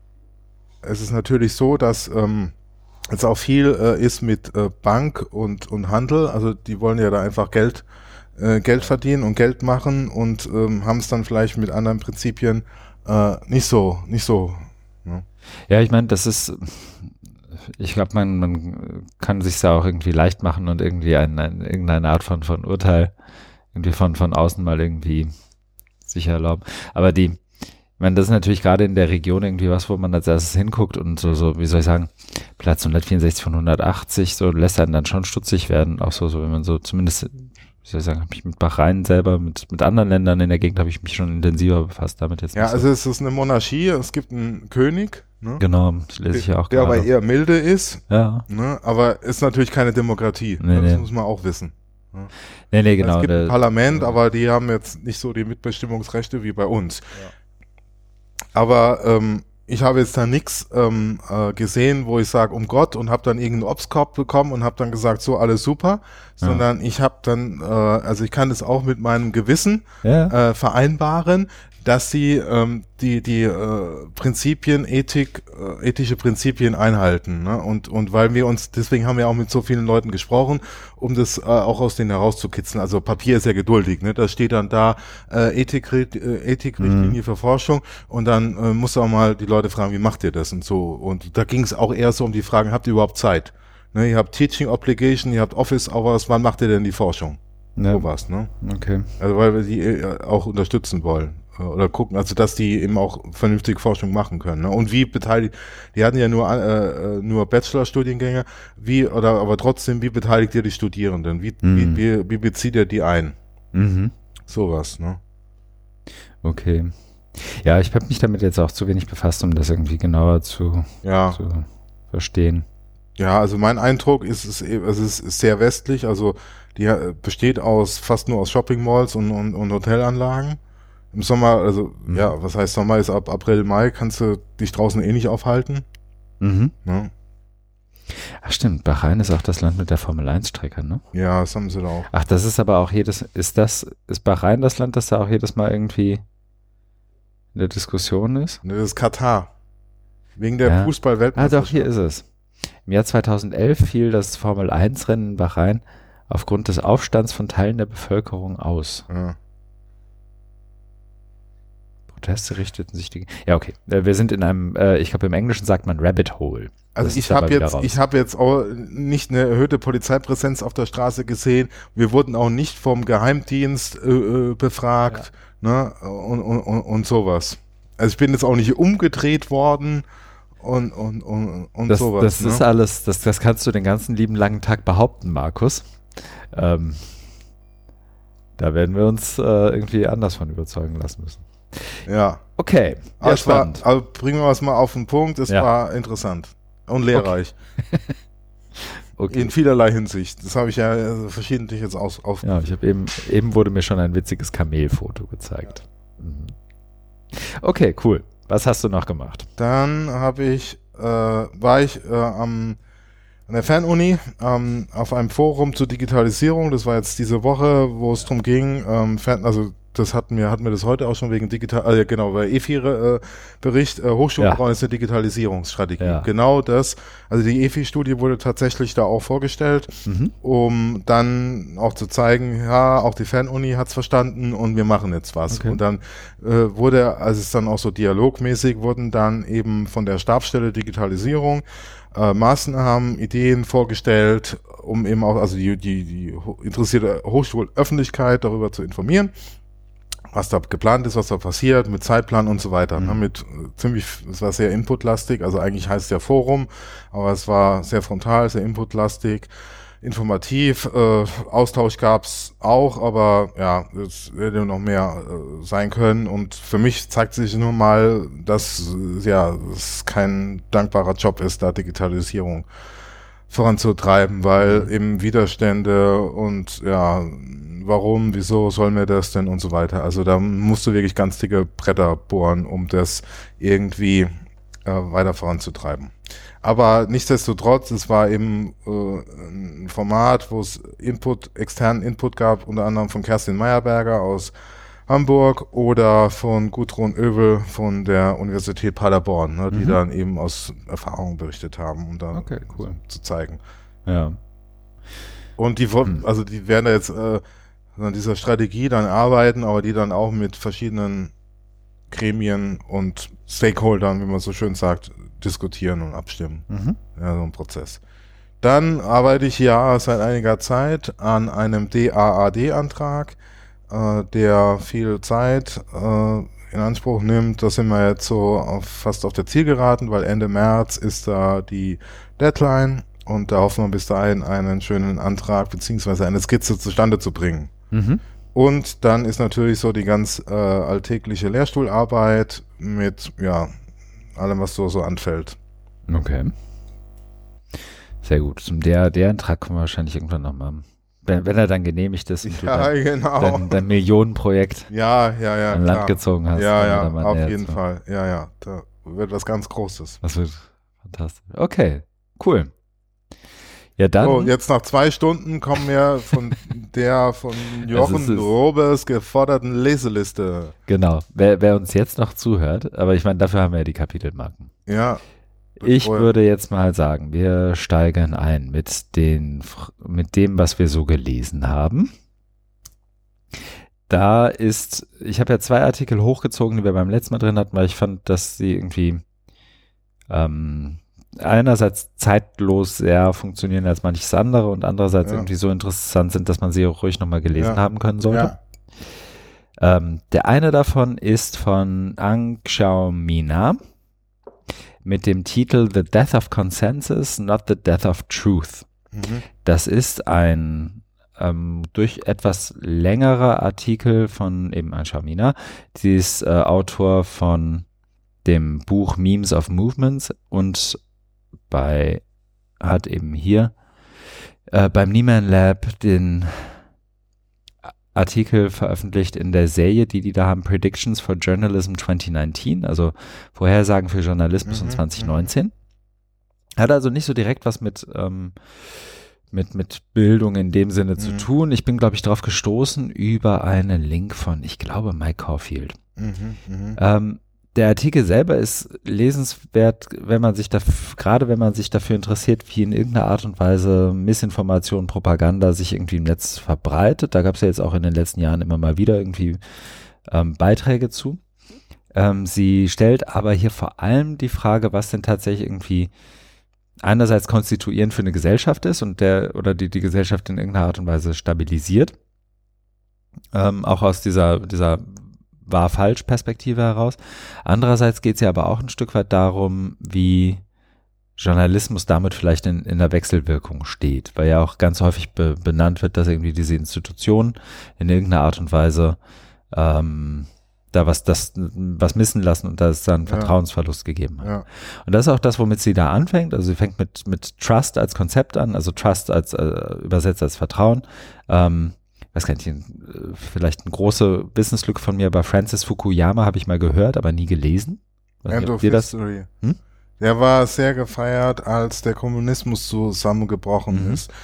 Speaker 2: Es ist natürlich so, dass ähm, es auch viel äh, ist mit äh, Bank und und Handel. Also die wollen ja da einfach Geld äh, Geld verdienen und Geld machen und ähm, haben es dann vielleicht mit anderen Prinzipien äh, nicht so nicht so. Ne?
Speaker 1: Ja, ich meine, das ist, ich glaube, man man kann sich ja auch irgendwie leicht machen und irgendwie ein, ein, irgendeine Art von von Urteil irgendwie von von außen mal irgendwie sich erlauben. Aber die Ich meine, das ist natürlich gerade in der Region irgendwie was, wo man als erstes hinguckt und so, so, wie soll ich sagen, Platz hundertvierundsechzig von hundertachtzig, so lässt einen dann schon stutzig werden. Auch so, so, wenn man so zumindest, wie soll ich sagen, habe ich mit Bahrain selber, mit, mit anderen Ländern in der Gegend habe ich mich schon intensiver befasst damit jetzt.
Speaker 2: Ja,
Speaker 1: so.
Speaker 2: also es ist eine Monarchie, es gibt einen König, ne?
Speaker 1: Genau, das lese ich ja auch
Speaker 2: der
Speaker 1: gerade.
Speaker 2: aber eher milde ist,
Speaker 1: ja.
Speaker 2: ne? Aber ist natürlich keine Demokratie,
Speaker 1: nee,
Speaker 2: das
Speaker 1: nee.
Speaker 2: muss man auch wissen. Ne?
Speaker 1: Nee, nee, genau.
Speaker 2: Es gibt
Speaker 1: der,
Speaker 2: ein Parlament, aber die haben jetzt nicht so die Mitbestimmungsrechte wie bei uns.
Speaker 1: Ja.
Speaker 2: Aber ähm, ich habe jetzt da nichts ähm, äh, gesehen, wo ich sage, um Gott, und habe dann irgendeinen Obstkorb bekommen und habe dann gesagt, so, alles super, sondern ja. ich habe dann, äh, also ich kann das auch mit meinem Gewissen ja. äh, vereinbaren, dass sie ähm, die die äh, Prinzipien, Ethik, äh, ethische Prinzipien einhalten, ne? Und und weil wir uns, deswegen haben wir auch mit so vielen Leuten gesprochen, um das äh, auch aus denen herauszukitzeln. Also Papier ist ja geduldig, ne? Da steht dann da äh, Ethik, äh, Ethikrichtlinie mhm. für Forschung und dann äh, musst du auch mal die Leute fragen, wie macht ihr das und so. Und da ging es auch eher so um die Fragen, habt ihr überhaupt Zeit? Ne? Ihr habt Teaching Obligation, ihr habt Office Hours, wann macht ihr denn die Forschung?
Speaker 1: Ja.
Speaker 2: So was, ne?
Speaker 1: Okay.
Speaker 2: Also weil wir die äh, auch unterstützen wollen. Oder gucken, also dass die eben auch vernünftig Forschung machen können. Ne? Und wie beteiligt, die hatten ja nur äh, nur Bachelorstudiengänge, wie, oder aber trotzdem, wie beteiligt ihr die Studierenden? Wie, mhm. wie, wie, wie bezieht ihr die ein?
Speaker 1: Mhm.
Speaker 2: Sowas, ne?
Speaker 1: Okay. Ja, ich habe mich damit jetzt auch zu wenig befasst, um das irgendwie genauer zu,
Speaker 2: Ja.
Speaker 1: zu verstehen.
Speaker 2: Ja, also mein Eindruck ist, es ist, es ist, ist sehr westlich, also die äh, besteht aus fast nur aus Shopping Malls und, und, und Hotelanlagen. Im Sommer, also
Speaker 1: Mhm.
Speaker 2: ja, was heißt Sommer ist ab April, Mai, kannst du dich draußen eh nicht aufhalten.
Speaker 1: Mhm.
Speaker 2: Ne?
Speaker 1: Ach stimmt, Bahrain ist auch das Land mit der Formel eins Strecke, ne?
Speaker 2: Ja, das haben sie da auch.
Speaker 1: Ach, das ist aber auch jedes, ist das, ist Bahrain das Land, das da auch jedes Mal irgendwie in der Diskussion ist?
Speaker 2: Ne, das ist Katar. Wegen der
Speaker 1: Ja. Ah,
Speaker 2: Fußball-Weltmeisterschaft.
Speaker 1: doch, hier ist es. Im Jahr zweitausendelf fiel das Formel eins Rennen in Bahrain aufgrund des Aufstands von Teilen der Bevölkerung aus.
Speaker 2: Ja.
Speaker 1: Proteste richteten sich die. Ja, okay. Äh, Wir sind in einem, äh, ich glaube, im Englischen sagt man Rabbit Hole.
Speaker 2: Also
Speaker 1: Das
Speaker 2: ich
Speaker 1: ist aber
Speaker 2: habe
Speaker 1: wieder
Speaker 2: jetzt,
Speaker 1: raus.
Speaker 2: ich habe jetzt auch nicht eine erhöhte Polizeipräsenz auf der Straße gesehen. Wir wurden auch nicht vom Geheimdienst äh, äh, befragt, ne, und, und, und, und sowas. Also ich bin jetzt auch nicht umgedreht worden und und und, und
Speaker 1: Das,
Speaker 2: sowas.
Speaker 1: das
Speaker 2: ne?
Speaker 1: ist alles, das, das kannst du den ganzen lieben langen Tag behaupten, Markus. Ähm, da werden wir uns äh, irgendwie anders von überzeugen lassen müssen.
Speaker 2: Ja.
Speaker 1: Okay,
Speaker 2: Aber
Speaker 1: ja,
Speaker 2: es war,
Speaker 1: spannend.
Speaker 2: also bringen wir es mal auf den Punkt. Es
Speaker 1: Ja.
Speaker 2: war interessant und lehrreich
Speaker 1: Okay.
Speaker 2: in vielerlei Hinsicht. Das habe ich ja äh, verschiedentlich jetzt aus, auf.
Speaker 1: Ja, ich habe eben, eben wurde mir schon ein witziges Kamelfoto gezeigt. Mhm. Okay, cool. Was hast du noch gemacht?
Speaker 2: Dann habe ich, äh, war ich äh, am an der Fernuni ähm, auf einem Forum zur Digitalisierung. Das war jetzt diese Woche, wo es drum ging. Ähm, Fern, also das hatten wir, hatten wir das heute auch schon wegen digital, äh, genau, bei E vier äh, Bericht. Äh, Hochschulen
Speaker 1: Ja.
Speaker 2: brauchen jetzt eine Digitalisierungsstrategie.
Speaker 1: Ja.
Speaker 2: Genau das. Also die E vier Studie wurde tatsächlich da auch vorgestellt,
Speaker 1: Mhm.
Speaker 2: um dann auch zu zeigen, ja, auch die Fernuni hat's verstanden und wir machen jetzt was.
Speaker 1: Okay.
Speaker 2: Und dann äh, wurde, also es ist dann auch so dialogmäßig, wurden dann eben von der Stabsstelle Digitalisierung äh, Maßnahmen, Ideen vorgestellt, um eben auch, also die, die, die ho- interessierte Hochschulöffentlichkeit darüber zu informieren, was da geplant ist, was da passiert, mit Zeitplan und so weiter.
Speaker 1: Mhm.
Speaker 2: Ne, mit äh, ziemlich, es war sehr inputlastig, also eigentlich heißt es ja Forum, aber es war sehr frontal, sehr inputlastig, informativ, äh, Austausch gab's auch, aber ja, es hätte noch mehr äh, sein können und für mich zeigt sich nur mal, dass äh, ja, es kein dankbarer Job ist, da Digitalisierung voranzutreiben, weil
Speaker 1: Mhm.
Speaker 2: eben Widerstände und ja, warum, wieso sollen wir das denn und so weiter. Also da musst du wirklich ganz dicke Bretter bohren, um das irgendwie äh, weiter voranzutreiben. Aber nichtsdestotrotz, es war eben äh, ein Format, wo es Input, externen Input gab, unter anderem von Kerstin Meyerberger aus Hamburg oder von Gudrun Oevel von der Universität Paderborn, ne, die
Speaker 1: Mhm.
Speaker 2: dann eben aus Erfahrungen berichtet haben, um da
Speaker 1: Okay, cool.
Speaker 2: zu zeigen.
Speaker 1: Ja.
Speaker 2: Und die, wo-
Speaker 1: Hm.
Speaker 2: also die werden da jetzt äh, an dieser Strategie dann arbeiten, aber die dann auch mit verschiedenen Gremien und Stakeholdern, wie man so schön sagt, diskutieren und abstimmen.
Speaker 1: Mhm.
Speaker 2: Ja, so ein Prozess. Dann arbeite ich ja seit einiger Zeit an einem D A A D-Antrag, äh, der viel Zeit äh, in Anspruch nimmt. Da sind wir jetzt so auf, fast auf der Zielgeraden, weil Ende März ist da die Deadline und da hoffen wir bis dahin einen schönen Antrag beziehungsweise eine Skizze zustande zu bringen.
Speaker 1: Mhm.
Speaker 2: Und dann ist natürlich so die ganz äh, alltägliche Lehrstuhlarbeit mit, ja, allem, was so, so anfällt.
Speaker 1: Okay. Sehr gut. Zum der, der Antrag kommen wir wahrscheinlich irgendwann nochmal. Wenn, wenn er dann genehmigt ist und
Speaker 2: Ja,
Speaker 1: du
Speaker 2: genau.
Speaker 1: dein, dein, dein Millionenprojekt
Speaker 2: Ja, ja, ja.
Speaker 1: an
Speaker 2: klar.
Speaker 1: Land gezogen hast.
Speaker 2: Ja,
Speaker 1: dann
Speaker 2: ja,
Speaker 1: wieder mal
Speaker 2: auf
Speaker 1: näher
Speaker 2: jeden
Speaker 1: zu-
Speaker 2: Fall. Ja, ja. Da wird was ganz Großes.
Speaker 1: Das wird fantastisch. Okay, cool. Ja, dann.
Speaker 2: So, jetzt nach zwei Stunden kommen wir von der von Jochen
Speaker 1: Also es ist-
Speaker 2: Robes geforderten Leseliste.
Speaker 1: Genau. Wer, wer uns jetzt noch zuhört, aber ich meine, dafür haben wir ja die Kapitelmarken.
Speaker 2: Ja.
Speaker 1: Ich
Speaker 2: Bevor-
Speaker 1: würde jetzt mal sagen, wir steigern ein mit den, mit dem, was wir so gelesen haben. Da ist, ich habe ja zwei Artikel hochgezogen, die wir beim letzten Mal drin hatten, weil ich fand, dass sie irgendwie ähm, einerseits zeitlos sehr funktionieren als manches andere und andererseits
Speaker 2: Ja.
Speaker 1: irgendwie so interessant sind, dass man sie auch ruhig nochmal gelesen
Speaker 2: Ja.
Speaker 1: haben können sollte.
Speaker 2: Ja.
Speaker 1: Ähm, der eine davon ist von Ang Xiaomina mit dem Titel The Death of Consensus, Not the Death of Truth.
Speaker 2: Mhm.
Speaker 1: Das ist ein ähm, durch etwas längere Artikel von eben Anshau Mina. Sie ist äh, Autor von dem Buch Memes of Movements und bei hat eben hier äh, beim Nieman Lab den Artikel veröffentlicht in der Serie, die die da haben, Predictions for Journalism zwanzig neunzehn, also Vorhersagen für Journalismus
Speaker 2: Mhm,
Speaker 1: in zwanzig neunzehn. Hat also nicht so direkt was mit, ähm, mit, mit Bildung in dem Sinne
Speaker 2: Mhm.
Speaker 1: zu tun. Ich bin, glaube ich, drauf gestoßen über einen Link von, ich glaube, Mike Caulfield.
Speaker 2: Mhm, mhm.
Speaker 1: Ähm, der Artikel selber ist lesenswert, wenn man sich dafür, gerade wenn man sich dafür interessiert, wie in irgendeiner Art und Weise Missinformation, Propaganda sich irgendwie im Netz verbreitet. Da gab es ja jetzt auch in den letzten Jahren immer mal wieder irgendwie ähm, Beiträge zu. Ähm, sie stellt aber hier vor allem die Frage, was denn tatsächlich irgendwie einerseits konstituierend für eine Gesellschaft ist und der oder die die Gesellschaft in irgendeiner Art und Weise stabilisiert. Ähm, auch aus dieser dieser Wahr-Falsch-Perspektive heraus. Andererseits geht es ja aber auch ein Stück weit darum, wie Journalismus damit vielleicht in, in der Wechselwirkung steht, weil ja auch ganz häufig be, benannt wird, dass irgendwie diese Institutionen in irgendeiner Art und Weise ähm, da was, das, was missen lassen und da es dann
Speaker 2: Ja.
Speaker 1: Vertrauensverlust gegeben hat.
Speaker 2: Ja.
Speaker 1: Und das ist auch das, womit sie da anfängt. Also sie fängt mit, mit Trust als Konzept an, also Trust als äh, übersetzt als Vertrauen. Ähm, weiß gar nicht, vielleicht eine große Wissenslücke von mir, aber Francis Fukuyama habe ich mal gehört, aber nie gelesen. Weiß
Speaker 2: End
Speaker 1: nicht, ob
Speaker 2: of
Speaker 1: dir das,
Speaker 2: History.
Speaker 1: Hm?
Speaker 2: Der war sehr gefeiert, als der Kommunismus zusammengebrochen
Speaker 1: Mhm.
Speaker 2: ist.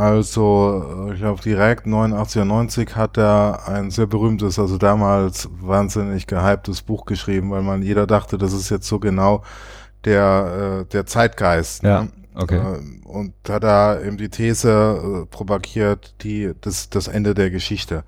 Speaker 2: Also, äh, ich glaube, direkt neunundachtzig oder neunzig hat er ein sehr berühmtes, also damals wahnsinnig gehyptes Buch geschrieben, weil man jeder dachte, das ist jetzt so genau der, äh, der Zeitgeist.
Speaker 1: Ja,
Speaker 2: Ne?
Speaker 1: okay.
Speaker 2: Äh, und hat da eben die These äh, propagiert, die, das, das Ende der Geschichte.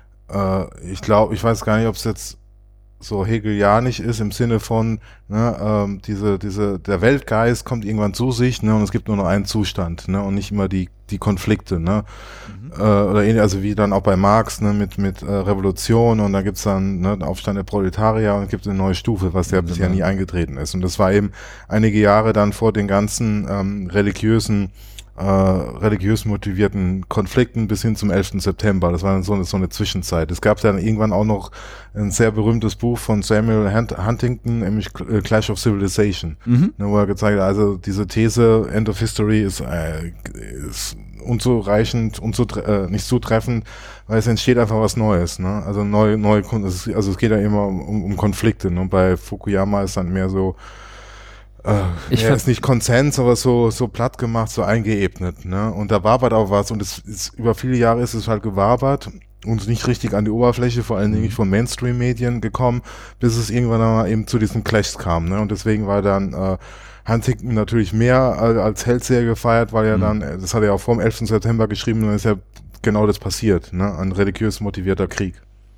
Speaker 2: Äh, ich glaube, ich weiß gar nicht, ob es jetzt so hegelianisch ist im Sinne von, ne, ähm, diese, diese, der Weltgeist kommt irgendwann zu sich, ne, und es gibt nur noch einen Zustand, ne, und nicht immer die, die Konflikte, ne,
Speaker 1: Mhm.
Speaker 2: äh, oder ähnlich, also wie dann auch bei Marx, ne, mit, mit äh, Revolution und da gibt's dann, ne, den Aufstand der Proletarier und es gibt eine neue Stufe, was ja
Speaker 1: Wunderbar.
Speaker 2: bisher nie eingetreten ist. Und das war eben einige Jahre dann vor den ganzen ähm, religiösen äh, religiös motivierten Konflikten bis hin zum elften September. Das war dann so eine, so eine Zwischenzeit. Es gab dann irgendwann auch noch ein sehr berühmtes Buch von Samuel Hunt- Huntington, nämlich Clash of Civilization,
Speaker 1: Mhm.
Speaker 2: ne, wo er gezeigt hat, also diese These End of History ist, äh, ist unzureichend, unzutre äh, nicht zutreffend, weil es entsteht einfach was Neues. Ne? Also neue, neue, also es geht ja immer um, um Konflikte. Ne? Bei Fukuyama ist dann mehr so, Äh,
Speaker 1: Ich
Speaker 2: ja,
Speaker 1: ver-
Speaker 2: ist nicht Konsens, aber so so platt gemacht, so eingeebnet, ne? Und da wabert auch was und es ist über viele Jahre ist es halt gewabert und nicht richtig an die Oberfläche, vor allen Dingen nicht von Mainstream-Medien gekommen, bis es irgendwann mal eben zu diesen Clashs kam, ne? Und deswegen war dann äh, Huntington natürlich mehr als, als Held sehr gefeiert, weil er
Speaker 1: Mhm.
Speaker 2: dann, das hat er auch vor dem elften September geschrieben, und dann ist ja genau das passiert, ne? Ein religiös motivierter Krieg.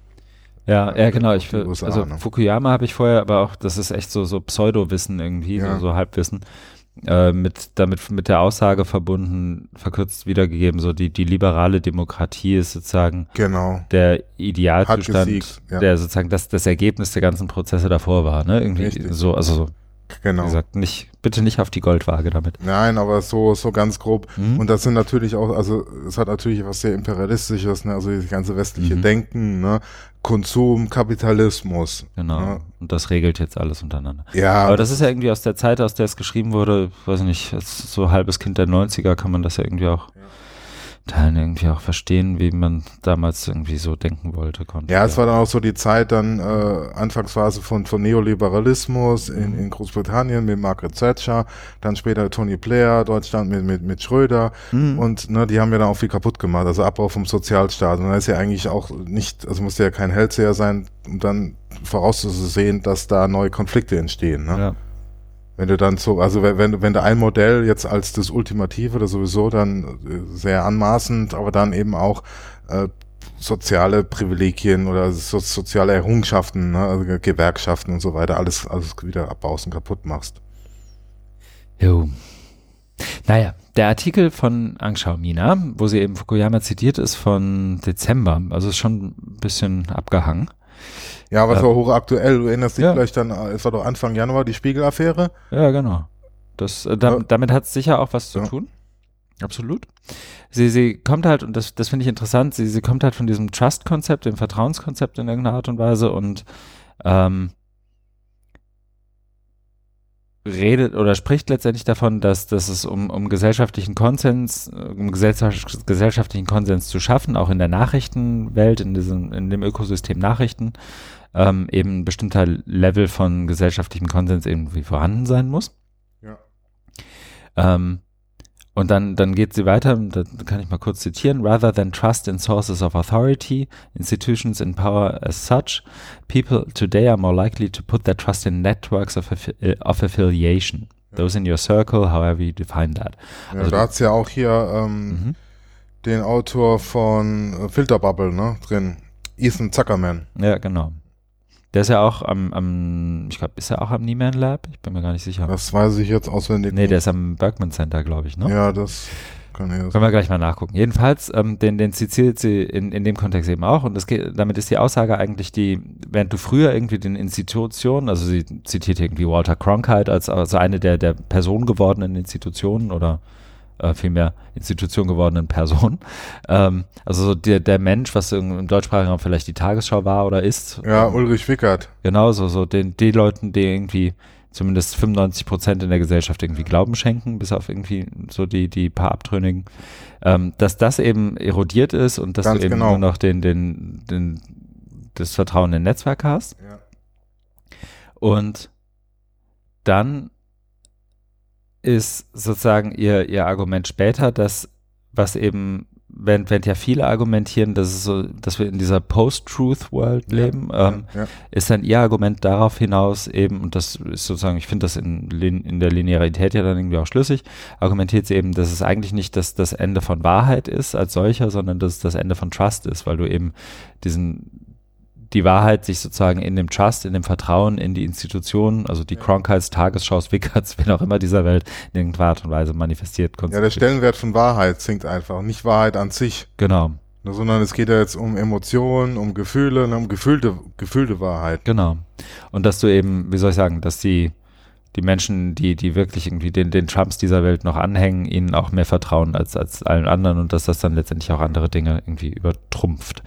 Speaker 1: Ja, ja, genau. Ich,
Speaker 2: Die U S A,
Speaker 1: also
Speaker 2: ne?
Speaker 1: Fukuyama habe ich vorher, aber auch, das ist echt so, so Pseudo-Wissen irgendwie,
Speaker 2: Ja.
Speaker 1: so, so Halbwissen, äh, mit, damit, mit der Aussage verbunden, verkürzt wiedergegeben, so die, die liberale Demokratie ist sozusagen
Speaker 2: Genau.
Speaker 1: der Idealzustand,
Speaker 2: Hat gesiegt, ja.
Speaker 1: der sozusagen das, das Ergebnis der ganzen Prozesse davor war, ne? Irgendwie
Speaker 2: Richtig.
Speaker 1: so, also so,
Speaker 2: Genau.
Speaker 1: wie gesagt, nicht, bitte nicht auf die Goldwaage damit.
Speaker 2: Nein, aber so, so ganz grob.
Speaker 1: Mhm.
Speaker 2: Und das sind natürlich auch, also es hat natürlich was sehr Imperialistisches, ne? Also das ganze westliche
Speaker 1: Mhm.
Speaker 2: Denken, ne? Konsum, Kapitalismus.
Speaker 1: Genau.
Speaker 2: Ne?
Speaker 1: Und das regelt jetzt alles untereinander.
Speaker 2: Ja,
Speaker 1: Aber das ist ja irgendwie aus der Zeit, aus der es geschrieben wurde, weiß ich nicht, als so halbes Kind der neunziger kann man das ja irgendwie auch Teilen irgendwie auch verstehen, wie man damals irgendwie so denken wollte. Konnte.
Speaker 2: ja, es war dann auch so die Zeit dann, äh, Anfangsphase von, von Neoliberalismus in, in Großbritannien mit Margaret Thatcher, dann später Tony Blair, Deutschland mit, mit, mit Schröder.
Speaker 1: Mhm.
Speaker 2: Und ne, die haben ja dann auch viel kaputt gemacht, also Abbau vom Sozialstaat. Und da ist ja eigentlich auch nicht, also musste ja kein Hellseher sein, um dann vorauszusehen, dass da neue Konflikte entstehen. Ne?
Speaker 1: Ja.
Speaker 2: Wenn du dann so, also wenn, wenn, wenn du ein Modell jetzt als das Ultimative oder sowieso dann äh, sehr anmaßend, aber dann eben auch äh, soziale Privilegien oder so, soziale Errungenschaften, ne, also Gewerkschaften und so weiter, alles, alles wieder abbaust und kaputt machst.
Speaker 1: Jo. Naja, der Artikel von Anshau Mina, wo sie eben Fukuyama zitiert, ist von Dezember, also ist schon ein bisschen abgehangen.
Speaker 2: Ja, aber es
Speaker 1: Ja.
Speaker 2: war hochaktuell. Du erinnerst dich
Speaker 1: Ja.
Speaker 2: vielleicht dann, äh, es war doch Anfang Januar die Spiegel-Affäre.
Speaker 1: Ja, genau. Das, äh, da,
Speaker 2: Ja.
Speaker 1: damit hat es sicher auch was zu
Speaker 2: Ja.
Speaker 1: tun. Absolut. Sie, sie kommt halt, und das, das finde ich interessant, sie, sie kommt halt von diesem Trust-Konzept, dem Vertrauenskonzept in irgendeiner Art und Weise und ähm, redet oder spricht letztendlich davon, dass, dass es um, um gesellschaftlichen Konsens, um gesellschaft, gesellschaftlichen Konsens zu schaffen, auch in der Nachrichtenwelt, in diesem, in dem Ökosystem Nachrichten, ähm, eben ein bestimmter Level von gesellschaftlichem Konsens irgendwie vorhanden sein muss.
Speaker 2: Ja.
Speaker 1: Ähm, Und dann, dann geht sie weiter, da kann ich mal kurz zitieren. Rather than trust in sources of authority, institutions in power as such, people today are more likely to put their trust in networks of, affi- of affiliation. Those in your circle, however you define that.
Speaker 2: Ja,
Speaker 1: also
Speaker 2: da hat's ja auch hier ähm, mhm. den Autor von äh, Filterbubble, ne, drin. Ethan Zuckerman.
Speaker 1: Ja, genau. Der ist ja auch am, am ich glaube, ist er auch am Nieman Lab? Ich bin mir gar nicht sicher.
Speaker 2: Das weiß ich jetzt auswendig.
Speaker 1: Nee, der ist am Berkman Center, glaube ich, ne?
Speaker 2: Ja, das kann ich jetzt.
Speaker 1: Können wir gleich mal nachgucken. Jedenfalls, ähm, den, den zitiert sie in, in dem Kontext eben auch und das geht, damit ist die Aussage eigentlich die, während du früher irgendwie den Institutionen, also sie zitiert irgendwie Walter Cronkite als, als eine der, der Person gewordenen Institutionen oder äh, vielmehr Institution gewordenen Person. Ähm, also so der, der Mensch, was im deutschsprachigen Raum vielleicht die Tagesschau war oder ist.
Speaker 2: Ja, Ulrich Wickert.
Speaker 1: Genau, so, so den, die Leuten, die irgendwie zumindest fünfundneunzig Prozent in der Gesellschaft irgendwie Glauben schenken, bis auf irgendwie so die, die paar Abtrünnigen, ähm, dass das eben erodiert ist und dass
Speaker 2: Ganz
Speaker 1: du eben
Speaker 2: genau.
Speaker 1: nur noch den, den, den, das Vertrauen in Netzwerke hast.
Speaker 2: Ja.
Speaker 1: Und dann ist sozusagen ihr, ihr Argument später, dass was eben, während, während ja viele argumentieren, dass es so, dass wir in dieser Post-Truth-World leben,
Speaker 2: ja,
Speaker 1: ähm,
Speaker 2: ja.
Speaker 1: ist dann ihr Argument darauf hinaus eben, und das ist sozusagen, ich finde das in, in der Linearität ja dann irgendwie auch schlüssig, argumentiert sie eben, dass es eigentlich nicht das, das Ende von Wahrheit ist als solcher, sondern dass es das Ende von Trust ist, weil du eben diesen die Wahrheit sich sozusagen in dem Trust, in dem Vertrauen in die Institutionen, also die Cronkites, Tagesschaus, Wickerts, wen auch immer dieser Welt in irgendeiner Art und Weise manifestiert.
Speaker 2: Ja, der Stellenwert von Wahrheit sinkt einfach, nicht Wahrheit an sich.
Speaker 1: Genau.
Speaker 2: Sondern es geht ja jetzt um Emotionen, um Gefühle, um gefühlte, gefühlte Wahrheit.
Speaker 1: Genau. Und dass du eben, wie soll ich sagen, dass die, die Menschen, die, die wirklich irgendwie den, den Trumps dieser Welt noch anhängen, ihnen auch mehr vertrauen als, als allen anderen und dass das dann letztendlich auch andere Dinge irgendwie übertrumpft.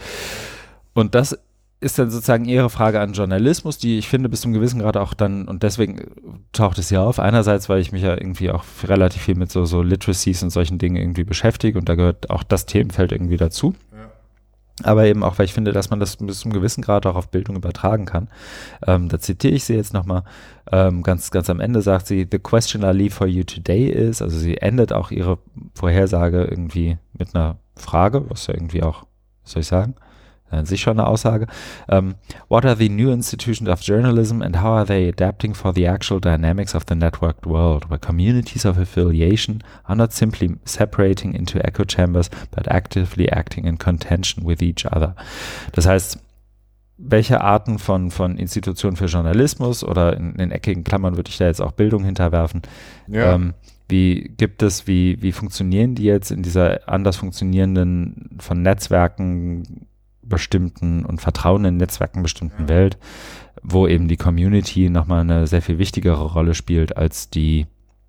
Speaker 1: Und das ist dann sozusagen ihre Frage an Journalismus, die ich finde bis zum gewissen Grad auch dann, und deswegen taucht es ja auf, einerseits, weil ich mich ja irgendwie auch relativ viel mit so, so Literacies und solchen Dingen irgendwie beschäftige und da gehört auch das Themenfeld irgendwie dazu. Ja. Aber eben auch, weil ich finde, dass man das bis zum gewissen Grad auch auf Bildung übertragen kann. Ähm, da zitiere ich sie jetzt nochmal, ähm, ganz, ganz am Ende sagt sie, the question I leave for you today is, also sie endet auch ihre Vorhersage irgendwie mit einer Frage, was ja irgendwie auch, was soll ich sagen, an sich schon eine Aussage. Um, what are the new institutions of journalism and how are they adapting for the actual dynamics of the networked world, where communities of affiliation are not simply separating into echo chambers, but actively acting in contention with each other? Das heißt, welche Arten von, von Institutionen für Journalismus oder in, in eckigen Klammern würde ich da jetzt auch Bildung hinterwerfen,
Speaker 2: ja.
Speaker 1: ähm, wie gibt es, wie, wie funktionieren die jetzt in dieser anders funktionierenden von Netzwerken bestimmten und Vertrauen in Netzwerken bestimmten ja. Welt, wo eben die Community nochmal eine sehr viel wichtigere Rolle spielt als die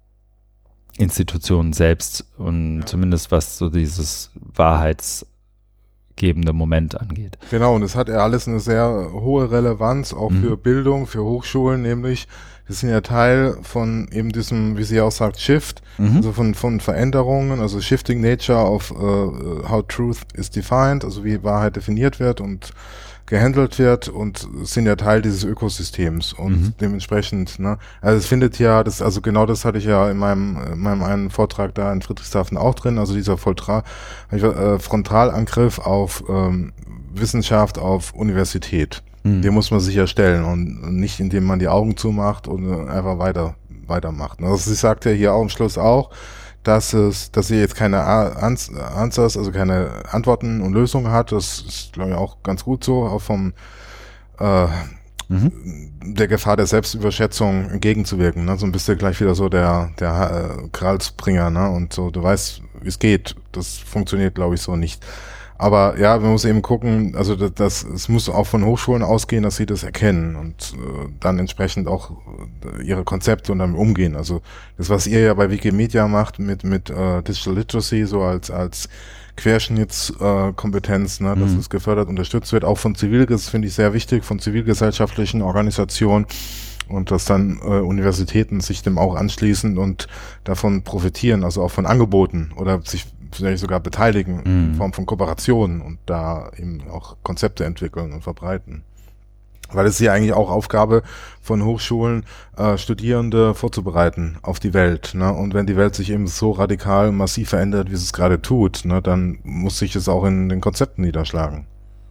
Speaker 1: Institutionen selbst und ja. zumindest was so dieses wahrheitsgebende Moment angeht.
Speaker 2: Genau, und es hat ja alles eine sehr hohe Relevanz, auch mhm. für Bildung, für Hochschulen, nämlich das sind ja Teil von eben diesem, wie sie auch sagt, Shift, mhm. also von, von Veränderungen, also Shifting Nature of uh, how Truth is defined, also wie Wahrheit definiert wird und gehandelt wird und sind ja Teil dieses Ökosystems und mhm. dementsprechend, ne, also es findet ja, das, also genau das hatte ich ja in meinem, in meinem einen Vortrag da in Friedrichshafen auch drin, also dieser Voltra, äh, Frontalangriff auf ähm, Wissenschaft, auf Universität. Den muss man sich ja stellen und nicht, indem man die Augen zumacht und einfach weiter weitermacht. Also sie sagt ja hier auch am Schluss auch, dass es, dass sie jetzt keine Answers, also keine Antworten und Lösungen hat. Das ist, glaube ich, auch ganz gut so, auch vom äh, mhm. der Gefahr der Selbstüberschätzung entgegenzuwirken. Ne? So ein bisschen gleich wieder so der der äh, Gralsbringer, ne? Und so, du weißt, wie es geht. Das funktioniert, glaube ich, so nicht. Aber ja, man muss eben gucken, also das, das es muss auch von Hochschulen ausgehen, dass sie das erkennen und äh, dann entsprechend auch äh, ihre Konzepte und damit umgehen. Also das, was ihr ja bei Wikimedia macht mit mit äh, Digital Literacy, so als als Querschnittskompetenz, äh, ne, dass
Speaker 1: Mhm.
Speaker 2: es gefördert, unterstützt wird, auch von Zivilges, finde ich sehr wichtig, von zivilgesellschaftlichen Organisationen und dass dann äh, Universitäten sich dem auch anschließen und davon profitieren, also auch von Angeboten oder sich vielleicht sogar beteiligen
Speaker 1: Mhm.
Speaker 2: in Form von Kooperationen und da eben auch Konzepte entwickeln und verbreiten. Weil es ist ja eigentlich auch Aufgabe von Hochschulen, äh, Studierende vorzubereiten auf die Welt. Ne? Und wenn die Welt sich eben so radikal massiv verändert, wie es es gerade tut, ne, dann muss sich es auch in den Konzepten niederschlagen.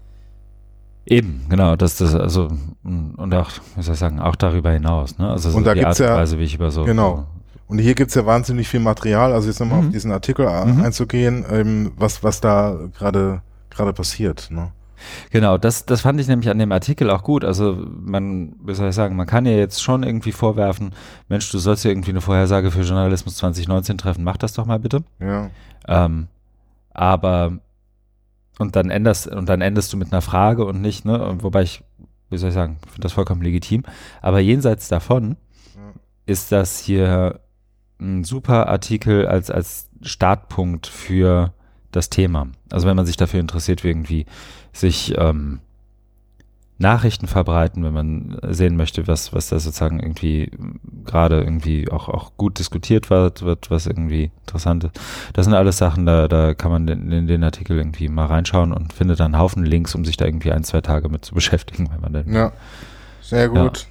Speaker 1: Eben, genau, das das also und auch, wie soll ich sagen, auch darüber hinaus, ne? Also so
Speaker 2: Und da
Speaker 1: die
Speaker 2: gibt's
Speaker 1: Art und
Speaker 2: ja-
Speaker 1: Weise, wie ich über so
Speaker 2: genau. Und hier gibt's ja wahnsinnig viel Material, also jetzt nochmal
Speaker 1: Mhm.
Speaker 2: auf diesen Artikel äh,
Speaker 1: Mhm.
Speaker 2: einzugehen, ähm, was was da gerade gerade passiert. Ne?
Speaker 1: Genau, das, das fand ich nämlich an dem Artikel auch gut. Also man, wie soll ich sagen, man kann ja jetzt schon irgendwie vorwerfen, Mensch, du sollst ja irgendwie eine Vorhersage für Journalismus zwanzig neunzehn treffen, mach das doch mal bitte.
Speaker 2: Ja.
Speaker 1: Ähm, aber und dann änderst und dann endest du mit einer Frage und nicht, ne? Und wobei ich, wie soll ich sagen, finde das vollkommen legitim. Aber jenseits davon
Speaker 2: Ja.
Speaker 1: ist das hier ein super Artikel als, als Startpunkt für das Thema. Also wenn man sich dafür interessiert, wie irgendwie sich ähm, Nachrichten verbreiten, wenn man sehen möchte, was, was da sozusagen irgendwie gerade irgendwie auch, auch gut diskutiert wird, wird, was irgendwie interessant ist. Das sind alles Sachen, da, da kann man in, in den Artikel irgendwie mal reinschauen und findet dann einen Haufen Links, um sich da irgendwie ein, zwei Tage mit zu beschäftigen, wenn man dann.
Speaker 2: Ja. Sehr gut.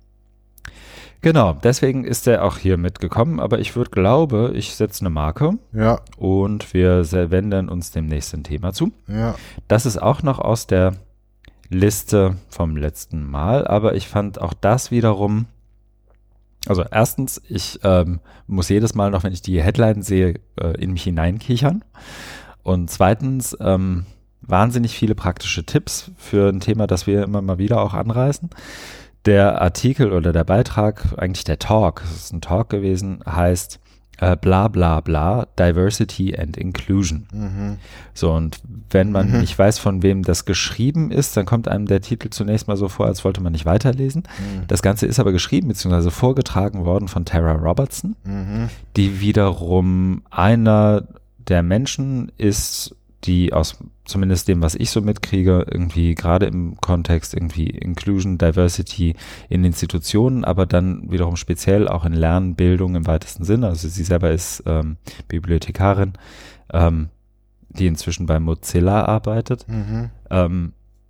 Speaker 1: Genau, deswegen ist er auch hier mitgekommen, aber ich würde glaube, ich setze eine Marke
Speaker 2: Ja.
Speaker 1: und wir se- wenden uns dem nächsten Thema zu.
Speaker 2: Ja.
Speaker 1: Das ist auch noch aus der Liste vom letzten Mal, aber ich fand auch das wiederum, also erstens, ich ähm, muss jedes Mal noch, wenn ich die Headline sehe, äh, in mich hineinkichern und zweitens, ähm, wahnsinnig viele praktische Tipps für ein Thema, das wir immer mal wieder auch anreißen. Der Artikel oder der Beitrag, eigentlich der Talk, es ist ein Talk gewesen, heißt äh, bla bla bla, Diversity and Inclusion.
Speaker 2: Mhm.
Speaker 1: So, und wenn man
Speaker 2: Mhm.
Speaker 1: nicht weiß, von wem das geschrieben ist, dann kommt einem der Titel zunächst mal so vor, als wollte man nicht weiterlesen.
Speaker 2: Mhm.
Speaker 1: Das Ganze ist aber geschrieben bzw. vorgetragen worden von Tara Robertson,
Speaker 2: Mhm.
Speaker 1: die wiederum einer der Menschen ist, die aus zumindest dem, was ich so mitkriege, irgendwie gerade im Kontext irgendwie Inclusion, Diversity in Institutionen, aber dann wiederum speziell auch in Lernen, Bildung im weitesten Sinne. Also sie selber ist ähm, Bibliothekarin, ähm, die inzwischen bei Mozilla arbeitet.
Speaker 2: Mhm.
Speaker 1: Ähm,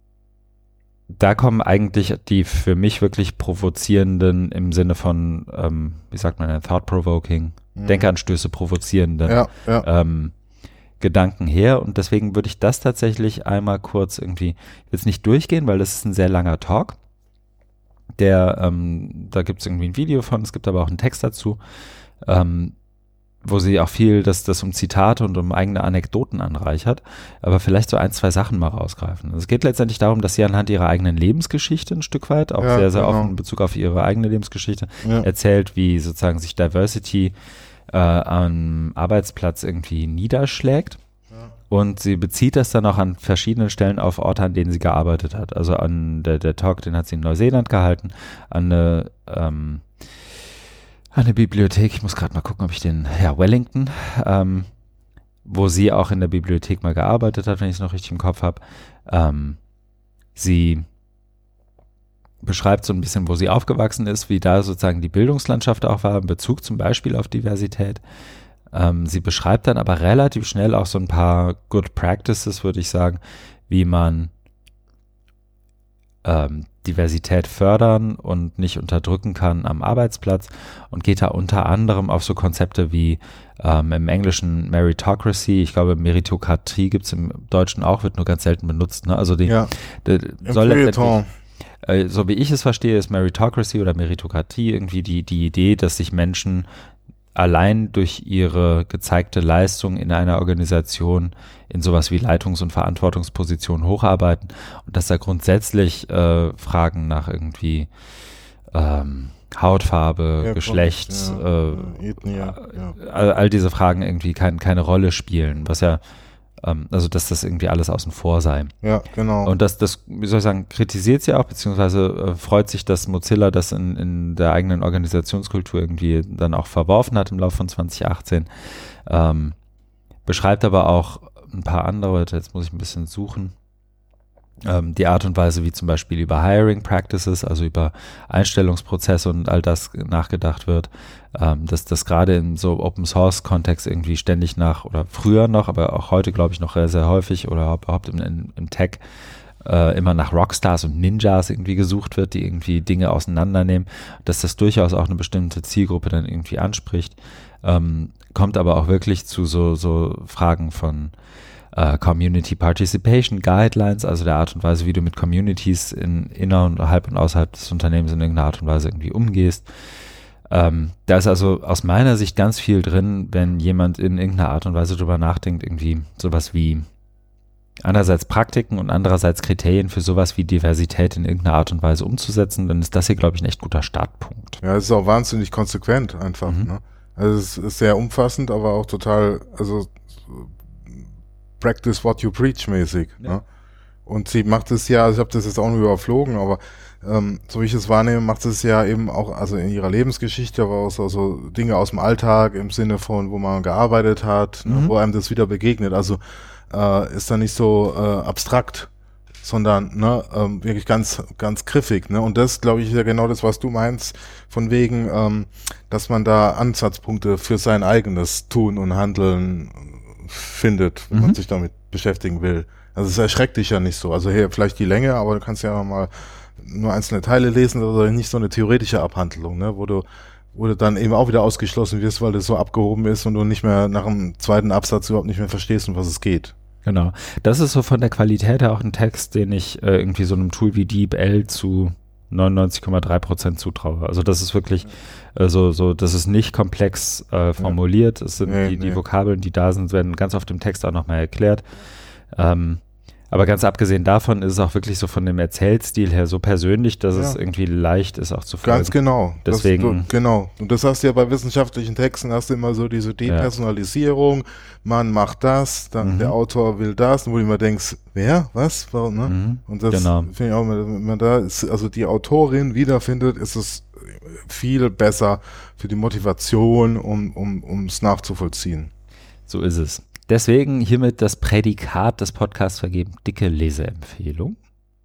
Speaker 1: da kommen eigentlich die für mich wirklich provozierenden im Sinne von, ähm, wie sagt man, thought-provoking,
Speaker 2: Mhm.
Speaker 1: Denkanstöße provozierenden
Speaker 2: Ja, ja.
Speaker 1: ähm, Gedanken her und deswegen würde ich das tatsächlich einmal kurz irgendwie, ich will es nicht durchgehen, weil das ist ein sehr langer Talk, der, ähm, da gibt es irgendwie ein Video von, es gibt aber auch einen Text dazu, ähm, wo sie auch viel das, das um Zitate und um eigene Anekdoten anreichert, aber vielleicht so ein, zwei Sachen mal rausgreifen. Also es geht letztendlich darum, dass sie anhand ihrer eigenen Lebensgeschichte ein Stück weit, auch
Speaker 2: Ja,
Speaker 1: sehr, sehr
Speaker 2: genau.
Speaker 1: offen in Bezug auf ihre eigene Lebensgeschichte,
Speaker 2: Ja.
Speaker 1: erzählt, wie sozusagen sich Diversity äh, am Arbeitsplatz irgendwie niederschlägt.
Speaker 2: Ja.
Speaker 1: Und sie bezieht das dann auch an verschiedenen Stellen auf Orte, an denen sie gearbeitet hat. Also an der, der Talk, den hat sie in Neuseeland gehalten, an eine, ähm, an eine Bibliothek, ich muss gerade mal gucken, ob ich den, ja, Wellington, ähm, wo sie auch in der Bibliothek mal gearbeitet hat, wenn ich es noch richtig im Kopf habe. Ähm, sie beschreibt so ein bisschen, wo sie aufgewachsen ist, wie da sozusagen die Bildungslandschaft auch war, in Bezug zum Beispiel auf Diversität. Ähm, sie beschreibt dann aber relativ schnell auch so ein paar Good Practices, würde ich sagen, wie man ähm, Diversität fördern und nicht unterdrücken kann am Arbeitsplatz und geht da unter anderem auf so Konzepte wie ähm, im Englischen Meritocracy, ich glaube Meritokratie gibt es im Deutschen auch, wird nur ganz selten benutzt. Ne? Also die,
Speaker 2: Ja.
Speaker 1: die
Speaker 2: Im
Speaker 1: soll letztendlich,
Speaker 2: Feuilleton.
Speaker 1: äh, so wie ich es verstehe, ist Meritocracy oder Meritokratie irgendwie die, die Idee, dass sich Menschen allein durch ihre gezeigte Leistung in einer Organisation in sowas wie Leitungs- und Verantwortungspositionen hocharbeiten und dass da grundsätzlich äh, Fragen nach irgendwie ähm, Hautfarbe,
Speaker 2: Herkunft,
Speaker 1: Geschlecht,
Speaker 2: ja,
Speaker 1: äh,
Speaker 2: Ethnie, ja.
Speaker 1: all, all diese Fragen irgendwie kein, keine Rolle spielen, was ja ähm, also dass das irgendwie alles außen vor sei.
Speaker 2: Ja, genau.
Speaker 1: Und das, das, wie soll ich sagen, kritisiert sie auch, beziehungsweise äh, freut sich, dass Mozilla das in, in der eigenen Organisationskultur irgendwie dann auch verworfen hat im Laufe von zwanzig achtzehn. Ähm, beschreibt aber auch ein paar andere, jetzt muss ich ein bisschen suchen, ähm, die Art und Weise, wie zum Beispiel über Hiring Practices, also über Einstellungsprozesse und all das nachgedacht wird, ähm, dass das gerade in so Open Source Kontext irgendwie ständig nach, oder früher noch, aber auch heute glaube ich noch sehr, sehr häufig oder überhaupt im, im, im Tech äh, immer nach Rockstars und Ninjas irgendwie gesucht wird, die irgendwie Dinge auseinandernehmen, dass das durchaus auch eine bestimmte Zielgruppe dann irgendwie anspricht, ähm, kommt aber auch wirklich zu so, so Fragen von Uh, Community Participation Guidelines, also der Art und Weise, wie du mit Communities in innerhalb und außerhalb des Unternehmens in irgendeiner Art und Weise irgendwie umgehst. Ähm, da ist also aus meiner Sicht ganz viel drin, wenn jemand in irgendeiner Art und Weise drüber nachdenkt, irgendwie sowas wie einerseits Praktiken und andererseits Kriterien für sowas wie Diversität in irgendeiner Art und Weise umzusetzen, dann ist das hier, glaube ich, ein echt guter Startpunkt.
Speaker 2: Ja, es ist auch wahnsinnig konsequent einfach. Mhm. Ne? Also es ist sehr umfassend, aber auch total, also Practice what you preach mäßig. Ja. Ne? Und sie macht es ja, also ich habe das jetzt auch nur überflogen, aber ähm, so wie ich es wahrnehme, macht sie es ja eben auch, also in ihrer Lebensgeschichte, aber auch so, so Dinge aus dem Alltag im Sinne von, wo man gearbeitet hat, mhm. ne, wo einem das wieder begegnet. Also äh, ist da nicht so äh, abstrakt, sondern ne, ähm, wirklich ganz, ganz griffig. Ne? Und das, glaube ich, ist ja genau das, was du meinst, von wegen, ähm, dass man da Ansatzpunkte für sein eigenes Tun und Handeln findet, wenn mhm. man sich damit beschäftigen will. Also es erschreckt dich ja nicht so. Also hier vielleicht die Länge, aber du kannst ja mal nur einzelne Teile lesen oder nicht so eine theoretische Abhandlung, ne, wo du, wo du dann eben auch wieder ausgeschlossen wirst, weil das so abgehoben ist und du nicht mehr nach dem zweiten Absatz überhaupt nicht mehr verstehst, um was es geht.
Speaker 1: Genau. Das ist so von der Qualität her auch ein Text, den ich äh, irgendwie so einem Tool wie DeepL zu neunundneunzig Komma drei Prozent zutraue. Also das ist wirklich äh, so, so, das ist nicht komplex äh, formuliert. Es sind
Speaker 2: Nee,
Speaker 1: die, die
Speaker 2: nee.
Speaker 1: Vokabeln, die da sind, werden ganz oft im Text auch nochmal erklärt. Ähm, aber ganz abgesehen davon ist es auch wirklich so von dem Erzählstil her so persönlich, dass
Speaker 2: Ja.
Speaker 1: es irgendwie leicht ist, auch zu folgen.
Speaker 2: Ganz genau.
Speaker 1: Deswegen-
Speaker 2: Das, du, genau. Und das hast du ja bei wissenschaftlichen Texten, hast du immer so diese Depersonalisierung, man macht das, dann
Speaker 1: Mhm.
Speaker 2: der Autor will das, wo du immer denkst, wer, was, warum, ne?
Speaker 1: Mhm.
Speaker 2: Und das
Speaker 1: Genau.
Speaker 2: finde ich auch, wenn man da ist, also die Autorin wiederfindet, ist es viel besser für die Motivation, um um um es nachzuvollziehen.
Speaker 1: So ist es. Deswegen hiermit das Prädikat des Podcasts vergeben, dicke Leseempfehlung.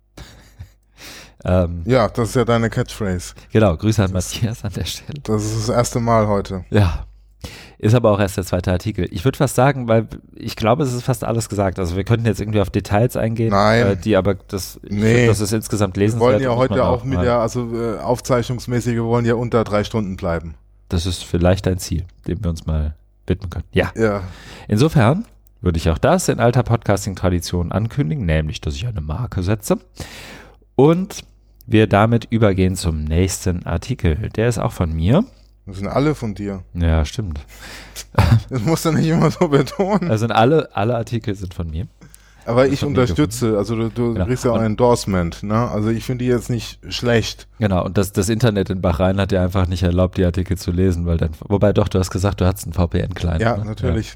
Speaker 1: ähm,
Speaker 2: Ja, das ist ja deine Catchphrase.
Speaker 1: genau, Grüße an Matthias an der Stelle.
Speaker 2: Das ist das erste Mal heute.
Speaker 1: Ja, ist aber auch erst der zweite Artikel. Ich würde fast sagen, weil ich glaube, es ist fast alles gesagt. Also wir könnten jetzt irgendwie auf Details eingehen,
Speaker 2: Nein.
Speaker 1: äh, die aber das, ich
Speaker 2: Nee.
Speaker 1: find, das ist insgesamt
Speaker 2: Wir
Speaker 1: lesenswert.
Speaker 2: wollen ja
Speaker 1: und muss
Speaker 2: heute
Speaker 1: man
Speaker 2: auch mit
Speaker 1: mal-
Speaker 2: der, also äh, aufzeichnungsmäßig, wir wollen ja unter drei Stunden bleiben.
Speaker 1: Das ist vielleicht ein Ziel, dem wir uns mal widmen können. Ja.
Speaker 2: Ja.
Speaker 1: Insofern würde ich auch das in alter Podcasting-Tradition ankündigen, nämlich, dass ich eine Marke setze und wir damit übergehen zum nächsten Artikel. Der ist auch von mir.
Speaker 2: Das sind alle von dir.
Speaker 1: Ja, stimmt.
Speaker 2: Das musst du nicht immer so betonen.
Speaker 1: Also sind alle, alle Artikel sind von mir.
Speaker 2: Aber
Speaker 1: das
Speaker 2: ich
Speaker 1: hat mir
Speaker 2: unterstütze, also du, du
Speaker 1: Genau.
Speaker 2: kriegst ja auch ein Endorsement, ne? Also ich finde die jetzt nicht schlecht.
Speaker 1: Genau, und das, das Internet in Bahrain hat dir einfach nicht erlaubt, die Artikel zu lesen, weil dann, wobei doch, du hast gesagt, du hattest einen V P N-Client.
Speaker 2: Ja,
Speaker 1: ne?
Speaker 2: natürlich.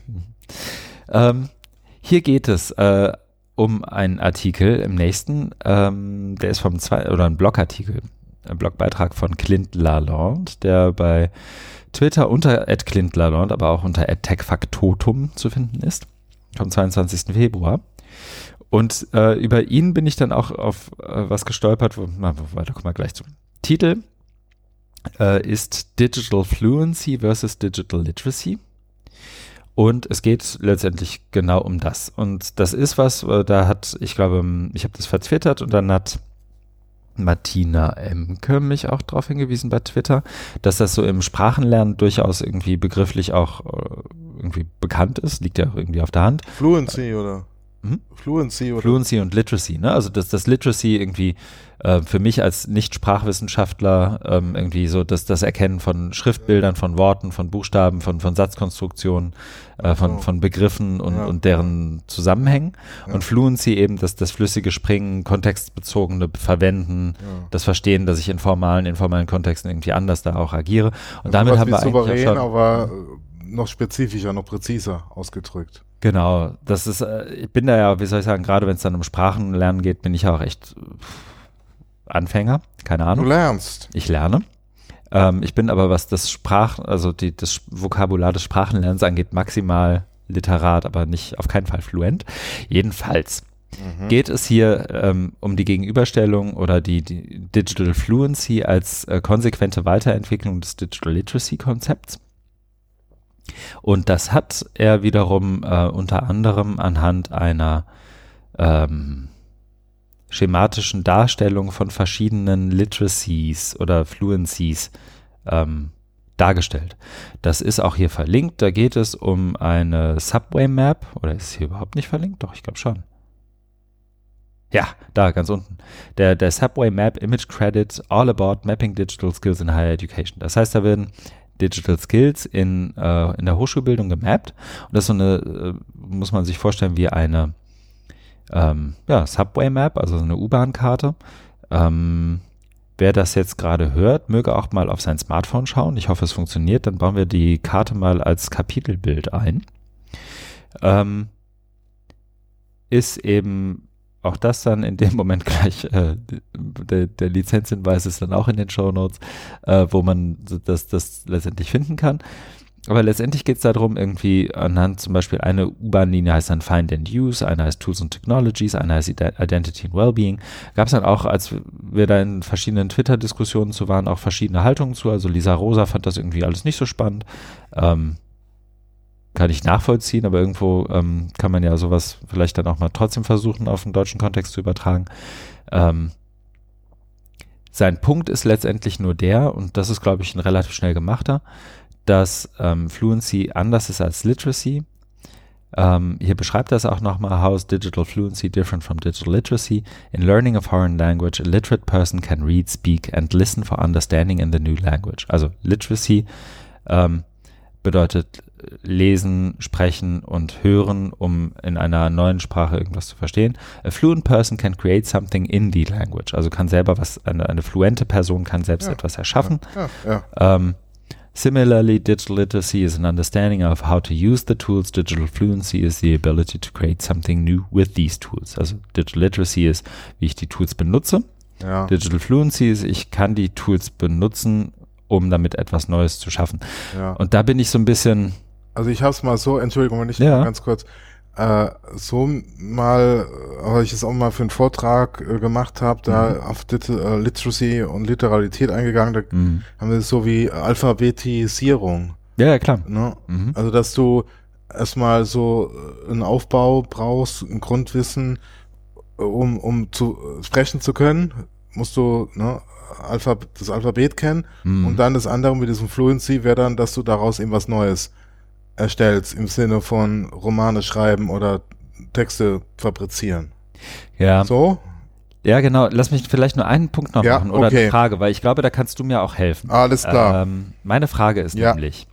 Speaker 1: Ja. Ähm, hier geht es äh, um einen Artikel im nächsten, ähm, der ist vom zwei oder ein Blogartikel, ein Blogbeitrag von Clint Lalonde, der bei Twitter unter at Clint Lalonde, aber auch unter at techfactotum zu finden ist, vom zweiundzwanzigsten Februar. Und äh, über ihn bin ich dann auch auf äh, was gestolpert, wo, na, weiter kommen wir gleich zu. Titel äh, ist Digital Fluency versus Digital Literacy. Und es geht letztendlich genau um das. Und das ist was, äh, da hat, ich glaube, ich habe das vertwittert und dann hat Martina Emke mich auch darauf hingewiesen bei Twitter, dass das so im Sprachenlernen durchaus irgendwie begrifflich auch äh, irgendwie bekannt ist, liegt ja auch irgendwie auf der Hand.
Speaker 2: Fluency oder?
Speaker 1: Mhm.
Speaker 2: Fluency oder?
Speaker 1: Fluency und Literacy, ne? Also dass das Literacy irgendwie äh, für mich als Nicht-Sprachwissenschaftler ähm, irgendwie so das, das Erkennen von Schriftbildern, von Worten, von Buchstaben, von, von Satzkonstruktionen, äh, von,
Speaker 2: Oh.
Speaker 1: von Begriffen und,
Speaker 2: Ja.
Speaker 1: und deren Zusammenhängen.
Speaker 2: Ja.
Speaker 1: Und Fluency eben das, das flüssige Springen, kontextbezogene Verwenden,
Speaker 2: Ja.
Speaker 1: das Verstehen, dass ich in formalen, informellen Kontexten irgendwie anders da auch agiere. Und damit
Speaker 2: Sowas
Speaker 1: haben
Speaker 2: wie
Speaker 1: wir eigentlich
Speaker 2: souverän,
Speaker 1: auch schon,
Speaker 2: aber äh, noch spezifischer, noch präziser ausgedrückt.
Speaker 1: Genau, das ist, äh, ich bin da ja, wie soll ich sagen, gerade wenn es dann um Sprachenlernen geht, bin ich ja auch echt Anfänger, keine Ahnung.
Speaker 2: Du lernst.
Speaker 1: Ich lerne. Ähm, ich bin aber, was das Sprach, also die, das Vokabular des Sprachenlernens angeht, maximal literat, aber nicht, auf keinen Fall fluent. Jedenfalls mhm. geht es hier ähm, um die Gegenüberstellung oder die, die Digital Fluency als äh, konsequente Weiterentwicklung des Digital Literacy Konzepts. Und das hat er wiederum äh, unter anderem anhand einer ähm, schematischen Darstellung von verschiedenen Literacies oder Fluencies ähm, dargestellt. Das ist auch hier verlinkt. Da geht es um eine Subway Map. Oder ist es hier überhaupt nicht verlinkt? Doch, ich glaube schon. Ja, da ganz unten. Der, der Subway Map Image Credit All About Mapping Digital Skills in Higher Education. Das heißt, da werden Digital Skills in, äh, in der Hochschulbildung gemappt. Und das ist so eine, äh, muss man sich vorstellen, wie eine ähm, ja, Subway Map, also so eine U-Bahn-Karte. Ähm, wer das jetzt gerade hört, möge auch mal auf sein Smartphone schauen. Ich hoffe, es funktioniert. Dann bauen wir die Karte mal als Kapitelbild ein. Ähm, ist eben auch das dann in dem Moment gleich, äh, der, der Lizenzhinweis ist dann auch in den Shownotes, äh, wo man das, das letztendlich finden kann. Aber letztendlich geht es darum, irgendwie anhand zum Beispiel eine U-Bahn-Linie heißt dann Find and Use, eine heißt Tools and Technologies, eine heißt Identity and Wellbeing. Gab es dann auch, als wir da in verschiedenen Twitter-Diskussionen zu waren, auch verschiedene Haltungen zu. Also Lisa Rosa fand das irgendwie alles nicht so spannend. Ähm, kann ich nachvollziehen, aber irgendwo ähm, kann man ja sowas vielleicht dann auch mal trotzdem versuchen, auf den deutschen Kontext zu übertragen. Ähm, sein Punkt ist letztendlich nur der, und das ist, glaube ich, ein relativ schnell gemachter, dass ähm, Fluency anders ist als Literacy. Ähm, hier beschreibt das auch nochmal, how is digital fluency different from digital literacy? In learning a foreign language, a literate person can read, speak and listen for understanding in the new language. Also Literacy ähm, bedeutet lesen, sprechen und hören, um in einer neuen Sprache irgendwas zu verstehen. A fluent person can create something in the language. Also kann selber was, eine, eine fluente Person kann selbst
Speaker 2: ja,
Speaker 1: etwas erschaffen.
Speaker 2: Ja, ja, ja.
Speaker 1: Ähm, Similarly, digital literacy is an understanding of how to use the tools. Digital fluency is the ability to create something new with these tools. Also Digital Literacy ist, wie ich die Tools benutze.
Speaker 2: Ja.
Speaker 1: Digital Fluency ist, ich kann die Tools benutzen, um damit etwas Neues zu schaffen.
Speaker 2: Ja.
Speaker 1: Und da bin ich so ein bisschen...
Speaker 2: Also ich habe es mal so, Entschuldigung, wenn ich
Speaker 1: ja.
Speaker 2: mal ganz kurz, äh, so mal, weil ich es auch mal für einen Vortrag äh, gemacht habe, da mhm. auf Digital Literacy und Literalität eingegangen, da mhm. haben wir es so wie Alphabetisierung.
Speaker 1: Ja, ja, klar.
Speaker 2: Ne?
Speaker 1: Mhm.
Speaker 2: Also dass du erstmal so einen Aufbau brauchst, ein Grundwissen, um, um zu sprechen zu können, musst du ne, Alphab- das Alphabet kennen mhm. und dann das andere mit diesem Fluency wäre dann, dass du daraus eben was Neues erstellst, im Sinne von Romane schreiben oder Texte fabrizieren.
Speaker 1: Ja.
Speaker 2: So?
Speaker 1: Ja, genau. Lass mich vielleicht nur einen Punkt noch
Speaker 2: ja,
Speaker 1: machen oder
Speaker 2: okay.
Speaker 1: eine Frage, weil ich glaube, da kannst du mir auch helfen.
Speaker 2: Alles klar.
Speaker 1: Ähm, meine Frage ist
Speaker 2: ja.
Speaker 1: nämlich,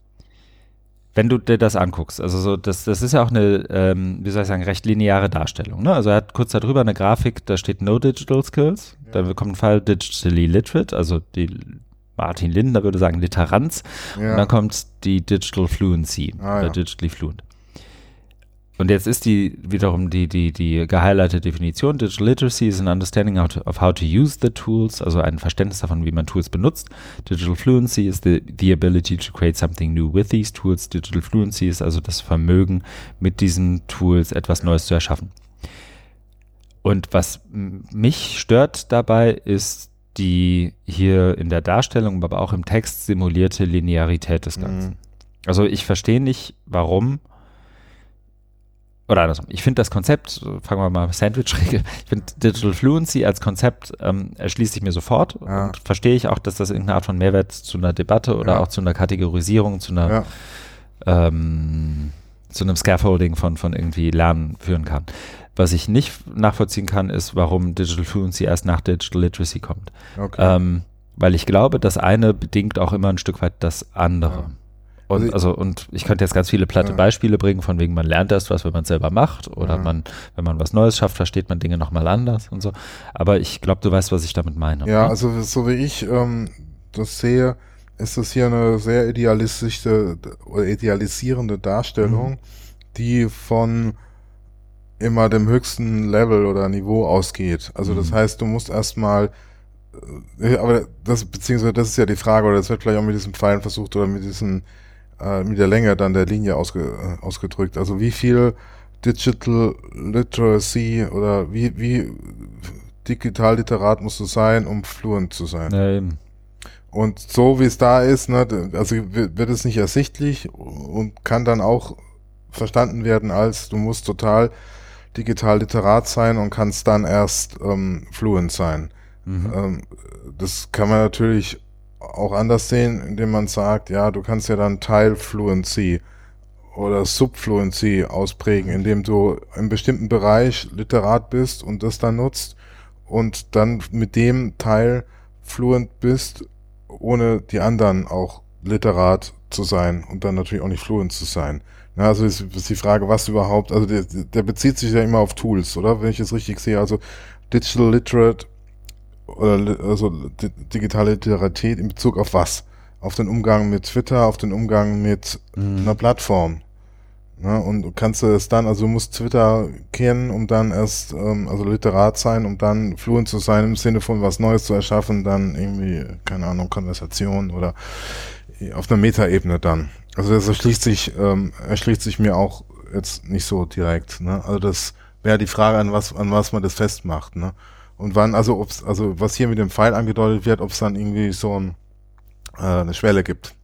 Speaker 1: wenn du dir das anguckst, also so, das, das ist ja auch eine, ähm, wie soll ich sagen, recht lineare Darstellung. Ne? Also er hat kurz darüber eine Grafik, da steht No Digital Skills, ja. da kommt ein Pfeil Digitally Literate, also die Martin Lindner würde sagen Literanz, ja. und dann kommt die Digital Fluency
Speaker 2: ah,
Speaker 1: oder
Speaker 2: ja.
Speaker 1: Digitally Fluent. Und jetzt ist die wiederum die, die, die gehighlightete Definition. Digital Literacy is an understanding of, of how to use the tools, also ein Verständnis davon, wie man Tools benutzt. Digital Fluency is the, the ability to create something new with these tools. Digital Fluency ist also das Vermögen, mit diesen Tools etwas Neues zu erschaffen. Und was mich stört dabei, ist die hier in der Darstellung, aber auch im Text simulierte Linearität des Ganzen. Mhm. Also ich verstehe nicht, warum, oder andersrum, ich finde das Konzept, fangen wir mal Sandwich-Regel, ich finde Digital Fluency als Konzept ähm, erschließt sich mir sofort ja. und verstehe ich auch, dass das irgendeine Art von Mehrwert zu einer Debatte oder ja. auch zu einer Kategorisierung, zu einer ja. ähm, zu einem Scaffolding von, von irgendwie Lernen führen kann. Was ich nicht nachvollziehen kann, ist, warum Digital Fluency erst nach Digital Literacy kommt. Okay. Ähm, weil ich glaube, das eine bedingt auch immer ein Stück weit das andere. Ja. Und, also, ich, also, und ich könnte jetzt ganz viele platte ja. Beispiele bringen, von wegen man lernt erst was, wenn man es selber macht, oder ja. man, wenn man was Neues schafft, versteht man Dinge nochmal anders und so. Aber ich glaube, du weißt, was ich damit meine.
Speaker 2: Ja,
Speaker 1: oder?
Speaker 2: Also so wie ich ähm, das sehe, ist das hier eine sehr idealistische oder idealisierende Darstellung, mhm. die von immer dem höchsten Level oder Niveau ausgeht. Also mhm. das heißt, du musst erstmal, äh, aber das, beziehungsweise das ist ja die Frage, oder das wird vielleicht auch mit diesen Pfeilen versucht oder mit diesen, äh, mit der Länge dann der Linie ausge, äh, ausgedrückt. Also wie viel Digital Literacy oder wie, wie digital literat musst du sein, um fluent zu sein.
Speaker 1: Ja, eben.
Speaker 2: Und so wie es da ist, ne, also wird, wird es nicht ersichtlich und kann dann auch verstanden werden als, du musst total digital literat sein und kannst dann erst ähm, fluent sein. Mhm. Ähm, das kann man natürlich auch anders sehen, indem man sagt, ja, du kannst ja dann Teil-Fluency oder Subfluency ausprägen, indem du im bestimmten Bereich literat bist und das dann nutzt und dann mit dem Teil fluent bist, ohne die anderen auch literat zu sein und dann natürlich auch nicht fluent zu sein. Ja, also ist, ist die Frage, was überhaupt, also der, der bezieht sich ja immer auf Tools, oder? Wenn ich es richtig sehe, also Digital Literate oder also digitale Literatät in Bezug auf was? Auf den Umgang mit Twitter, auf den Umgang mit mhm. einer Plattform. Ja, und kannst du es dann, also du musst Twitter kennen, um dann erst, ähm, also literat sein, um dann fluent zu sein, im Sinne von was Neues zu erschaffen, dann irgendwie, keine Ahnung, Konversation oder auf einer Metaebene dann. Also das erschließt sich, ähm, erschließt sich mir auch jetzt nicht so direkt, ne? Also das wäre die Frage, an was, an was man das festmacht, ne? Und wann, also ob's, also was hier mit dem Pfeil angedeutet wird, ob es dann irgendwie so ein, äh, eine Schwelle gibt.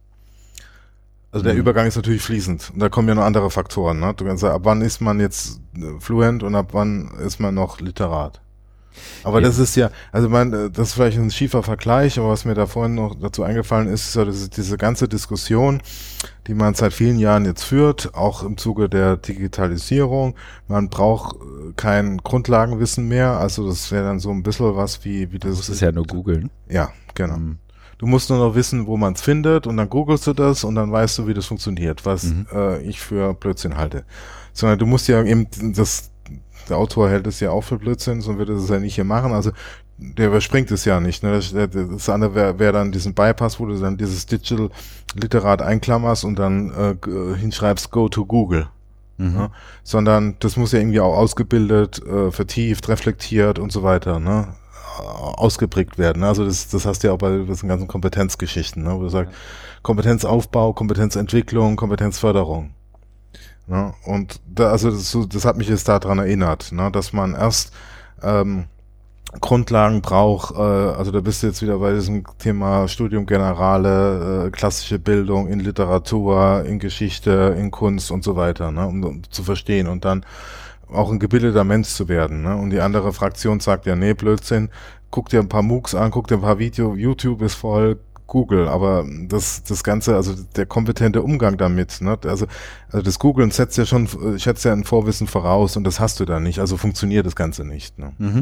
Speaker 2: Also der mhm. Übergang ist natürlich fließend und da kommen ja noch andere Faktoren, ne? Du kannst sagen, ab wann ist man jetzt fluent und ab wann ist man noch literat. Aber ja. das ist ja, also man, das ist vielleicht ein schiefer Vergleich, aber was mir da vorhin noch dazu eingefallen ist, ist ja diese, diese ganze Diskussion, die man seit vielen Jahren jetzt führt, auch im Zuge der Digitalisierung. Man braucht kein Grundlagenwissen mehr, also das wäre dann so ein bisschen was wie, wie das. Du musst
Speaker 1: es ja nur googeln.
Speaker 2: Ja, genau. Mhm. Du musst nur noch wissen, wo man es findet und dann googelst du das und dann weißt du, wie das funktioniert, was mhm. äh, ich für Blödsinn halte. Sondern du musst ja eben das, der Autor hält es ja auch für Blödsinn, sonst würde es ja nicht hier machen. Also der überspringt es ja nicht. Ne? Das, das andere wäre wär dann diesen Bypass, wo du dann dieses Digital Literat einklammerst und dann äh, hinschreibst Go to Google. Mhm. Ne? Sondern das muss ja irgendwie auch ausgebildet, äh, vertieft, reflektiert und so weiter, ne? ausgeprägt werden. Also das, das hast du ja auch bei diesen ganzen Kompetenzgeschichten, ne? Wo du sagst, ja. Kompetenzaufbau, Kompetenzentwicklung, Kompetenzförderung. Ne? Und da, also das, das hat mich jetzt daran erinnert, ne? Dass man erst ähm, Grundlagen braucht, äh, also da bist du jetzt wieder bei diesem Thema Studium Generale, äh, klassische Bildung in Literatur, in Geschichte, in Kunst und so weiter, ne? um, um zu verstehen und dann auch ein gebildeter Mensch zu werden, ne? Und die andere Fraktion sagt ja, nee, Blödsinn, guck dir ein paar MOOCs an, guck dir ein paar Videos, YouTube ist voll, Google, aber das das Ganze, also der kompetente Umgang damit, ne? Also, also das Googlen setzt ja schon, schätzt ja ein Vorwissen voraus und das hast du da nicht, also funktioniert das Ganze nicht, ne?
Speaker 1: Mhm.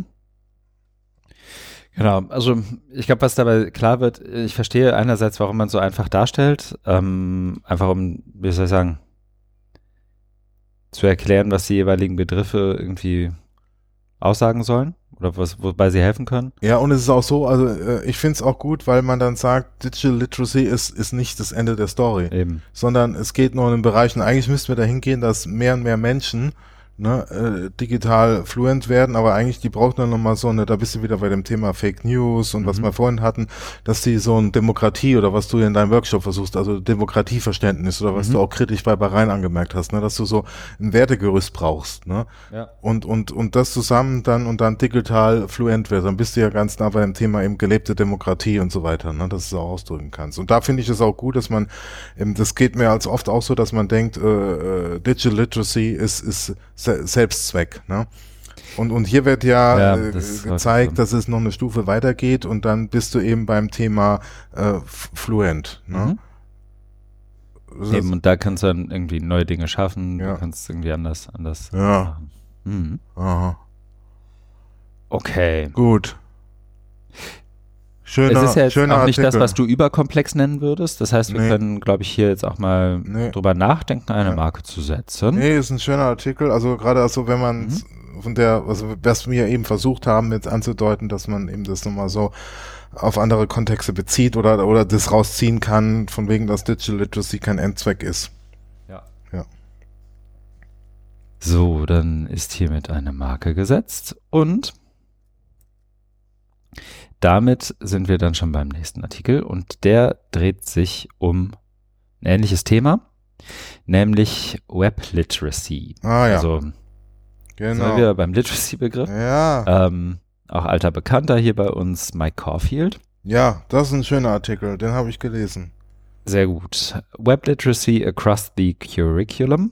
Speaker 1: Genau, also ich glaube, was dabei klar wird, ich verstehe einerseits, warum man so einfach darstellt, ähm, einfach um, wie soll ich sagen, zu erklären, was die jeweiligen Begriffe irgendwie aussagen sollen oder was, wobei sie helfen können.
Speaker 2: Ja, und es ist auch so, also äh, ich finde es auch gut, weil man dann sagt, Digital Literacy ist ist nicht das Ende der Story,
Speaker 1: eben,
Speaker 2: sondern es geht nur in den Bereichen, eigentlich müssten wir dahin gehen, dass mehr und mehr Menschen ne, äh, digital fluent werden, aber eigentlich, die brauchen dann nochmal so eine, da bist du wieder bei dem Thema Fake News und mhm. was wir vorhin hatten, dass die so ein Demokratie oder was du in deinem Workshop versuchst, also Demokratieverständnis oder was mhm. du auch kritisch bei Bahrain angemerkt hast, ne, dass du so ein Wertegerüst brauchst, ne,
Speaker 1: ja.
Speaker 2: und, und, und das zusammen dann und dann digital fluent wird, dann bist du ja ganz nah bei dem Thema eben gelebte Demokratie und so weiter, ne, dass du es auch ausdrücken kannst. Und da finde ich es auch gut, dass man, eben, das geht mir als oft auch so, dass man denkt, äh, Digital Literacy ist, ist Selbstzweck, ne? Und, und hier wird ja, ja äh, das gezeigt, dass es noch eine Stufe weitergeht und dann bist du eben beim Thema äh, fluent, ne?
Speaker 1: Mhm. Eben, und da kannst du dann irgendwie neue Dinge schaffen, ja. Du kannst irgendwie anders, anders
Speaker 2: ja.
Speaker 1: machen. Mhm.
Speaker 2: Aha.
Speaker 1: Okay.
Speaker 2: Gut. Schöner,
Speaker 1: es ist ja jetzt
Speaker 2: schöner
Speaker 1: auch nicht
Speaker 2: Artikel.
Speaker 1: das, was du überkomplex nennen würdest. Das heißt, wir nee. können, glaube ich, hier jetzt auch mal nee. drüber nachdenken, eine ja. Marke zu setzen.
Speaker 2: Nee, ist ein schöner Artikel. Also gerade also, wenn man mhm. von der, also was wir eben versucht haben, jetzt anzudeuten, dass man eben das nochmal so auf andere Kontexte bezieht oder, oder das rausziehen kann, von wegen, dass Digital Literacy kein Endzweck ist.
Speaker 1: Ja.
Speaker 2: Ja.
Speaker 1: So, dann ist hiermit eine Marke gesetzt und damit sind wir dann schon beim nächsten Artikel und der dreht sich um ein ähnliches Thema, nämlich Web Literacy.
Speaker 2: Ah ja,
Speaker 1: also,
Speaker 2: genau.
Speaker 1: Sind wir wieder beim Literacy-Begriff.
Speaker 2: Ja.
Speaker 1: Ähm, auch alter Bekannter hier bei uns, Mike Caulfield.
Speaker 2: Ja, das ist ein schöner Artikel, den habe ich gelesen.
Speaker 1: Sehr gut. Web Literacy Across the Curriculum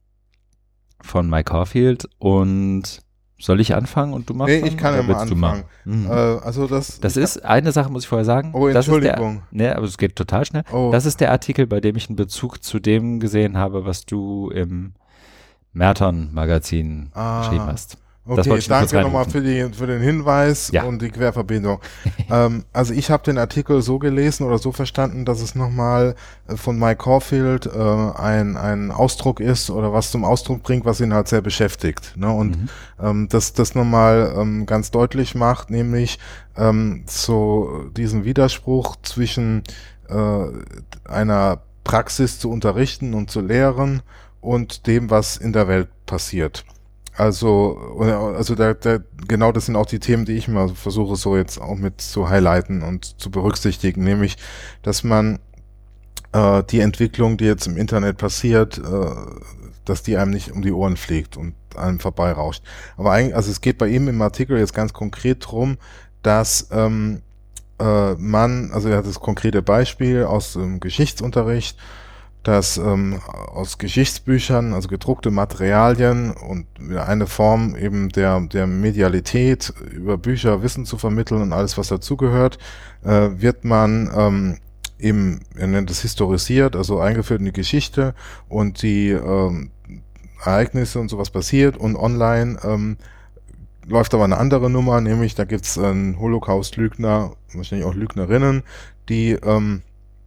Speaker 1: von Mike Caulfield. Und soll ich anfangen und du machst?
Speaker 2: Nee, ich kann ja mal anfangen.
Speaker 1: Mhm.
Speaker 2: Äh, also das
Speaker 1: das ist, eine Sache muss ich vorher sagen.
Speaker 2: Oh,
Speaker 1: Das
Speaker 2: Entschuldigung.
Speaker 1: ist der, ne, aber es geht total schnell.
Speaker 2: Oh.
Speaker 1: Das ist der Artikel, bei dem ich einen Bezug zu dem gesehen habe, was du im Merton-Magazin
Speaker 2: ah.
Speaker 1: geschrieben hast.
Speaker 2: Okay, danke nochmal für, die, für den Hinweis
Speaker 1: ja.
Speaker 2: und die Querverbindung. ähm, also ich habe den Artikel so gelesen oder so verstanden, dass es nochmal äh, von Mike Caulfield äh, ein, ein Ausdruck ist oder was zum Ausdruck bringt, was ihn halt sehr beschäftigt. Ne? Und mhm. ähm, das, das nochmal ähm, ganz deutlich macht, nämlich ähm, so diesen Widerspruch zwischen äh, einer Praxis zu unterrichten und zu lehren und dem, was in der Welt passiert. Also, also da, da, genau das sind auch die Themen, die ich mal versuche so jetzt auch mit zu highlighten und zu berücksichtigen, nämlich, dass man äh, die Entwicklung, die jetzt im Internet passiert, äh, dass die einem nicht um die Ohren fliegt und einem vorbeirauscht. Aber eigentlich, also es geht bei ihm im Artikel jetzt ganz konkret drum, dass ähm, äh, man, also er hat das konkrete Beispiel aus dem Geschichtsunterricht, dass ähm, aus Geschichtsbüchern, also gedruckte Materialien und eine Form eben der der Medialität, über Bücher Wissen zu vermitteln und alles, was dazugehört, äh, wird man ähm, eben, er nennt es historisiert, also eingeführt in die Geschichte und die ähm, Ereignisse und sowas passiert und online ähm, läuft aber eine andere Nummer, nämlich da gibt's einen Holocaust-Lügner, wahrscheinlich auch Lügnerinnen, die ähm,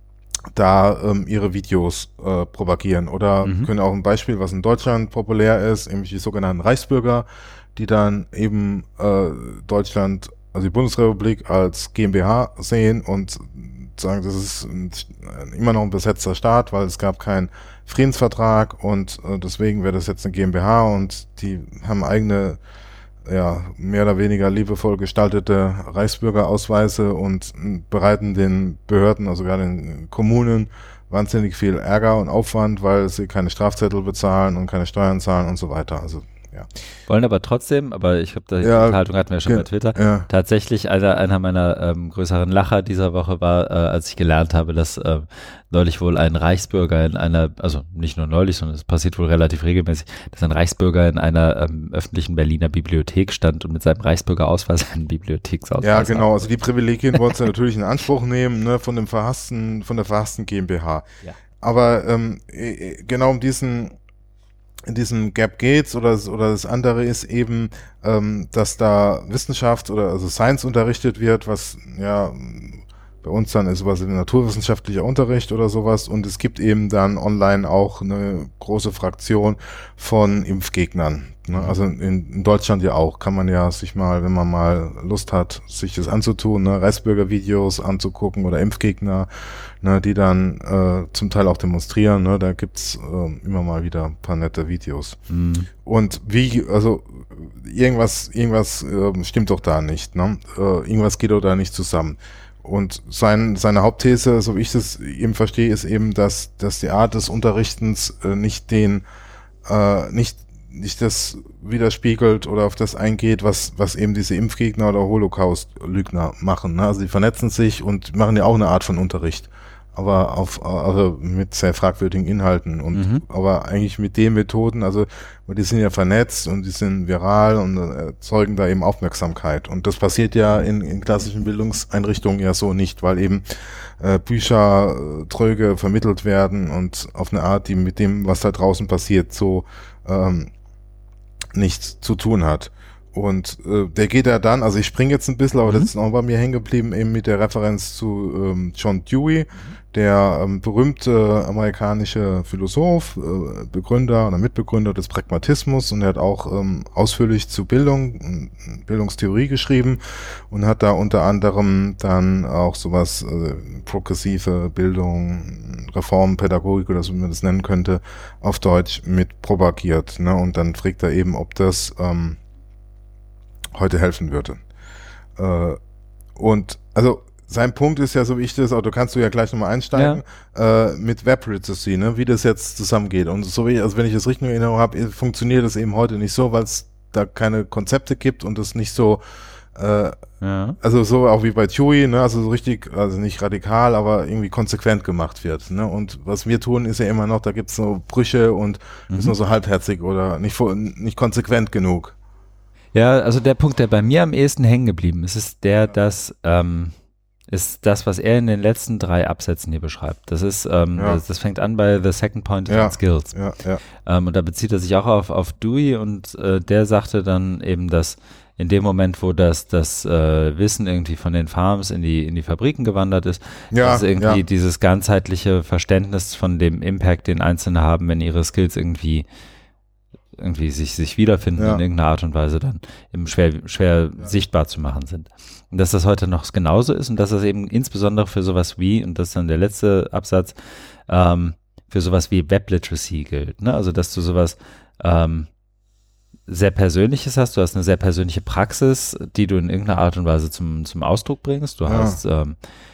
Speaker 2: da ähm, ihre Videos äh, propagieren oder mhm. können auch ein Beispiel, was in Deutschland populär ist, nämlich die sogenannten Reichsbürger, die dann eben äh, Deutschland, also die Bundesrepublik als GmbH sehen und sagen, das ist ein, immer noch ein besetzter Staat, weil es gab keinen Friedensvertrag und äh, deswegen wäre das jetzt eine GmbH und die haben eigene, ja, mehr oder weniger liebevoll gestaltete Reichsbürgerausweise und bereiten den Behörden, also gerade den Kommunen, wahnsinnig viel Ärger und Aufwand, weil sie keine Strafzettel bezahlen und keine Steuern zahlen und so weiter. Also ja.
Speaker 1: Wollen aber trotzdem, aber ich glaube, die
Speaker 2: ja,
Speaker 1: Unterhaltung hatten wir ja schon bei Twitter,
Speaker 2: ja.
Speaker 1: tatsächlich einer, einer meiner ähm, größeren Lacher dieser Woche war, äh, als ich gelernt habe, dass äh, neulich wohl ein Reichsbürger in einer, also nicht nur neulich, sondern es passiert wohl relativ regelmäßig, dass ein Reichsbürger in einer ähm, öffentlichen Berliner Bibliothek stand und mit seinem Reichsbürgerausweis einen Bibliotheksausweis
Speaker 2: Ja, genau,
Speaker 1: hat.
Speaker 2: also die Privilegien wollen sie natürlich in Anspruch nehmen, ne, von dem verhassten, von der verhassten GmbH.
Speaker 1: Ja.
Speaker 2: Aber ähm, genau um diesen in diesem Gap geht's oder das, oder das andere ist eben, ähm, dass da Wissenschaft oder also Science unterrichtet wird, was ja bei uns dann ist sowas wie naturwissenschaftlicher Unterricht oder sowas und es gibt eben dann online auch eine große Fraktion von Impfgegnern. Ne? Also in, in Deutschland ja auch, kann man ja sich mal, wenn man mal Lust hat, sich das anzutun, ne? Reichsbürger-Videos anzugucken oder Impfgegner, ne? Die dann äh, zum Teil auch demonstrieren, ne? Da gibt's äh, immer mal wieder ein paar nette Videos.
Speaker 1: Mhm.
Speaker 2: Und wie, also irgendwas, irgendwas äh, stimmt doch da nicht, ne? Äh, irgendwas geht doch da nicht zusammen. Und sein, seine Hauptthese, so wie ich das eben verstehe, ist eben, dass, dass die Art des Unterrichtens äh, nicht den, äh, nicht, nicht das widerspiegelt oder auf das eingeht, was, was eben diese Impfgegner oder Holocaust-Lügner machen. Ne? Also die vernetzen sich und machen ja auch eine Art von Unterricht. Aber auf, also mit sehr fragwürdigen Inhalten und mhm. aber eigentlich mit den Methoden, also die sind ja vernetzt und die sind viral und erzeugen da eben Aufmerksamkeit. Und das passiert ja in, in klassischen Bildungseinrichtungen ja so nicht, weil eben äh, Bücher äh, tröge vermittelt werden und auf eine Art, die mit dem, was da draußen passiert, so ähm, nichts zu tun hat. und äh, der geht ja dann, also ich springe jetzt ein bisschen, aber
Speaker 1: Mhm.
Speaker 2: das ist auch bei mir hängen geblieben, eben mit der Referenz zu ähm, John Dewey, der ähm, berühmte amerikanische Philosoph, äh, Begründer oder Mitbegründer des Pragmatismus, und er hat auch ähm, ausführlich zu Bildung, äh, Bildungstheorie geschrieben und hat da unter anderem dann auch sowas, äh, progressive Bildung, Reformpädagogik oder so, wie man das nennen könnte, auf Deutsch mit propagiert. Ne? Und dann fragt er eben, ob das ähm, heute helfen würde. Äh, und also sein Punkt ist ja, so wie ich das, auch du kannst du ja gleich nochmal einsteigen, ja. äh, mit Web Literacy, ne, wie das jetzt zusammengeht. Und so wie, also wenn ich das richtig in Erinnerung habe, funktioniert das eben heute nicht so, weil es da keine Konzepte gibt und es nicht so, äh, ja. also so auch wie bei Dewey, ne, also so richtig, also nicht radikal, aber irgendwie konsequent gemacht wird. Ne? Und was wir tun, ist ja immer noch, da gibt's so Brüche und mhm. ist nur so halbherzig oder nicht, nicht konsequent genug.
Speaker 1: Ja, also der Punkt, der bei mir am ehesten hängen geblieben ist, ist der, dass ähm, ist das, was er in den letzten drei Absätzen hier beschreibt. Das ist, ähm, ja. das, das fängt an bei The Second Point
Speaker 2: ja.
Speaker 1: in Skills.
Speaker 2: Ja, ja.
Speaker 1: Ähm, und da bezieht er sich auch auf, auf Dewey und äh, der sagte dann eben, dass in dem Moment, wo das, das äh, Wissen irgendwie von den Farms in die, in die Fabriken gewandert ist,
Speaker 2: ja,
Speaker 1: dass irgendwie
Speaker 2: ja.
Speaker 1: dieses ganzheitliche Verständnis von dem Impact, den Einzelne haben, wenn ihre Skills irgendwie irgendwie sich, sich wiederfinden ja. in irgendeiner Art und Weise dann eben schwer, schwer ja. sichtbar zu machen sind. Und dass das heute noch genauso ist und dass das eben insbesondere für sowas wie, und das ist dann der letzte Absatz, ähm, für sowas wie Web Literacy gilt. Ne? Also dass du sowas ähm, sehr Persönliches hast, du hast eine sehr persönliche Praxis, die du in irgendeiner Art und Weise zum, zum Ausdruck bringst. Du ja. hast ähm,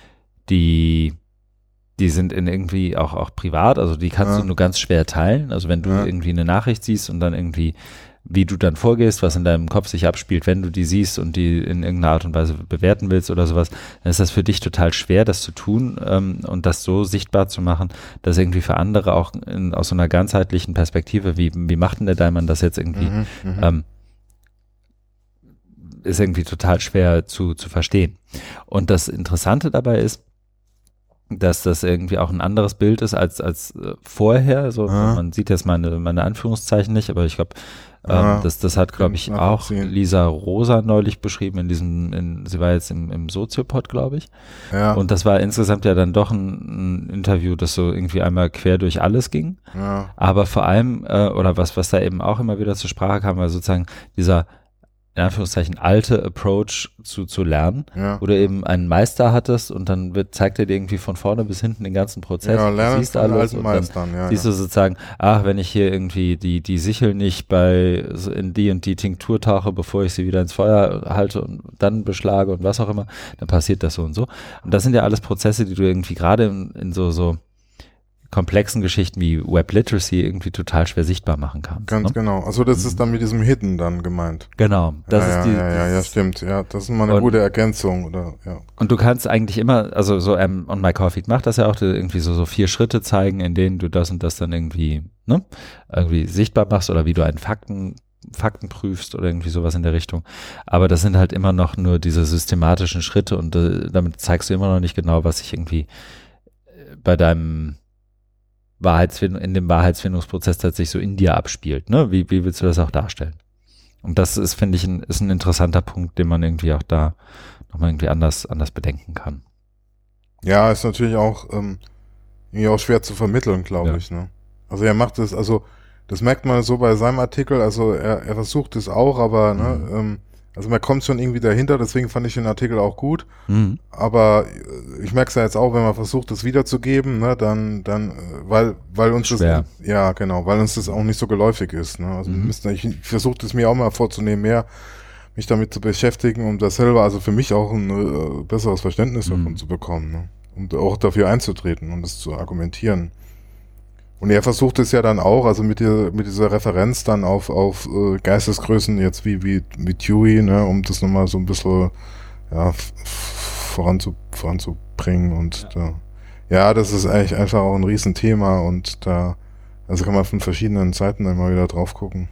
Speaker 1: die Die sind in irgendwie auch, auch privat, also die kannst ja. du nur ganz schwer teilen. Also wenn du ja. irgendwie eine Nachricht siehst und dann irgendwie, wie du dann vorgehst, was in deinem Kopf sich abspielt, wenn du die siehst und die in irgendeiner Art und Weise bewerten willst oder sowas, dann ist das für dich total schwer, das zu tun ähm, und das so sichtbar zu machen, dass irgendwie für andere auch in, aus so einer ganzheitlichen Perspektive, wie, wie macht denn der Daimann das jetzt irgendwie, mhm, ähm, ist irgendwie total schwer zu, zu verstehen. Und das Interessante dabei ist, dass das irgendwie auch ein anderes Bild ist als als äh, vorher. So, ja. Man sieht jetzt meine meine Anführungszeichen nicht, aber ich glaube, ähm, ja. das das hat, glaube ich, auch Lisa Rosa neulich beschrieben in diesem, in, sie war jetzt im, im Soziopod, glaube ich. Ja. Und das war insgesamt ja dann doch ein, ein Interview, das so irgendwie einmal quer durch alles ging. Ja. Aber vor allem, äh, oder was was da eben auch immer wieder zur Sprache kam, war sozusagen dieser in Anführungszeichen alte Approach zu, zu lernen, ja. wo du eben einen Meister hattest und dann wird, zeigt er dir irgendwie von vorne bis hinten den ganzen Prozess.
Speaker 2: Ja, lernen
Speaker 1: du siehst
Speaker 2: von
Speaker 1: alles
Speaker 2: alten
Speaker 1: und
Speaker 2: Meistern,
Speaker 1: dann
Speaker 2: ja,
Speaker 1: siehst
Speaker 2: ja.
Speaker 1: du sozusagen, ach, wenn ich hier irgendwie die, die Sichel nicht bei in die und die Tinktur tauche, bevor ich sie wieder ins Feuer halte und dann beschlage und was auch immer, dann passiert das so und so. Und das sind ja alles Prozesse, die du irgendwie gerade in, in so, so komplexen Geschichten wie Web Literacy irgendwie total schwer sichtbar machen kannst.
Speaker 2: Ganz
Speaker 1: ne?
Speaker 2: genau. Also das ist dann mit diesem Hidden dann gemeint.
Speaker 1: Genau. Das
Speaker 2: ja,
Speaker 1: ist die,
Speaker 2: ja, ja, ja, stimmt. Ja, das ist mal eine
Speaker 1: und,
Speaker 2: gute Ergänzung. Oder, ja.
Speaker 1: Und du kannst eigentlich immer, also so, ähm, und Mike Horfield macht das ja auch, irgendwie so, so vier Schritte zeigen, in denen du das und das dann irgendwie, ne, irgendwie sichtbar machst oder wie du einen Fakten Fakten prüfst oder irgendwie sowas in der Richtung. Aber das sind halt immer noch nur diese systematischen Schritte und äh, damit zeigst du immer noch nicht genau, was sich irgendwie bei deinem Wahrheitsfindung, in dem Wahrheitsfindungsprozess tatsächlich so in dir abspielt. Ne? Wie, wie willst du das auch darstellen? Und das ist, finde ich, ein, ist ein interessanter Punkt, den man irgendwie auch da nochmal irgendwie anders, anders bedenken kann.
Speaker 2: Ja, ist natürlich auch ähm, irgendwie auch schwer zu vermitteln, glaube ja. ich. Ne? Also er macht es, also das merkt man so bei seinem Artikel, also er, er versucht es auch, aber mhm. ne, ähm, also man kommt schon irgendwie dahinter, deswegen fand ich den Artikel auch gut. Mhm. Aber ich merke es ja jetzt auch, wenn man versucht, das wiederzugeben, ne, dann, dann, weil, weil uns
Speaker 1: Schwer.
Speaker 2: das, ja genau, weil uns das auch nicht so geläufig ist. Ne? Also mhm. wir müssen, ich versuche das mir auch mal vorzunehmen, mehr mich damit zu beschäftigen, um das selber, also für mich auch ein äh, besseres Verständnis mhm. davon zu bekommen, ne? Und auch dafür einzutreten und das zu argumentieren. Und er versucht es ja dann auch, also mit, der, mit dieser Referenz dann auf, auf äh, Geistesgrößen jetzt wie, wie, wie Dewey, ne, um das nochmal so ein bisschen ja, voranzu, voranzubringen. Und ja. Da, ja, das ist eigentlich einfach auch ein Riesenthema und da also kann man von verschiedenen Seiten einmal wieder drauf gucken.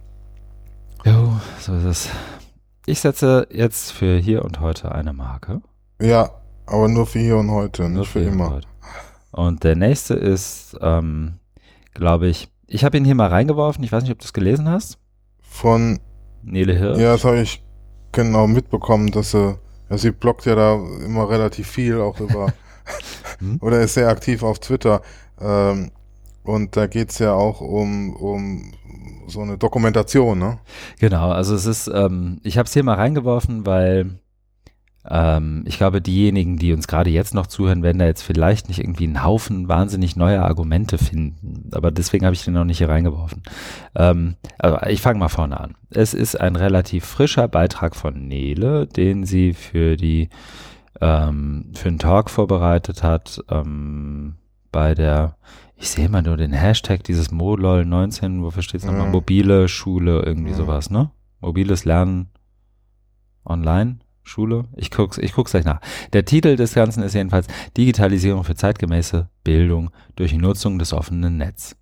Speaker 1: Jo, so ist es. Ich setze jetzt für hier und heute eine Marke.
Speaker 2: Ja, aber nur für hier und heute, nur nicht für, für immer.
Speaker 1: Und, und der nächste ist, ähm, glaube ich, ich habe ihn hier mal reingeworfen, ich weiß nicht, ob du es gelesen hast.
Speaker 2: Von
Speaker 1: Nele Hirsch.
Speaker 2: Ja, das habe ich genau mitbekommen, dass sie, ja, sie bloggt ja da immer relativ viel, auch über, hm? oder ist sehr aktiv auf Twitter. Ähm, und da geht's ja auch um, um so eine Dokumentation, ne?
Speaker 1: Genau, also es ist, ähm, ich habe es hier mal reingeworfen, weil ähm, ich glaube, diejenigen, die uns gerade jetzt noch zuhören, werden da jetzt vielleicht nicht irgendwie einen Haufen wahnsinnig neuer Argumente finden. Aber deswegen habe ich den noch nicht hier reingeworfen. Ähm, aber ich fange mal vorne an. Es ist ein relativ frischer Beitrag von Nele, den sie für die ähm, für einen Talk vorbereitet hat ähm, bei der, ich sehe mal nur den Hashtag, dieses molol neunzehn, wofür steht es nochmal?
Speaker 2: Ja.
Speaker 1: Mobile Schule, irgendwie
Speaker 2: Ja.
Speaker 1: sowas, ne? Mobiles Lernen online. Schule? Ich guck's, ich guck's gleich nach. Der Titel des Ganzen ist jedenfalls Digitalisierung für zeitgemäße Bildung durch die Nutzung des offenen Netzes.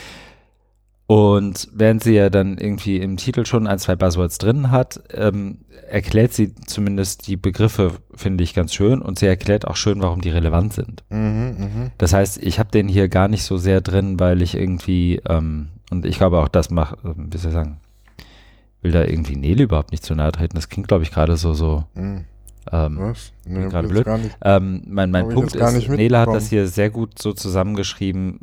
Speaker 1: Und während sie ja dann irgendwie im Titel schon ein, zwei Buzzwords drin hat, ähm, erklärt sie zumindest die Begriffe, finde ich, ganz schön, und sie erklärt auch schön, warum die relevant sind.
Speaker 2: Mhm, mh.
Speaker 1: Das heißt, ich habe den hier gar nicht so sehr drin, weil ich irgendwie, ähm, und ich glaube auch, das macht, wie soll ich sagen, will da irgendwie Nele überhaupt nicht zu nahe treten. Das klingt, glaube ich, gerade so, so
Speaker 2: Mhm.
Speaker 1: ähm,
Speaker 2: Was? Nee,
Speaker 1: gerade
Speaker 2: jetzt
Speaker 1: blöd.
Speaker 2: gar nicht.
Speaker 1: Ähm, mein mein
Speaker 2: Hab ich
Speaker 1: Punkt
Speaker 2: jetzt gar
Speaker 1: ist,
Speaker 2: nicht
Speaker 1: Nele hat
Speaker 2: mitbekommen.
Speaker 1: das hier sehr gut so zusammengeschrieben.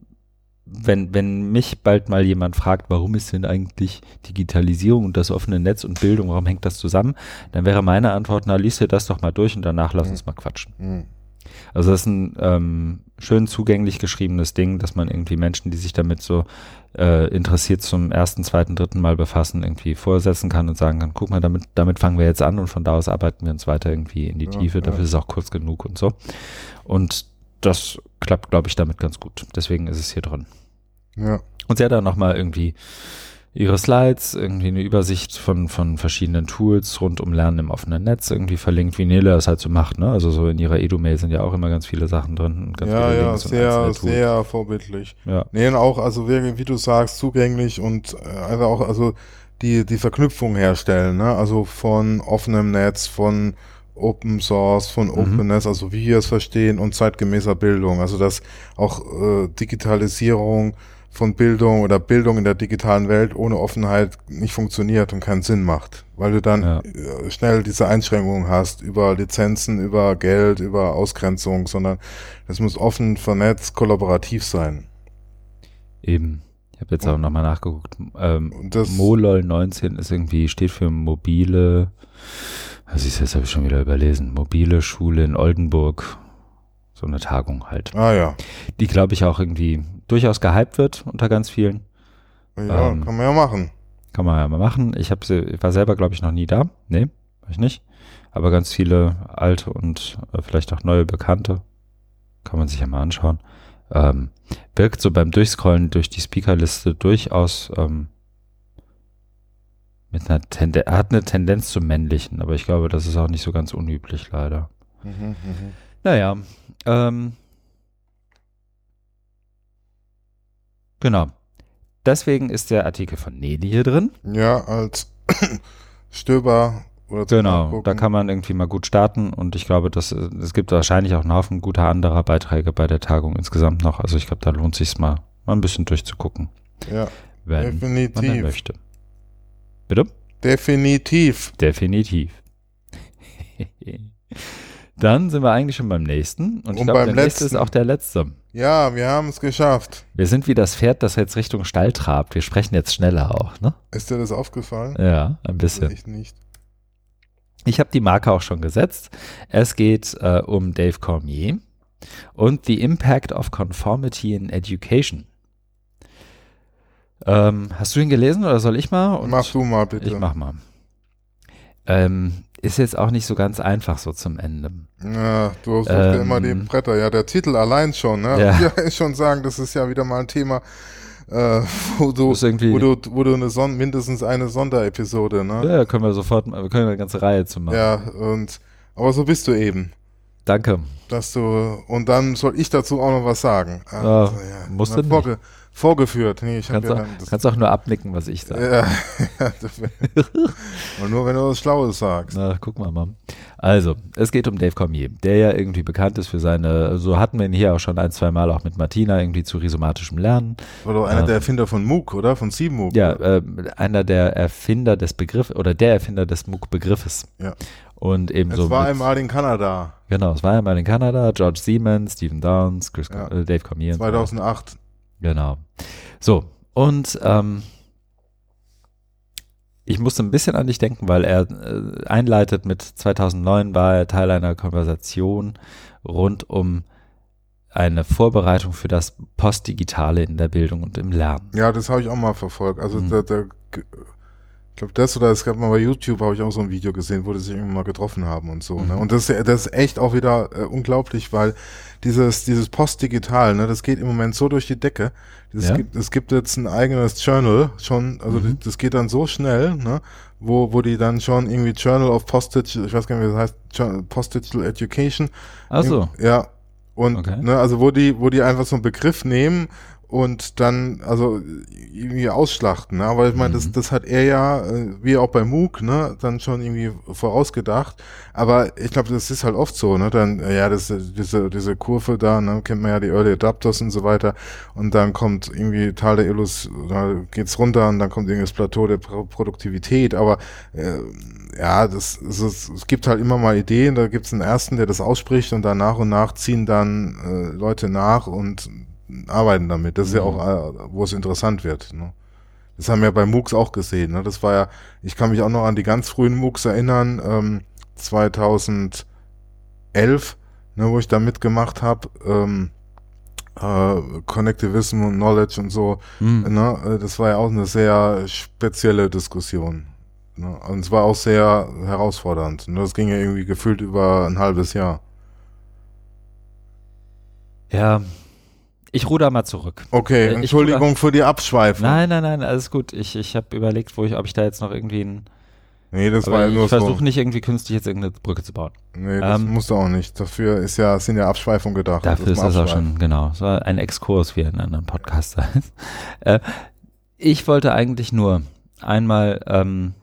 Speaker 1: Wenn, wenn mich bald mal jemand fragt, warum ist denn eigentlich Digitalisierung und das offene Netz und Bildung, warum hängt das zusammen, dann wäre meine Antwort, na, lies dir das doch mal durch und danach lass
Speaker 2: Mhm.
Speaker 1: uns mal quatschen.
Speaker 2: Mhm.
Speaker 1: Also das ist ein ähm, schön zugänglich geschriebenes Ding, dass man irgendwie Menschen, die sich damit so äh, interessiert zum ersten, zweiten, dritten Mal befassen, irgendwie vorsetzen kann und sagen kann, guck mal, damit, damit fangen wir jetzt an und von da aus arbeiten wir uns weiter irgendwie in die
Speaker 2: Ja,
Speaker 1: Tiefe, dafür
Speaker 2: ja.
Speaker 1: ist es auch kurz genug und so. Und das klappt, glaube ich, damit ganz gut. Deswegen ist es hier drin.
Speaker 2: Ja.
Speaker 1: Und sie hat dann nochmal irgendwie ihre Slides, irgendwie eine Übersicht von, von verschiedenen Tools rund um Lernen im offenen Netz irgendwie verlinkt, wie Nele das halt so macht, ne? Also so in ihrer Edu-Mail sind ja auch immer ganz viele Sachen drin. Und ganz
Speaker 2: Ja,
Speaker 1: viele
Speaker 2: ja,
Speaker 1: Links und
Speaker 2: sehr,
Speaker 1: einzelne Tools.
Speaker 2: sehr vorbildlich.
Speaker 1: Ja.
Speaker 2: Nee, und auch, also wie, wie du sagst, zugänglich und äh, also auch, also die, die Verknüpfung herstellen, ne? Also von offenem Netz, von Open Source, von
Speaker 1: Mhm.
Speaker 2: Openness, also wie wir es verstehen, und zeitgemäßer Bildung. Also dass auch äh, Digitalisierung von Bildung oder Bildung in der digitalen Welt ohne Offenheit nicht funktioniert und keinen Sinn macht, weil du dann
Speaker 1: Ja.
Speaker 2: äh, schnell diese Einschränkungen hast über Lizenzen, über Geld, über Ausgrenzung, sondern es muss offen, vernetzt, kollaborativ sein.
Speaker 1: Eben. Ich habe jetzt auch nochmal nachgeguckt. Ähm,
Speaker 2: Und das-
Speaker 1: molol neunzehn ist irgendwie, steht für mobile, also ich jetzt habe ich schon wieder überlesen, mobile Schule in Oldenburg. So eine Tagung halt.
Speaker 2: Ah ja,
Speaker 1: Die, glaube ich, auch irgendwie durchaus gehypt wird unter ganz vielen.
Speaker 2: ja,
Speaker 1: Ähm,
Speaker 2: kann man ja machen.
Speaker 1: Kann man ja mal machen. Ich habe sie, ich war selber, glaube ich, noch nie da. Nee, war ich nicht. Aber ganz viele alte und äh, vielleicht auch neue Bekannte. Kann man sich ja mal anschauen. Ähm, wirkt so beim Durchscrollen durch die Speakerliste durchaus ähm, mit einer Tendenz, er hat eine Tendenz zum Männlichen, aber ich glaube, das ist auch nicht so ganz unüblich, leider.
Speaker 2: Mhm, mhm.
Speaker 1: Naja, ähm, genau. Deswegen ist der Artikel von Nele hier drin.
Speaker 2: Ja, als Stöber oder zum
Speaker 1: Genau,
Speaker 2: Nachgucken.
Speaker 1: da kann man irgendwie mal gut starten und ich glaube, dass äh, es gibt wahrscheinlich auch einen Haufen guter anderer Beiträge bei der Tagung insgesamt noch. Also ich glaube, da lohnt sich mal, mal ein bisschen durchzugucken,
Speaker 2: Ja,
Speaker 1: wenn man dann
Speaker 2: definitiv.
Speaker 1: möchte. Bitte?
Speaker 2: Definitiv.
Speaker 1: Definitiv. Dann sind wir eigentlich schon beim nächsten und ich
Speaker 2: Und
Speaker 1: glaube,
Speaker 2: beim
Speaker 1: der nächste ist
Speaker 2: letzten.
Speaker 1: auch der letzte.
Speaker 2: Ja, wir haben es geschafft.
Speaker 1: Wir sind wie das Pferd, das jetzt Richtung Stall trabt. Wir sprechen jetzt schneller auch, ne?
Speaker 2: Ist dir das aufgefallen?
Speaker 1: Ja, ein bisschen.
Speaker 2: Ich nicht.
Speaker 1: Ich habe die Marke auch schon gesetzt. Es geht äh, um Dave Cormier und The Impact of Conformity in Education. Ähm, hast du ihn gelesen oder soll ich mal? Und
Speaker 2: Mach du mal bitte.
Speaker 1: Ich mach mal. Ähm, ist jetzt auch nicht so ganz einfach so zum Ende.
Speaker 2: Ja, du suchst ja
Speaker 1: Ähm,
Speaker 2: immer die Bretter. Ja, der Titel allein schon, ne?
Speaker 1: Ja.
Speaker 2: Ja, ich schon sagen, das ist ja wieder mal ein Thema, äh, wo du,
Speaker 1: Das ist irgendwie-
Speaker 2: wo du, wo du eine Son mindestens eine Sonderepisode, ne?
Speaker 1: Ja, können wir sofort, wir können eine ganze Reihe zu machen.
Speaker 2: Ja, und aber so bist du eben.
Speaker 1: Danke.
Speaker 2: Dass du, und dann soll ich dazu auch noch was sagen.
Speaker 1: Also, ja, musst du
Speaker 2: vorge, vorgeführt. Nee, ich
Speaker 1: kannst,
Speaker 2: ja
Speaker 1: auch,
Speaker 2: dann das,
Speaker 1: kannst auch nur abnicken, was ich sage.
Speaker 2: Ja, und nur wenn du was Schlaues sagst.
Speaker 1: Na, guck mal, Mann. Also, es geht um Dave Cormier, der ja irgendwie bekannt ist für seine, so hatten wir ihn hier auch schon ein, zwei Mal auch mit Martina, irgendwie zu rhizomatischem Lernen.
Speaker 2: War doch einer
Speaker 1: ähm,
Speaker 2: der Erfinder von MOOC, oder? Von C-MOOC.
Speaker 1: Ja, äh, einer der Erfinder des Begriffs, oder der Erfinder des MOOC-Begriffes.
Speaker 2: Ja.
Speaker 1: Und eben
Speaker 2: es
Speaker 1: so
Speaker 2: war
Speaker 1: mit,
Speaker 2: einmal in Kanada.
Speaker 1: Genau, es war einmal in Kanada, George Siemens, Stephen Downes, Chris,
Speaker 2: Ja.
Speaker 1: äh, Dave Cormier.
Speaker 2: zweitausendacht.
Speaker 1: Genau. So, und ähm, ich musste ein bisschen an dich denken, weil er äh, einleitet mit zweitausendneun war er Teil einer Konversation rund um eine Vorbereitung für das Postdigitale in der Bildung und im Lernen.
Speaker 2: Ja, das habe ich auch mal verfolgt. Also
Speaker 1: Mhm.
Speaker 2: da, da, ich glaube, das oder es gab mal bei YouTube, habe ich auch so ein Video gesehen, wo die sich irgendwie mal getroffen haben und so.
Speaker 1: Mhm.
Speaker 2: Ne? Und das, das ist echt auch wieder äh, unglaublich, weil dieses dieses Postdigital, ne, das geht im Moment so durch die Decke. Es
Speaker 1: Ja.
Speaker 2: gibt es gibt jetzt ein eigenes Journal schon, also
Speaker 1: Mhm.
Speaker 2: das geht dann so schnell, ne, wo wo die dann schon irgendwie Journal of Post-Digital, ich weiß gar nicht, wie das heißt, Journal- Post-Digital Education.
Speaker 1: Ach so.
Speaker 2: Ja. Und
Speaker 1: Okay.
Speaker 2: ne, also wo die wo die einfach so einen Begriff nehmen und dann also irgendwie ausschlachten, ne? Aber ich meine, das
Speaker 1: Mhm.
Speaker 2: das hat er ja, äh, wie auch bei MOOC, ne, dann schon irgendwie vorausgedacht. Aber ich glaube, das ist halt oft so, ne? Dann, äh, ja, das diese diese Kurve da, ne, kennt man ja die Early Adapters und so weiter. Und dann kommt irgendwie Tal der Illus, da geht's runter und dann kommt irgendwie das Plateau der Pro- Produktivität. Aber äh, ja, das, es, ist, es gibt halt immer mal Ideen. Da gibt's einen ersten, der das ausspricht und dann nach und nach ziehen dann äh, Leute nach und arbeiten damit. Das ist
Speaker 1: Mhm.
Speaker 2: ja auch, äh, wo es interessant wird. Ne? Das haben wir bei MOOCs auch gesehen. Ne? Das war ja, ich kann mich auch noch an die ganz frühen MOOCs erinnern, ähm, zweitausendelf, ne, wo ich da mitgemacht habe, ähm, äh, Connectivism und Knowledge und so.
Speaker 1: Mhm.
Speaker 2: Ne? Das war ja auch eine sehr spezielle Diskussion. Ne? Und es war auch sehr herausfordernd. Ne? Das ging ja irgendwie gefühlt über ein halbes Jahr.
Speaker 1: Ja, ich ruder mal zurück.
Speaker 2: Okay,
Speaker 1: Äh, ich
Speaker 2: Entschuldigung für die Abschweifung.
Speaker 1: Nein, nein, nein, alles gut. Ich, ich habe überlegt, wo ich, ob ich da jetzt noch irgendwie ein,
Speaker 2: Nee, das
Speaker 1: aber
Speaker 2: war ja
Speaker 1: ich
Speaker 2: nur so.
Speaker 1: versuche nicht irgendwie künstlich jetzt irgendeine Brücke zu bauen.
Speaker 2: Nee, das
Speaker 1: Ähm,
Speaker 2: musst du auch nicht. Dafür ist ja, sind ja Abschweifungen gedacht.
Speaker 1: Dafür ist
Speaker 2: man
Speaker 1: das auch
Speaker 2: abschweift.
Speaker 1: schon, genau, so ein Exkurs, wie er in anderen Podcasts heißt. Äh, ich wollte eigentlich nur einmal, ähm,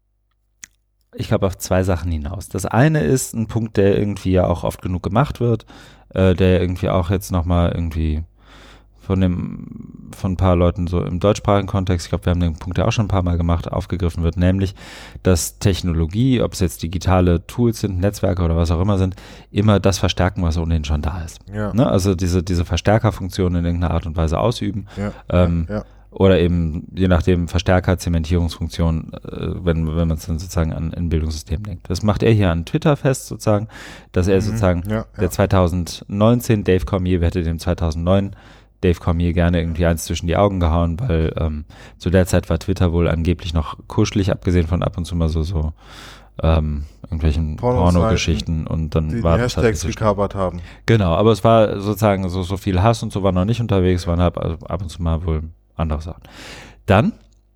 Speaker 1: ich glaube, auf zwei Sachen hinaus. Das eine ist ein Punkt, der irgendwie ja auch oft genug gemacht wird, äh, der irgendwie auch jetzt nochmal irgendwie von dem, von ein paar Leuten so im deutschsprachigen Kontext, ich glaube, wir haben den Punkt ja auch schon ein paar Mal gemacht, aufgegriffen wird, nämlich, dass Technologie, ob es jetzt digitale Tools sind, Netzwerke oder was auch immer sind, immer das verstärken, was ohnehin schon da ist.
Speaker 2: Ja.
Speaker 1: Ne? Also diese, diese Verstärkerfunktion in irgendeiner Art und Weise ausüben.
Speaker 2: Ja,
Speaker 1: Ähm,
Speaker 2: ja, ja.
Speaker 1: Oder eben, je nachdem, Verstärker, Zementierungsfunktion, äh, wenn, wenn man es dann sozusagen an ein Bildungssystem denkt. Das macht er hier an Twitter fest, sozusagen, dass er
Speaker 2: Mhm,
Speaker 1: sozusagen
Speaker 2: ja,
Speaker 1: der
Speaker 2: ja.
Speaker 1: zweitausendneunzehn Dave Cormier, wer hätte dem zweitausendneun Dave Cormier gerne irgendwie eins zwischen die Augen gehauen, weil ähm, zu der Zeit war Twitter wohl angeblich noch kuschelig, abgesehen von ab und zu mal so, so ähm, irgendwelchen
Speaker 2: Pornoseiten,
Speaker 1: Pornogeschichten und dann
Speaker 2: Die, die
Speaker 1: war das halt
Speaker 2: Hashtags
Speaker 1: ein bisschen-
Speaker 2: gecovert haben.
Speaker 1: Genau, aber es war sozusagen so, so viel Hass und so war noch nicht unterwegs, waren halt ab und zu mal wohl andere Sachen. Dann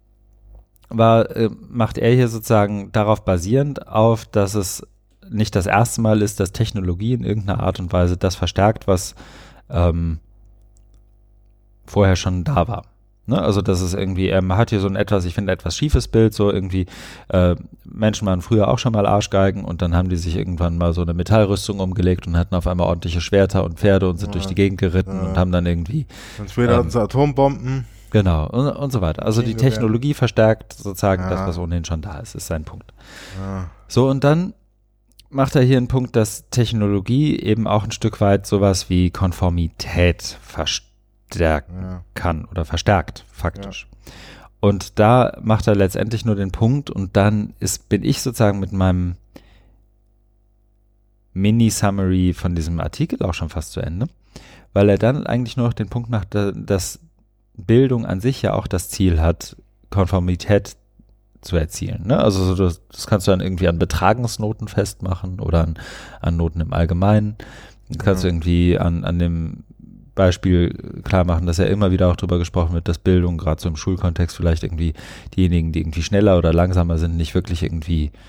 Speaker 1: war, äh, macht er hier sozusagen darauf basierend auf, dass es nicht das erste Mal ist, dass Technologie in irgendeiner Art und Weise das verstärkt, was ähm, vorher schon da war. Ne? Also das ist irgendwie, er hat hier so ein etwas, ich finde, etwas schiefes Bild, so irgendwie, äh, Menschen waren früher auch schon mal Arschgeigen und dann haben die sich irgendwann mal so eine Metallrüstung umgelegt und hatten auf einmal ordentliche Schwerter und Pferde und sind
Speaker 2: Ja.
Speaker 1: durch die Gegend geritten
Speaker 2: Ja.
Speaker 1: und haben dann irgendwie,
Speaker 2: Und später
Speaker 1: Ähm,
Speaker 2: hatten sie Atombomben.
Speaker 1: genau, und, und so weiter. Also die
Speaker 2: Maschinengewehr.
Speaker 1: Technologie verstärkt sozusagen
Speaker 2: Ja.
Speaker 1: das, was ohnehin schon da ist, ist sein Punkt.
Speaker 2: Ja.
Speaker 1: So, und dann macht er hier einen Punkt, dass Technologie eben auch ein Stück weit sowas wie Konformität verstärken
Speaker 2: Ja.
Speaker 1: kann oder verstärkt, faktisch. Und da macht er letztendlich nur den Punkt und dann ist, bin ich sozusagen mit meinem Mini-Summary von diesem Artikel auch schon fast zu Ende, weil er dann eigentlich nur noch den Punkt macht, da- dass Bildung an sich ja auch das Ziel hat, Konformität zu erzielen. Ne? Also so das, das kannst du dann irgendwie an Betragensnoten festmachen oder an, an Noten im Allgemeinen. Das kannst
Speaker 2: Ja.
Speaker 1: du irgendwie an, an dem Beispiel klar machen, dass ja immer wieder auch drüber gesprochen wird, dass Bildung, gerade so im Schulkontext, vielleicht irgendwie diejenigen, die irgendwie schneller oder langsamer sind, nicht wirklich irgendwie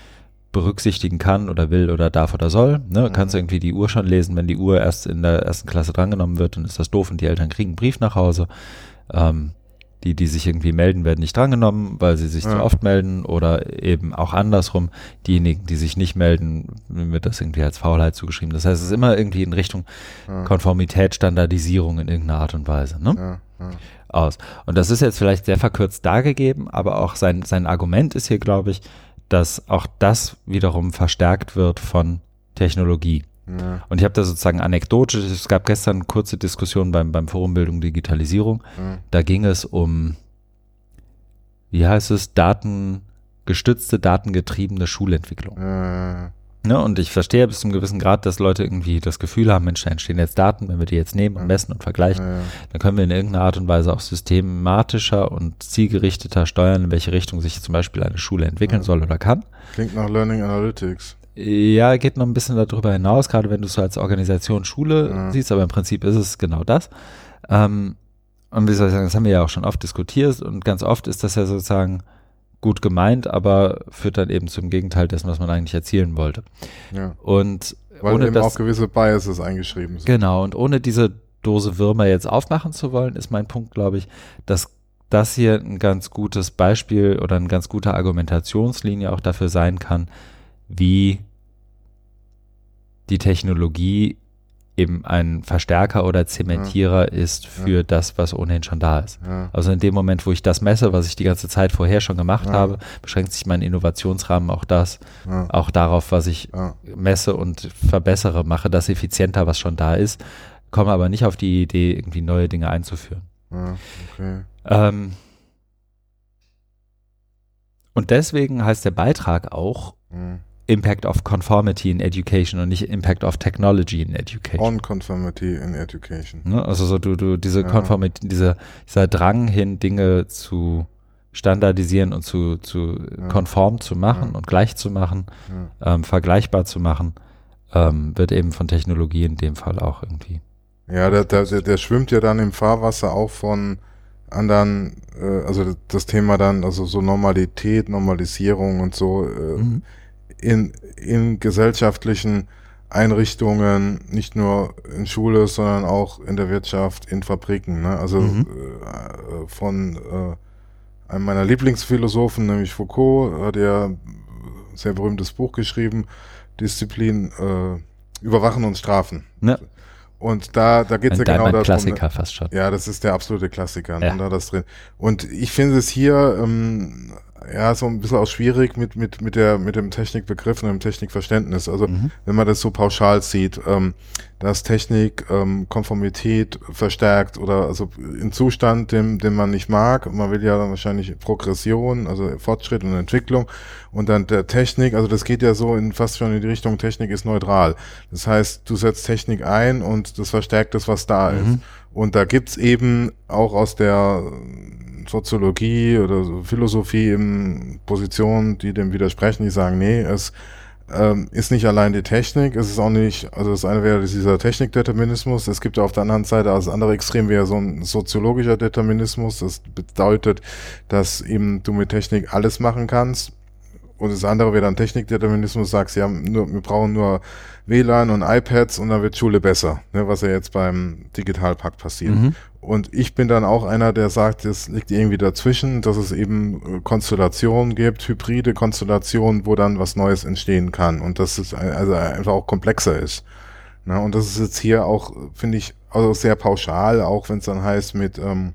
Speaker 1: berücksichtigen kann oder will oder darf oder soll. Ne?
Speaker 2: Mhm.
Speaker 1: Kannst du irgendwie die Uhr schon lesen, wenn die Uhr erst in der ersten Klasse drangenommen wird, dann ist das doof und die Eltern kriegen einen Brief nach Hause. Ähm, die, die sich irgendwie melden, werden nicht drangenommen, weil sie sich
Speaker 2: Ja.
Speaker 1: zu oft melden oder eben auch andersrum. Diejenigen, die sich nicht melden, wird das irgendwie als Faulheit zugeschrieben. Das heißt, es ist immer irgendwie in Richtung
Speaker 2: Ja.
Speaker 1: Konformität, Standardisierung in irgendeiner Art und Weise. Ne?
Speaker 2: Ja, ja.
Speaker 1: Aus. Und das ist jetzt vielleicht sehr verkürzt dargegeben, aber auch sein, sein Argument ist hier, glaube ich, dass auch das wiederum verstärkt wird von Technologie.
Speaker 2: Ja.
Speaker 1: Und ich habe da sozusagen anekdotisch, es gab gestern eine kurze Diskussion beim, beim Forum Bildung Digitalisierung,
Speaker 2: Ja.
Speaker 1: da ging es um, wie heißt es, datengestützte, datengetriebene Schulentwicklung.
Speaker 2: Ja.
Speaker 1: Ne, und ich verstehe bis zu einem gewissen Grad, dass Leute irgendwie das Gefühl haben, Mensch, da entstehen jetzt Daten, wenn wir die jetzt nehmen und messen und vergleichen,
Speaker 2: Ja.
Speaker 1: dann können wir in irgendeiner Art und Weise auch systematischer und zielgerichteter steuern, in welche Richtung sich zum Beispiel eine Schule entwickeln
Speaker 2: Ja.
Speaker 1: soll oder kann.
Speaker 2: Klingt nach Learning Analytics.
Speaker 1: Ja, geht noch ein bisschen darüber hinaus, gerade wenn du es so als Organisation Schule
Speaker 2: Ja.
Speaker 1: siehst, aber im Prinzip ist es genau das. Ähm, und wie soll ich sagen, das haben wir ja auch schon oft diskutiert und ganz oft ist das ja sozusagen gut gemeint, aber führt dann eben zum Gegenteil dessen, was man eigentlich erzielen wollte.
Speaker 2: Ja.
Speaker 1: Und
Speaker 2: Weil
Speaker 1: ohne
Speaker 2: eben
Speaker 1: das,
Speaker 2: auch gewisse Biases eingeschrieben sind.
Speaker 1: genau, und ohne diese Dose Würmer jetzt aufmachen zu wollen, ist mein Punkt, glaube ich, dass das hier ein ganz gutes Beispiel oder eine ganz gute Argumentationslinie auch dafür sein kann, wie die Technologie eben ein Verstärker oder Zementierer ist für
Speaker 2: Ja.
Speaker 1: das, was ohnehin schon da ist.
Speaker 2: Ja.
Speaker 1: Also in dem Moment, wo ich das messe, was ich die ganze Zeit vorher schon gemacht
Speaker 2: Ja.
Speaker 1: habe, beschränkt sich mein Innovationsrahmen auch das,
Speaker 2: Ja.
Speaker 1: auch darauf, was ich
Speaker 2: Ja.
Speaker 1: messe und verbessere, mache das effizienter, was schon da ist, komme aber nicht auf die Idee, irgendwie neue Dinge einzuführen.
Speaker 2: Ja. Okay.
Speaker 1: Ähm, und deswegen heißt der Beitrag auch
Speaker 2: Mhm.
Speaker 1: Impact of Conformity in Education und nicht Impact of Technology in Education.
Speaker 2: On Conformity in Education.
Speaker 1: Ne? Also so du, du diese
Speaker 2: Ja.
Speaker 1: Konformität, dieser, dieser Drang hin, Dinge zu standardisieren und zu, zu
Speaker 2: Ja.
Speaker 1: konform zu machen
Speaker 2: Ja.
Speaker 1: und gleich zu machen,
Speaker 2: Ja.
Speaker 1: ähm, vergleichbar zu machen, ähm, wird eben von Technologie in dem Fall auch irgendwie.
Speaker 2: Ja, der, der, der, der schwimmt ja dann im Fahrwasser auch von anderen, äh, also das Thema dann, also so Normalität, Normalisierung und so äh,
Speaker 1: Mhm.
Speaker 2: in, in gesellschaftlichen Einrichtungen, nicht nur in Schule, sondern auch in der Wirtschaft, in Fabriken. Ne? Also
Speaker 1: Mhm.
Speaker 2: äh, von äh, einem meiner Lieblingsphilosophen, nämlich Foucault, hat ja ein sehr berühmtes Buch geschrieben, Disziplin, äh, Überwachen und Strafen.
Speaker 1: Ne?
Speaker 2: Und da, da geht es ja
Speaker 1: Ein
Speaker 2: genau darum.
Speaker 1: Klassiker fast schon.
Speaker 2: Ja, das ist der absolute Klassiker.
Speaker 1: Ja.
Speaker 2: Und da das drin. Und ich finde es hier ähm, ja so ein bisschen auch schwierig mit mit mit der mit dem Technikbegriff und dem Technikverständnis. Also
Speaker 1: Mhm.
Speaker 2: wenn man das so pauschal sieht, ähm, dass Technik ähm, Konformität verstärkt oder also in Zustand, den den man nicht mag. Man will ja dann wahrscheinlich Progression, also Fortschritt und Entwicklung. Und dann der Technik, also das geht ja so in fast schon in die Richtung, Technik ist neutral. Das heißt, du setzt Technik ein und das verstärkt das, was da ist.
Speaker 1: Mhm.
Speaker 2: Und da gibt's eben auch aus der Soziologie oder so Philosophie eben Positionen, die dem widersprechen, die sagen, nee, es ähm, ist nicht allein die Technik, es ist auch nicht, also das eine wäre dieser Technikdeterminismus, es gibt ja auf der anderen Seite, also das andere Extrem wäre so ein soziologischer Determinismus, das bedeutet, dass eben du mit Technik alles machen kannst. Und das andere wäre dann Technikdeterminismus, sagst, ja, nur, wir brauchen nur W L A N und iPads und dann wird Schule besser, ne, was ja jetzt beim Digitalpakt passiert.
Speaker 1: Mhm.
Speaker 2: Und ich bin dann auch einer, der sagt, es liegt irgendwie dazwischen, dass es eben äh, Konstellationen gibt, hybride Konstellationen, wo dann was Neues entstehen kann und dass es ein- also einfach auch komplexer ist. Na, und das ist jetzt hier auch, finde ich, also sehr pauschal, auch wenn es dann heißt mit ähm,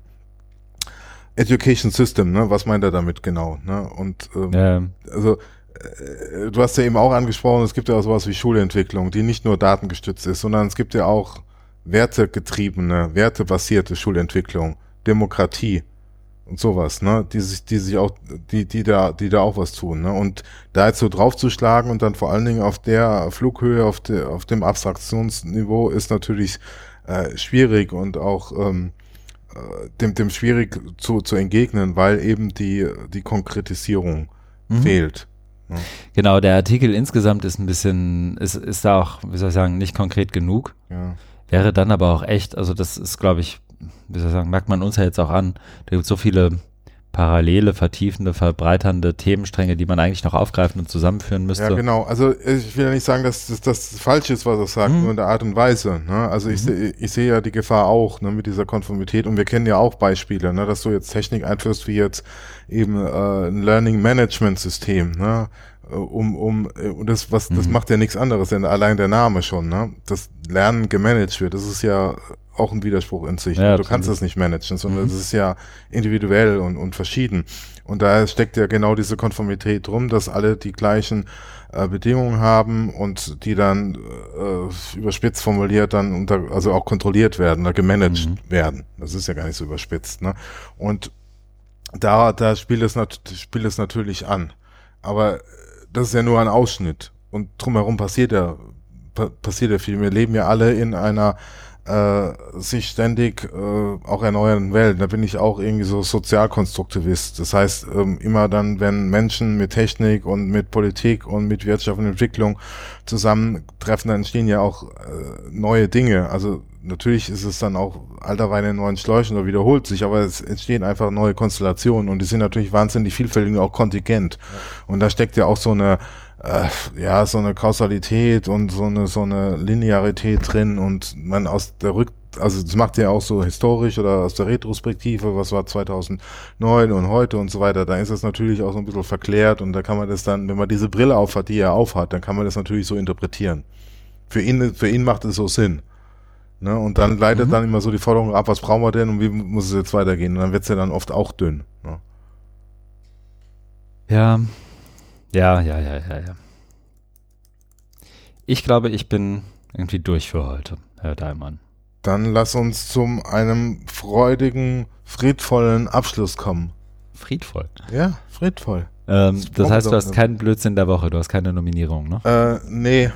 Speaker 2: Education System, ne? Was meint er damit genau? Ne? Und ähm,
Speaker 1: Ja.
Speaker 2: also äh, du hast ja eben auch angesprochen, es gibt ja auch sowas wie Schulentwicklung, die nicht nur datengestützt ist, sondern es gibt ja auch wertegetriebene, wertebasierte Schulentwicklung, Demokratie und sowas, ne, die sich, die sich auch, die, die da, die da auch was tun, ne, und da jetzt so draufzuschlagen und dann vor allen Dingen auf der Flughöhe, auf der, auf dem Abstraktionsniveau ist natürlich äh, schwierig und auch ähm, äh, dem, dem schwierig zu, zu entgegnen, weil eben die, die Konkretisierung
Speaker 1: Mhm.
Speaker 2: fehlt.
Speaker 1: Genau, der Artikel insgesamt ist ein bisschen, ist, ist da auch, wie soll ich sagen, nicht konkret genug.
Speaker 2: Ja.
Speaker 1: Wäre dann aber auch echt, also das ist, glaube ich, wie soll ich sagen, merkt man uns ja jetzt auch an, da gibt es so viele parallele, vertiefende, verbreiternde Themenstränge, die man eigentlich noch aufgreifen und zusammenführen müsste.
Speaker 2: Ja, genau. Also ich will ja nicht sagen, dass das, das falsch ist, was er sagt, mhm. nur in der Art und Weise. Ne? Also mhm. ich, se, ich sehe ja die Gefahr auch, ne, mit dieser Konformität, und wir kennen ja auch Beispiele, ne, dass du jetzt Technik einführst, wie jetzt eben äh, ein Learning Management System, ne? um um und das was das mhm. macht ja nichts anderes, denn allein der Name schon, ne? Das Lernen gemanagt wird, das ist ja auch ein Widerspruch in sich. Ja, du kannst das nicht managen, sondern mhm. das ist ja individuell und und verschieden. Und da steckt ja genau diese Konformität drum, dass alle die gleichen äh, Bedingungen haben und die dann äh, überspitzt formuliert dann unter, also auch kontrolliert werden oder gemanagt mhm. werden. Das ist ja gar nicht so überspitzt, ne? Und da da spielt es nat- spielt es natürlich an. Aber das ist ja nur ein Ausschnitt, und drumherum passiert ja pa- passiert ja viel. Wir leben ja alle in einer äh, sich ständig äh, auch erneuernden Welt. Da bin ich auch irgendwie so Sozialkonstruktivist. Das heißt, ähm, immer dann, wenn Menschen mit Technik und mit Politik und mit Wirtschaft und Entwicklung zusammentreffen, dann entstehen ja auch äh, neue Dinge. Also natürlich ist es dann auch alter Wein in neuen Schläuchen oder wiederholt sich, aber es entstehen einfach neue Konstellationen, und die sind natürlich wahnsinnig vielfältig und auch kontingent. Ja. Und da steckt ja auch so eine äh, ja, so eine Kausalität und so eine so eine Linearität drin, und man aus der Rück also das macht ja auch so historisch oder aus der Retrospektive, was war zweitausendneun und heute und so weiter, da ist es natürlich auch so ein bisschen verklärt, und da kann man das dann, wenn man diese Brille aufhat, die er aufhat, dann kann man das natürlich so interpretieren. Für ihn, für ihn macht es so Sinn. Ne? Und dann leitet mhm. dann immer so die Forderung ab, was brauchen wir denn und wie muss es jetzt weitergehen? Und dann wird es ja dann oft auch dünn. Ne?
Speaker 1: Ja, ja, ja, ja, ja, ja. Ich glaube, ich bin irgendwie durch für heute, Herr Daimann.
Speaker 2: Dann lass uns zum einem freudigen, friedvollen Abschluss kommen.
Speaker 1: Friedvoll?
Speaker 2: Ja, friedvoll.
Speaker 1: Ähm, das, das heißt, du hast keinen Blödsinn der Woche, du hast keine Nominierung, ne?
Speaker 2: Äh, nee.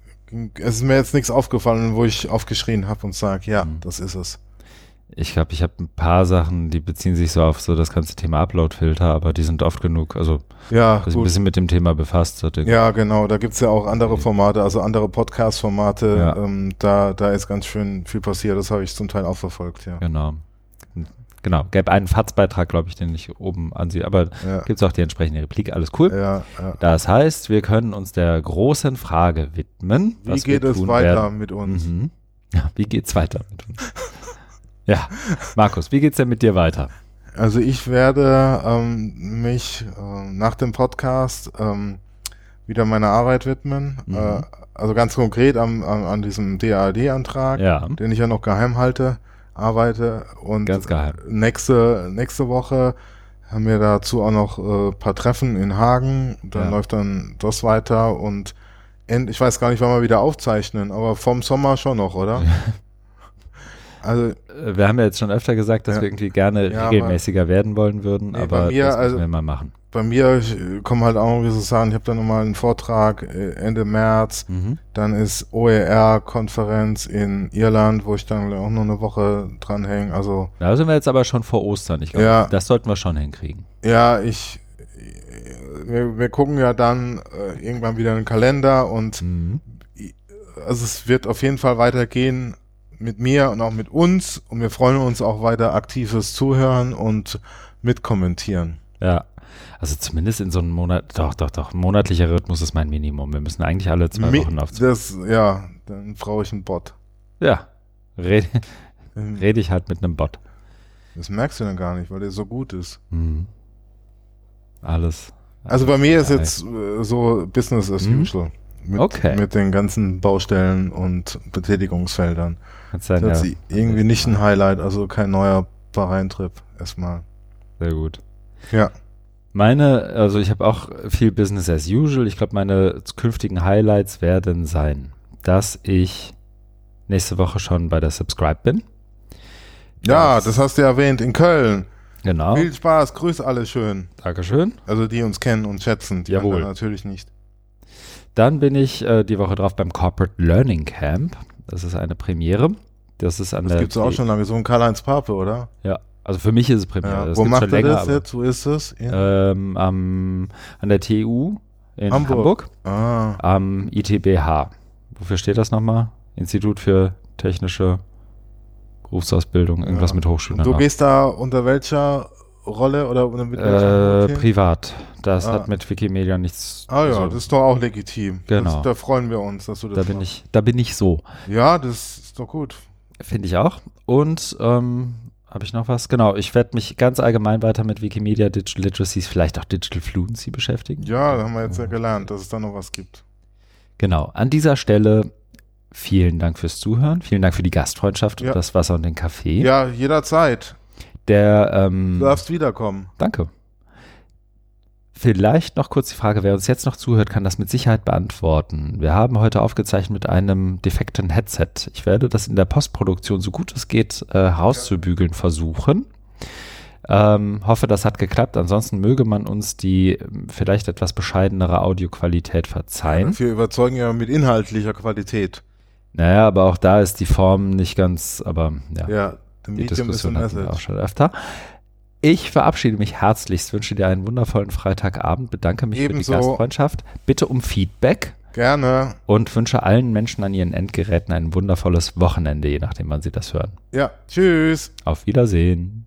Speaker 2: Es ist mir jetzt nichts aufgefallen, wo ich aufgeschrien habe und sage, ja, mhm. das ist es.
Speaker 1: Ich glaube, ich habe ein paar Sachen, die beziehen sich so auf so das ganze Thema Upload-Filter, aber die sind oft genug, also
Speaker 2: ja,
Speaker 1: ein bisschen mit dem Thema befasst. So
Speaker 2: ja, genau, da gibt's ja auch andere Formate, also andere Podcast-Formate, ja. ähm, da, da ist ganz schön viel passiert, das habe ich zum Teil auch verfolgt, ja.
Speaker 1: Genau, genau, gäbe einen F A Z-Beitrag, glaube ich, den ich oben ansehe, aber ja. gibt's auch die entsprechende Replik, alles cool.
Speaker 2: Ja, ja.
Speaker 1: Das heißt, wir können uns der großen Frage widmen.
Speaker 2: Wie was geht wir es weiter werden. mit uns?
Speaker 1: Mhm. Ja, wie geht's weiter mit uns? Ja, Markus, wie geht's denn mit dir weiter?
Speaker 2: Also ich werde ähm, mich äh, nach dem Podcast ähm, wieder meiner Arbeit widmen. Mhm. Äh, also ganz konkret am, am, an diesem D A A D-Antrag,
Speaker 1: ja.
Speaker 2: den ich ja noch geheim halte, arbeite. Und
Speaker 1: ganz geheim.
Speaker 2: Nächste, nächste Woche haben wir dazu auch noch ein äh, paar Treffen in Hagen. Dann ja. läuft dann das weiter, und end, ich weiß gar nicht, wann wir wieder aufzeichnen, aber vom Sommer schon noch, oder? Ja. Also,
Speaker 1: wir haben ja jetzt schon öfter gesagt, dass ja, wir irgendwie gerne ja, regelmäßiger aber, werden wollen würden, nee, aber
Speaker 2: mir,
Speaker 1: das müssen
Speaker 2: also,
Speaker 1: wir mal machen.
Speaker 2: Bei mir kommen halt auch noch so Sachen, ich habe dann nochmal einen Vortrag Ende März, mhm. dann ist O E R-Konferenz in Irland, wo ich dann auch noch eine Woche dranhänge. Also,
Speaker 1: da sind wir jetzt aber schon vor Ostern, ich glaube,
Speaker 2: ja,
Speaker 1: das sollten wir schon hinkriegen.
Speaker 2: Ja, ich, wir, wir gucken ja dann äh, irgendwann wieder in den Kalender, und mhm. also es wird auf jeden Fall weitergehen mit mir und auch mit uns, und wir freuen uns auch weiter aktives Zuhören und mitkommentieren.
Speaker 1: Ja, also zumindest in so einem Monat, doch, doch, doch, monatlicher Rhythmus ist mein Minimum. Wir müssen eigentlich alle zwei Mi- Wochen aufzeichnen.
Speaker 2: Das, ja, dann brauche ich einen Bot.
Speaker 1: Ja, rede red ich halt mit einem Bot.
Speaker 2: Das merkst du dann gar nicht, weil der so gut ist.
Speaker 1: Mhm. Alles.
Speaker 2: Also bei mir ist jetzt äh, so Business as mhm. usual. Mit,
Speaker 1: okay.
Speaker 2: mit den ganzen Baustellen und Betätigungsfeldern.
Speaker 1: Sein,
Speaker 2: das
Speaker 1: ja.
Speaker 2: ist irgendwie nicht ein Highlight, also kein neuer Bahrain-Trip erstmal.
Speaker 1: Sehr gut.
Speaker 2: Ja.
Speaker 1: Meine, also ich habe auch viel Business as usual. Ich glaube, meine künftigen Highlights werden sein, dass ich nächste Woche schon bei der Subscribe bin.
Speaker 2: Ja, das, das hast du erwähnt, in Köln.
Speaker 1: Genau.
Speaker 2: Viel Spaß, grüß alle schön.
Speaker 1: Dankeschön.
Speaker 2: Also die uns kennen und schätzen, die
Speaker 1: Jawohl.
Speaker 2: anderen natürlich nicht.
Speaker 1: Dann bin ich äh, die Woche drauf beim Corporate Learning Camp. Das ist eine Premiere. Das ist an
Speaker 2: das
Speaker 1: der.
Speaker 2: Das gibt es auch schon lange, so ein Karl-Heinz Pape, oder?
Speaker 1: Ja, also für mich ist es Premiere.
Speaker 2: Ja,
Speaker 1: das
Speaker 2: wo macht
Speaker 1: schon
Speaker 2: er
Speaker 1: länger,
Speaker 2: das jetzt? Wo ist das?
Speaker 1: Ja. Ähm, am, an der T U in Hamburg.
Speaker 2: Hamburg. Ah.
Speaker 1: Am I T B H. Wofür steht das nochmal? Institut für technische Berufsausbildung, irgendwas
Speaker 2: ja.
Speaker 1: mit Hochschülern.
Speaker 2: Und du auch. Gehst da unter welcher Rolle oder, oder mit
Speaker 1: äh, privat. Das
Speaker 2: ah.
Speaker 1: hat mit Wikimedia nichts.
Speaker 2: Ah ja,
Speaker 1: so.
Speaker 2: das ist doch auch legitim.
Speaker 1: Genau.
Speaker 2: Das, da freuen wir uns, dass du das
Speaker 1: da bin ich, Da bin ich so.
Speaker 2: Ja, das ist doch gut.
Speaker 1: Finde ich auch. Und ähm, habe ich noch was? Genau, ich werde mich ganz allgemein weiter mit Wikimedia, Digital Literacies, vielleicht auch Digital Fluency beschäftigen.
Speaker 2: Ja, da haben wir jetzt ja gelernt, dass es da noch was gibt.
Speaker 1: Genau, an dieser Stelle vielen Dank fürs Zuhören, vielen Dank für die Gastfreundschaft
Speaker 2: ja.
Speaker 1: und das Wasser und den Kaffee.
Speaker 2: Ja, jederzeit.
Speaker 1: Der, ähm,
Speaker 2: du darfst wiederkommen.
Speaker 1: Danke. Vielleicht noch kurz die Frage, wer uns jetzt noch zuhört, kann das mit Sicherheit beantworten. Wir haben heute aufgezeichnet mit einem defekten Headset. Ich werde das in der Postproduktion, so gut es geht, äh, rauszubügeln versuchen. Ähm, hoffe, das hat geklappt. Ansonsten möge man uns die vielleicht etwas bescheidenere Audioqualität verzeihen.
Speaker 2: Ja, wir überzeugen ja mit inhaltlicher Qualität.
Speaker 1: Naja, aber auch da ist die Form nicht ganz, aber ja.
Speaker 2: Ja, the
Speaker 1: die
Speaker 2: Medium
Speaker 1: Diskussion
Speaker 2: ist ein
Speaker 1: hatten wir
Speaker 2: Asset.
Speaker 1: auch schon öfter. Ich verabschiede mich herzlichst, wünsche dir einen wundervollen Freitagabend, bedanke mich
Speaker 2: Ebenso.
Speaker 1: für die Gastfreundschaft, bitte um Feedback.
Speaker 2: Gerne.
Speaker 1: Und wünsche allen Menschen an ihren Endgeräten ein wundervolles Wochenende, je nachdem, wann sie das hören.
Speaker 2: Ja, tschüss.
Speaker 1: Auf Wiedersehen.